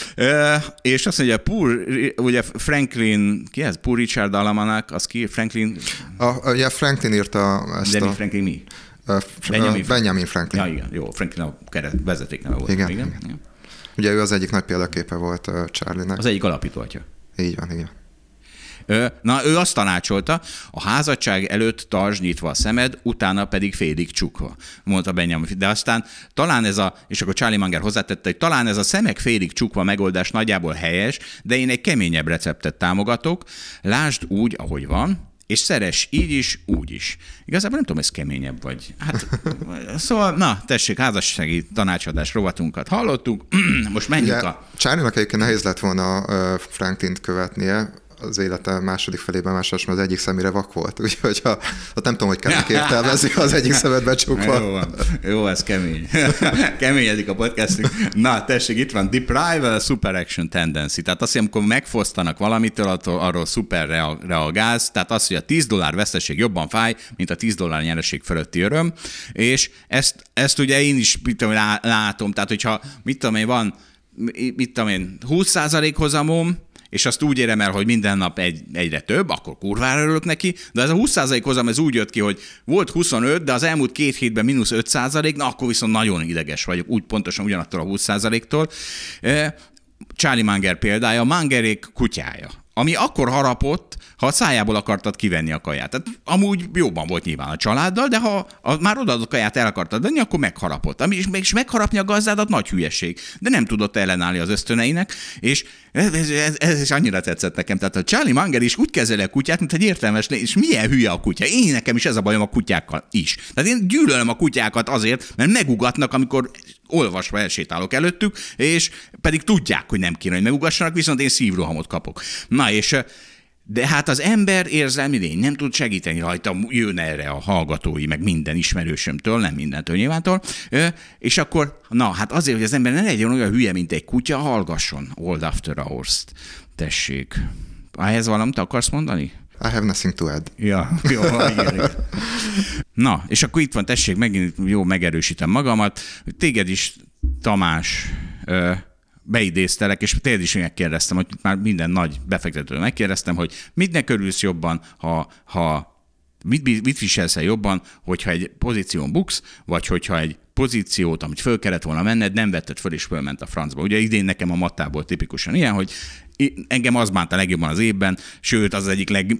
És azt mondja, Poor, ugye Franklin, ki ez? Poor Richard Alamanak, az ki? Franklin? A, ugye Franklin írta ezt De mi a... Franklin mi? Uh, Benjamin, Benjamin Franklin. Ja, igen, jó, Franklin a keret, vezetékneve volt. Igen, igen. igen. Ugye ő az egyik nagy példaképe volt uh, Charlie-nek. Az egyik alapítóatja. Így van, igen. Na, ő azt tanácsolta, a házadság előtt tartsd nyitva a szemed, utána pedig félig csukva, mondta Benjamin. De aztán talán ez a, és akkor Charlie Munger hozzátette, hogy talán ez a szemek félig csukva megoldás nagyjából helyes, de én egy keményebb receptet támogatok, lásd úgy, ahogy van, és szeress így is, úgy is. Igazából nem tudom, ez keményebb vagy. Hát, szóval, na, tessék, házassági tanácsadás rovatunkat hallottuk, most menjünk ugye, a... Charlie-nak egyébként nehéz lett volna Franklint követnie, az élete második felében második, az egyik szemére vak volt. Úgyhogy ha, ha nem tudom, hogy kell értelmezni, az egyik szemed becsukva. Jó van. Jó, ez kemény. Keményedik a podcastünk. Na, tessék, itt van deprive super action tendency. Tehát azt, amikor megfosztanak valamitől, attól, arról szuper reagálsz. Tehát az, hogy a tíz dollár veszteség jobban fáj, mint a tíz dollár nyereség fölötti öröm. És ezt, ezt ugye én is mit tudom, látom. Tehát, hogyha mit tudom én, van mit tudom én, húsz százalék hozamom, és azt úgy érem el, hogy minden nap egy, egyre több, akkor kurvára örülök neki, de ez a húsz százalék hozam, ez úgy jött ki, hogy volt huszonöt, de az elmúlt két hétben mínusz öt százalék, na akkor viszont nagyon ideges vagyok, úgy pontosan ugyanattól a húsz százaléktól. Charlie Munger példája, Mungerék kutyája, ami akkor harapott, ha a szájából akartad kivenni a kaját. Tehát amúgy jóban volt nyilván a családdal, de ha a, már odaadott kaját el akartad venni, akkor megharapott. Ami, és, és megharapni a gazdádat nagy hülyeség. De nem tudott ellenállni az ösztöneinek, és ez, ez, ez, ez is annyira tetszett nekem. Tehát a Charlie Munger is úgy kezeli a kutyát, mint egy értelmes lény, és milyen hülye a kutya. Én nekem is ez a bajom a kutyákkal is. Tehát én gyűlölöm a kutyákat azért, mert megugatnak, amikor olvasva elsétálok előttük, és pedig tudják, hogy nem kéne, hogy megugassanak, viszont én szívrohamot kapok. Na és de hát az ember érzelmi lény nem tud segíteni rajta, jön erre a hallgatói, meg minden ismerősömtől, nem mindentől nyilvántól, és akkor, na hát azért, hogy az ember ne legyen olyan hülye, mint egy kutya, hallgasson Old After Hours-t. Tessék. Ehhez valamit akarsz mondani? I have nothing to add. Ja, jó, igen. Na, és akkor itt van, tessék, megint jó, megerősítem magamat. Téged is, Tamás, beidéztelek, és téged is megkérdeztem, hogy már minden nagy befektetőről megkérdeztem, hogy mitnek örülsz jobban, ha, ha mit, mit viselsz jobban, hogyha egy pozíción buksz, vagy hogyha egy pozíciót, amit föl kellett volna menned, nem vetted föl, és fölment a francba. Ugye idén nekem a mattából tipikusan ilyen, hogy engem az bánta legjobban az évben, sőt az egyik leg,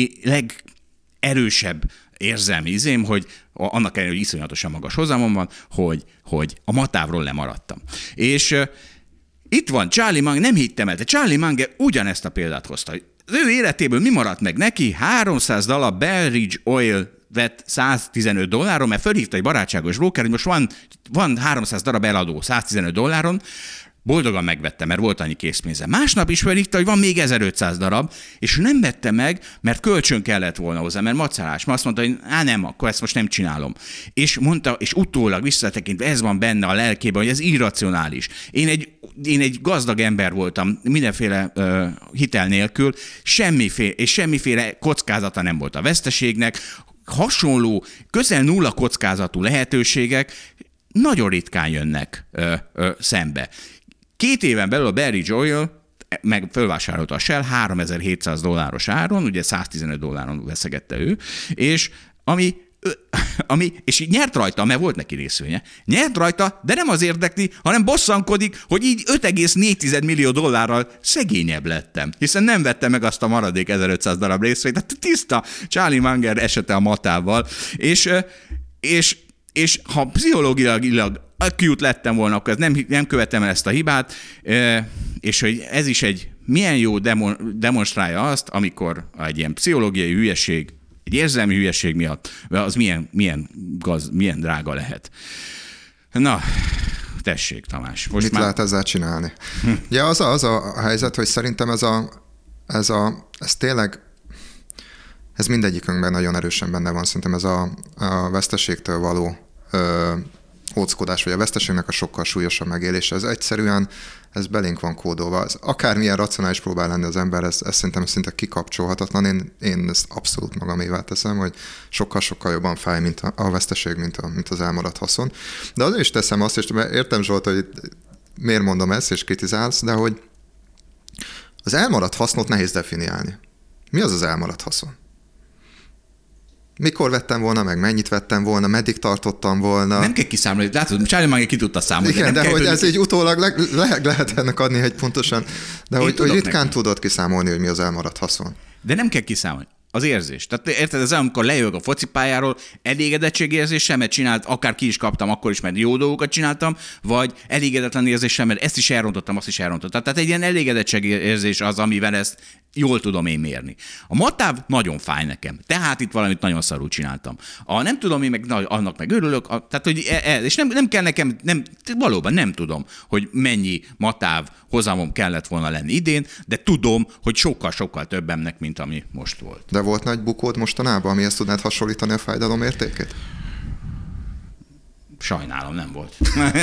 legerősebb érzelmi izém, hogy annak ellenére, hogy iszonyatosan magas hozamom van, hogy, hogy a matávról lemaradtam. És uh, itt van Charlie Munger, nem hittem el, de Charlie Munger ugyanezt a példát hozta. Az ő életéből mi maradt meg neki? háromszáz dollár Belridge Oil vett száztizenöt dolláron, mert fölhívta egy barátságos broker, hogy most van, van háromszáz darab eladó száztizenöt dolláron, boldogan megvette, mert volt annyi készpénze. Másnap is felhívta, hogy van még ezerötszáz darab, és nem vette meg, mert kölcsön kellett volna hozzá, mert macálás. Mert azt mondta, hogy á, nem, akkor ezt most nem csinálom. És mondta, és utólag visszatekintve, ez van benne a lelkében, hogy ez irracionális. Én egy, én egy gazdag ember voltam, mindenféle uh, hitel nélkül, semmiféle, és semmiféle kockázata nem volt a veszteségnek, hasonló, közel nulla kockázatú lehetőségek nagyon ritkán jönnek ö, ö, szembe. Két éven belül a Barry Joyle meg fölvásárolta a Shell háromezer-hétszáz dolláros áron, ugye száztizenöt dolláron veszegette ő, és ami Ami, és így nyert rajta, mert volt neki részvénye, nyert rajta, de nem az érdekli, hanem bosszankodik, hogy így öt egész négy millió dollárral szegényebb lettem, hiszen nem vettem meg azt a maradék ezerötszáz darab részvényt, tehát tiszta Charlie Munger esete a matával, és, és, és ha pszichológiailag acute lettem volna, akkor nem, nem követem el ezt a hibát, és hogy ez is egy milyen jó demon, demonstrálja azt, amikor egy ilyen pszichológiai hülyeség, egy érzelmi hülyeség miatt, az milyen, milyen, gaz, milyen drága lehet. Na, tessék, Tamás. Most Mit már... lehet ezzel csinálni? Ja, az a, az a helyzet, hogy szerintem ez a, ez a, ez tényleg, ez mindegyikünkben nagyon erősen benne van. Szerintem ez a, a veszteségtől való ö, óckodás, vagy a veszteségnek a sokkal súlyosabb megélése. Ez egyszerűen, ez belénk van kódolva. Ez akármilyen racionális próbál lenni az ember, ez, ez szerintem szinte kikapcsolhatatlan. Én, én ezt abszolút magamévá teszem, hogy sokkal-sokkal jobban fáj, mint a, a veszteség, mint, a, mint az elmaradt haszon. De azért is teszem azt, és értem, Zsolt, hogy miért mondom ezt, és kritizálsz, de hogy az elmaradt hasznot nehéz definiálni. Mi az az elmaradt haszon? Mikor vettem volna meg, mennyit vettem volna, meddig tartottam volna. Nem kell kiszámolni, látod, Charlie Munger ki tudta számolni. Igen, de, de hogy kell, ez így utólag le, le, lehet ennek adni egy pontosan, de hogy, hogy ritkán neki. tudod kiszámolni, hogy mi az elmaradt haszon. De nem kell kiszámolni. Az érzés. Tehát érted, ez amikor lejövök a focipályáról, elégedettségérzéssel, mert csinált, akár ki is kaptam, akkor is, mert jó dolgokat csináltam, vagy elégedetlen érzéssel, mert ezt is elrontottam, azt is elrontottam. Tehát egy ilyen elégedettségérzés az, amivel ezt jól tudom én mérni. A matáv nagyon fáj nekem, tehát itt valamit nagyon szarul csináltam. A nem tudom, én meg annak meg örülök, a, tehát hogy e, e, és nem, nem kell nekem, nem, valóban nem tudom, hogy mennyi matáv hozamom kellett volna lenni idén, de tudom, hogy sokkal-sokkal többemnek, mint ami most volt. De volt nagy bukód mostanában, amihez tudnád hasonlítani a fájdalom értékét? Sajnálom, nem volt.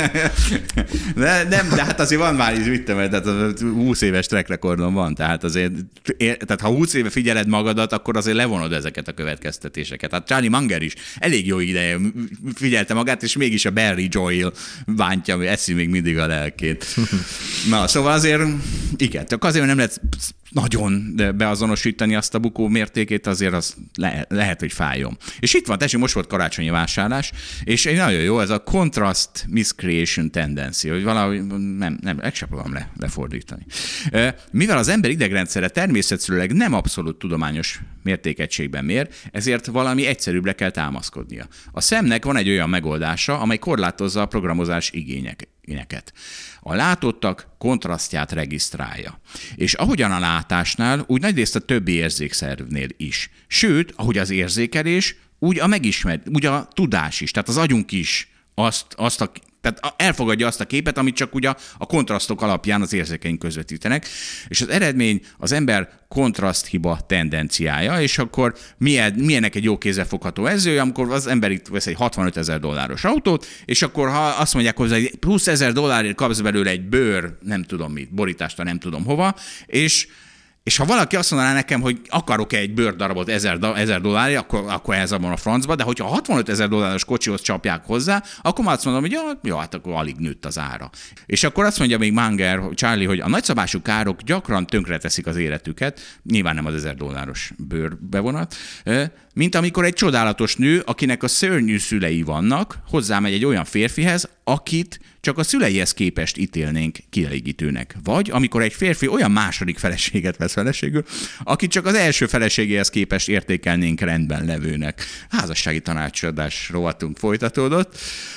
de, nem, de hát azért van már is, mit tudom, tehát húsz éves track rekordom van, tehát azért, tehát ha húsz éve figyeled magadat, akkor azért levonod ezeket a következtetéseket. Hát Charlie Munger is elég jó ideje figyelte magát, és mégis a Barry Joyle bántja, ami eszi még mindig a lelkét. Na, szóval azért, igen, csak azért, nem lehet nagyon beazonosítani azt a bukó mértékét, azért az le, lehet, hogy fájjon. És itt van, tessék, most volt karácsonyi vásárlás, és egy nagyon jó, ez a contrast miscreation tendency, hogy valahogy nem, nem, ezt sem fogom le, lefordítani. Mivel az ember idegrendszere természetszerűleg nem abszolút tudományos mértékegységben mér, ezért valami egyszerűbbre kell támaszkodnia. A szemnek van egy olyan megoldása, amely korlátozza a programozás igényeket. A látottak kontrasztját regisztrálja. És ahogyan a látásnál, úgy nagyrészt a többi érzékszervnél is. Sőt, ahogy az érzékelés, úgy a megismer, úgy a tudás is, tehát az agyunk is azt, azt a, tehát elfogadja azt a képet, amit csak ugye a kontrasztok alapján az érzékeink közvetítenek, és az eredmény az ember kontraszthiba tendenciája, és akkor milyen, milyenek egy jó kézzelfogható edző, amikor az ember itt vesz egy hatvanötezer dolláros autót, és akkor ha azt mondják hozzá, hogy plusz ezer dollárért kapsz belőle egy bőr, nem tudom mit, borítást, nem tudom hova, és És ha valaki azt mondaná nekem, hogy akarok egy bőrdarabot ezer dollárért, akkor, akkor ez abban a francba, de hogyha hatvanöt ezer dolláros kocsihoz csapják hozzá, akkor már azt mondom, hogy ja, jó, hát akkor alig nőtt az ára. És akkor azt mondja még Munger, Charlie, hogy a nagyszabású károk gyakran tönkreteszik az életüket, nyilván nem az ezer dolláros bőrbevonat, mint amikor egy csodálatos nő, akinek a szörnyű szülei vannak, hozzámegy egy olyan férfihez, akit csak a szüleihez képest ítélnénk kielégítőnek. Vagy amikor egy férfi olyan második feleséget vesz feleségül, akit csak az első feleségéhez képest értékelnénk rendben levőnek. Házassági tanácsadás rovatunk folytatódott.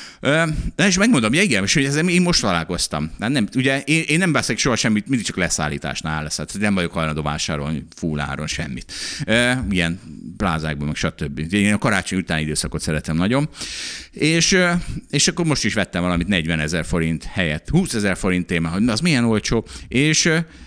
De és megmondom, ja igen, és hogy ezzel én most találkoztam. Nem, ugye én, én nem beszélek soha semmit, mindig csak leszállításnál lesz. Hát nem vagyok hajlandó vásárolni full áron semmit. Ilyen plázákban, meg stb. Én a karácsony utáni időszakot szeretem nagyon. És, és akkor most is vettem valamit negyvenezer forint helyett. húszezer forintért, hogy az milyen olcsó. És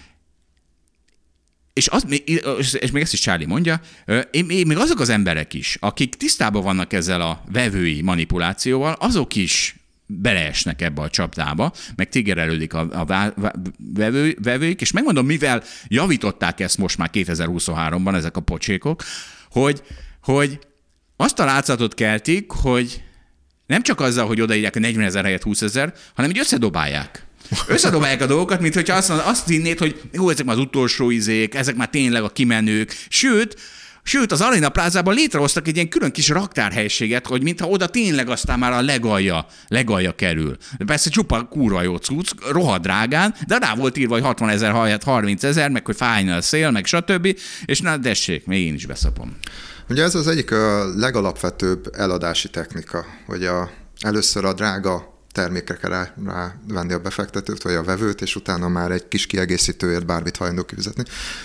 És, az, és még ezt is Charlie mondja, én, én, még azok az emberek is, akik tisztában vannak ezzel a vevői manipulációval, azok is beleesnek ebbe a csapdába, meg tigerelődik a, a vevő, vevőik, és megmondom, mivel javították ezt most már kétezer-huszonháromban ezek a pocsékok, hogy, hogy azt a látszatot keltik, hogy nem csak azzal, hogy odaírják a negyvenezer helyett húszezer, hanem így összedobálják. Összedobálják a dolgokat, mint hogyha azt, azt hinnéd, hogy jó, ezek már az utolsó izék, ezek már tényleg a kimenők. Sőt, Sőt, az Arena Plázában létrehoztak egy ilyen külön kis raktárhelyiséget, hogy mintha oda tényleg aztán már a legalja, legalja kerül. Persze csupa kurva jó cucc, rohadt drágán, de rá volt írva, hogy hatvanezer helyett harmincezer, meg hogy fájna a szél, meg stb. És na, dessék, még én is beszapom. Ugye ez az egyik a legalapvetőbb eladási technika, hogy a, először a drága termékekre rá, rá venni a befektetőt, vagy a vevőt, és utána már egy kis kiegészítőért bármit hajlandó kifizetni.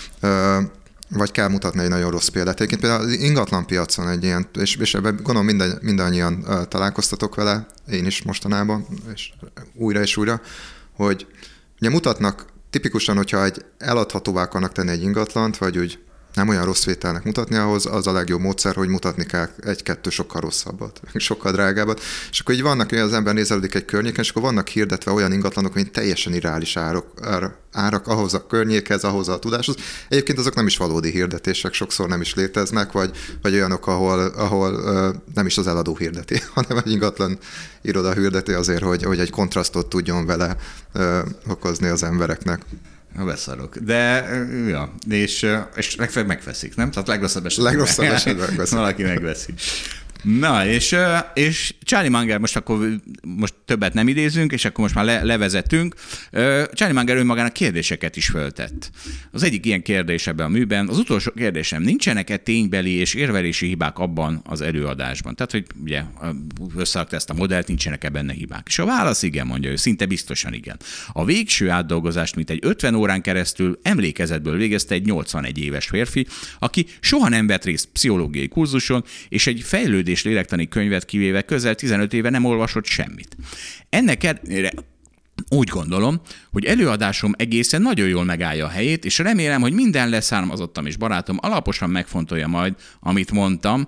Vagy kell mutatni egy nagyon rossz példát. Egyébként például az ingatlan piacon egy ilyen, és, és ebben gondolom minden, mindannyian uh, találkoztatok vele, én is mostanában, és újra és újra, hogy ugye mutatnak tipikusan, hogyha egy eladhatóvá akarnak tenni egy ingatlant, vagy úgy nem olyan rossz vételnek mutatni, ahhoz az a legjobb módszer, hogy mutatni kell egy-kettő sokkal rosszabbat, sokkal drágábbat. És akkor így vannak, hogy az ember nézelődik egy környéken, és akkor vannak hirdetve olyan ingatlanok, mint teljesen irreális árak, árak ahhoz a környékhez, ahhoz a tudáshoz. Egyébként azok nem is valódi hirdetések, sokszor nem is léteznek, vagy, vagy olyanok, ahol, ahol uh, nem is az eladó hirdeti, hanem egy ingatlan iroda hirdeti azért, hogy, hogy egy kontrasztot tudjon vele uh, okozni az embereknek. Beszarok. De, ja, és, és legfeljebb megveszik, nem? Tehát legrosszabb esetben. Legrosszabb esetben megveszik. Valaki megveszi. Na, és, és Charlie Munger, most akkor most többet nem idézünk, és akkor most már le, levezetünk. Charlie Munger önmagának kérdéseket is föltett. Az egyik ilyen kérdés ebben a műben, az utolsó kérdésem, nincsenek-e ténybeli és érvelési hibák abban az előadásban? Tehát, hogy ugye összerakta ezt a modellt, nincsenek-e benne hibák? És a válasz igen, mondja ő, szinte biztosan igen. A végső átdolgozást, mint egy ötven órán keresztül emlékezetből végezte egy nyolcvanegy éves férfi, aki soha nem vett részt pszichológiai kurzuson, és egy fejlődés és lélektani könyvet kivéve közel tizenöt éve nem olvasott semmit. Ennek ellenére úgy gondolom, hogy előadásom egészen nagyon jól megállja a helyét, és remélem, hogy minden leszármazottam és barátom alaposan megfontolja majd, amit mondtam.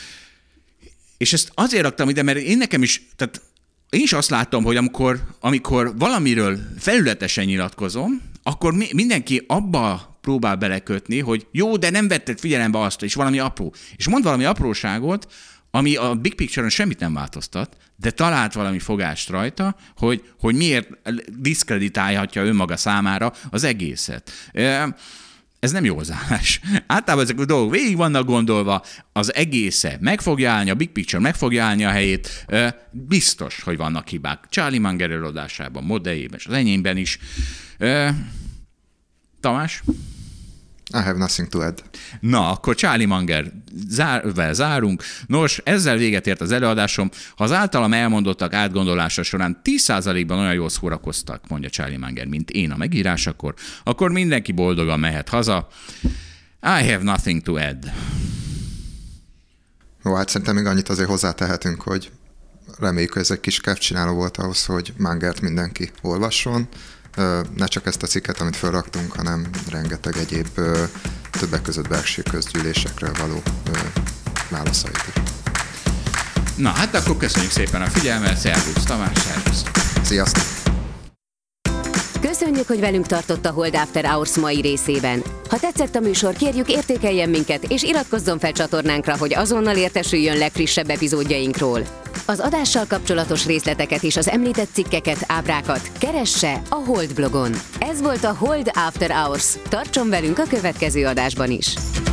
És ezt azért raktam ide, mert én nekem is, tehát én is azt látom, hogy amikor, amikor valamiről felületesen nyilatkozom, akkor mindenki abba próbál belekötni, hogy jó, de nem vetted figyelembe azt, és valami apró. És mond valami apróságot, ami a big picture-on semmit nem változtat, de talált valami fogást rajta, hogy, hogy miért diszkreditálhatja önmaga számára az egészet. Ez nem jó hozzáállás. Általában ezek a dolgok végig vannak gondolva, az egésze meg fogja állni, a big picture meg fogja állni a helyét. Biztos, hogy vannak hibák. Charlie Munger előadásában, modelljében, és az enyémben is. Tamás? I have nothing to add. Na, akkor Charlie Munger zár, zárunk. Nos, ezzel véget ért az előadásom. Ha az általam elmondottak átgondolása során tíz százalékban olyan jól szórakoztak, mondja Charlie Munger, mint én a megírásakor, akkor mindenki boldogan mehet haza. I have nothing to add. Jó, hát szerintem még annyit azért hozzátehetünk, hogy reméljük, hogy ez egy kis kevcsináló volt ahhoz, hogy Mungert mindenki olvasson. Ne csak ezt a cikket, amit felraktunk, hanem rengeteg egyéb többek között belső közgyűlésekről való válaszait is. Na, hát akkor köszönjük szépen a figyelmet, szervusz Tamás, szervusz! Sziasztok! Köszönjük, hogy velünk tartott a Hold After Hours mai részében. Ha tetszett a műsor, kérjük értékeljen minket, és iratkozzon fel csatornánkra, hogy azonnal értesüljön legfrissebb epizódjainkról. Az adással kapcsolatos részleteket és az említett cikkeket, ábrákat keresse a Hold blogon. Ez volt a Hold After Hours. Tartson velünk a következő adásban is!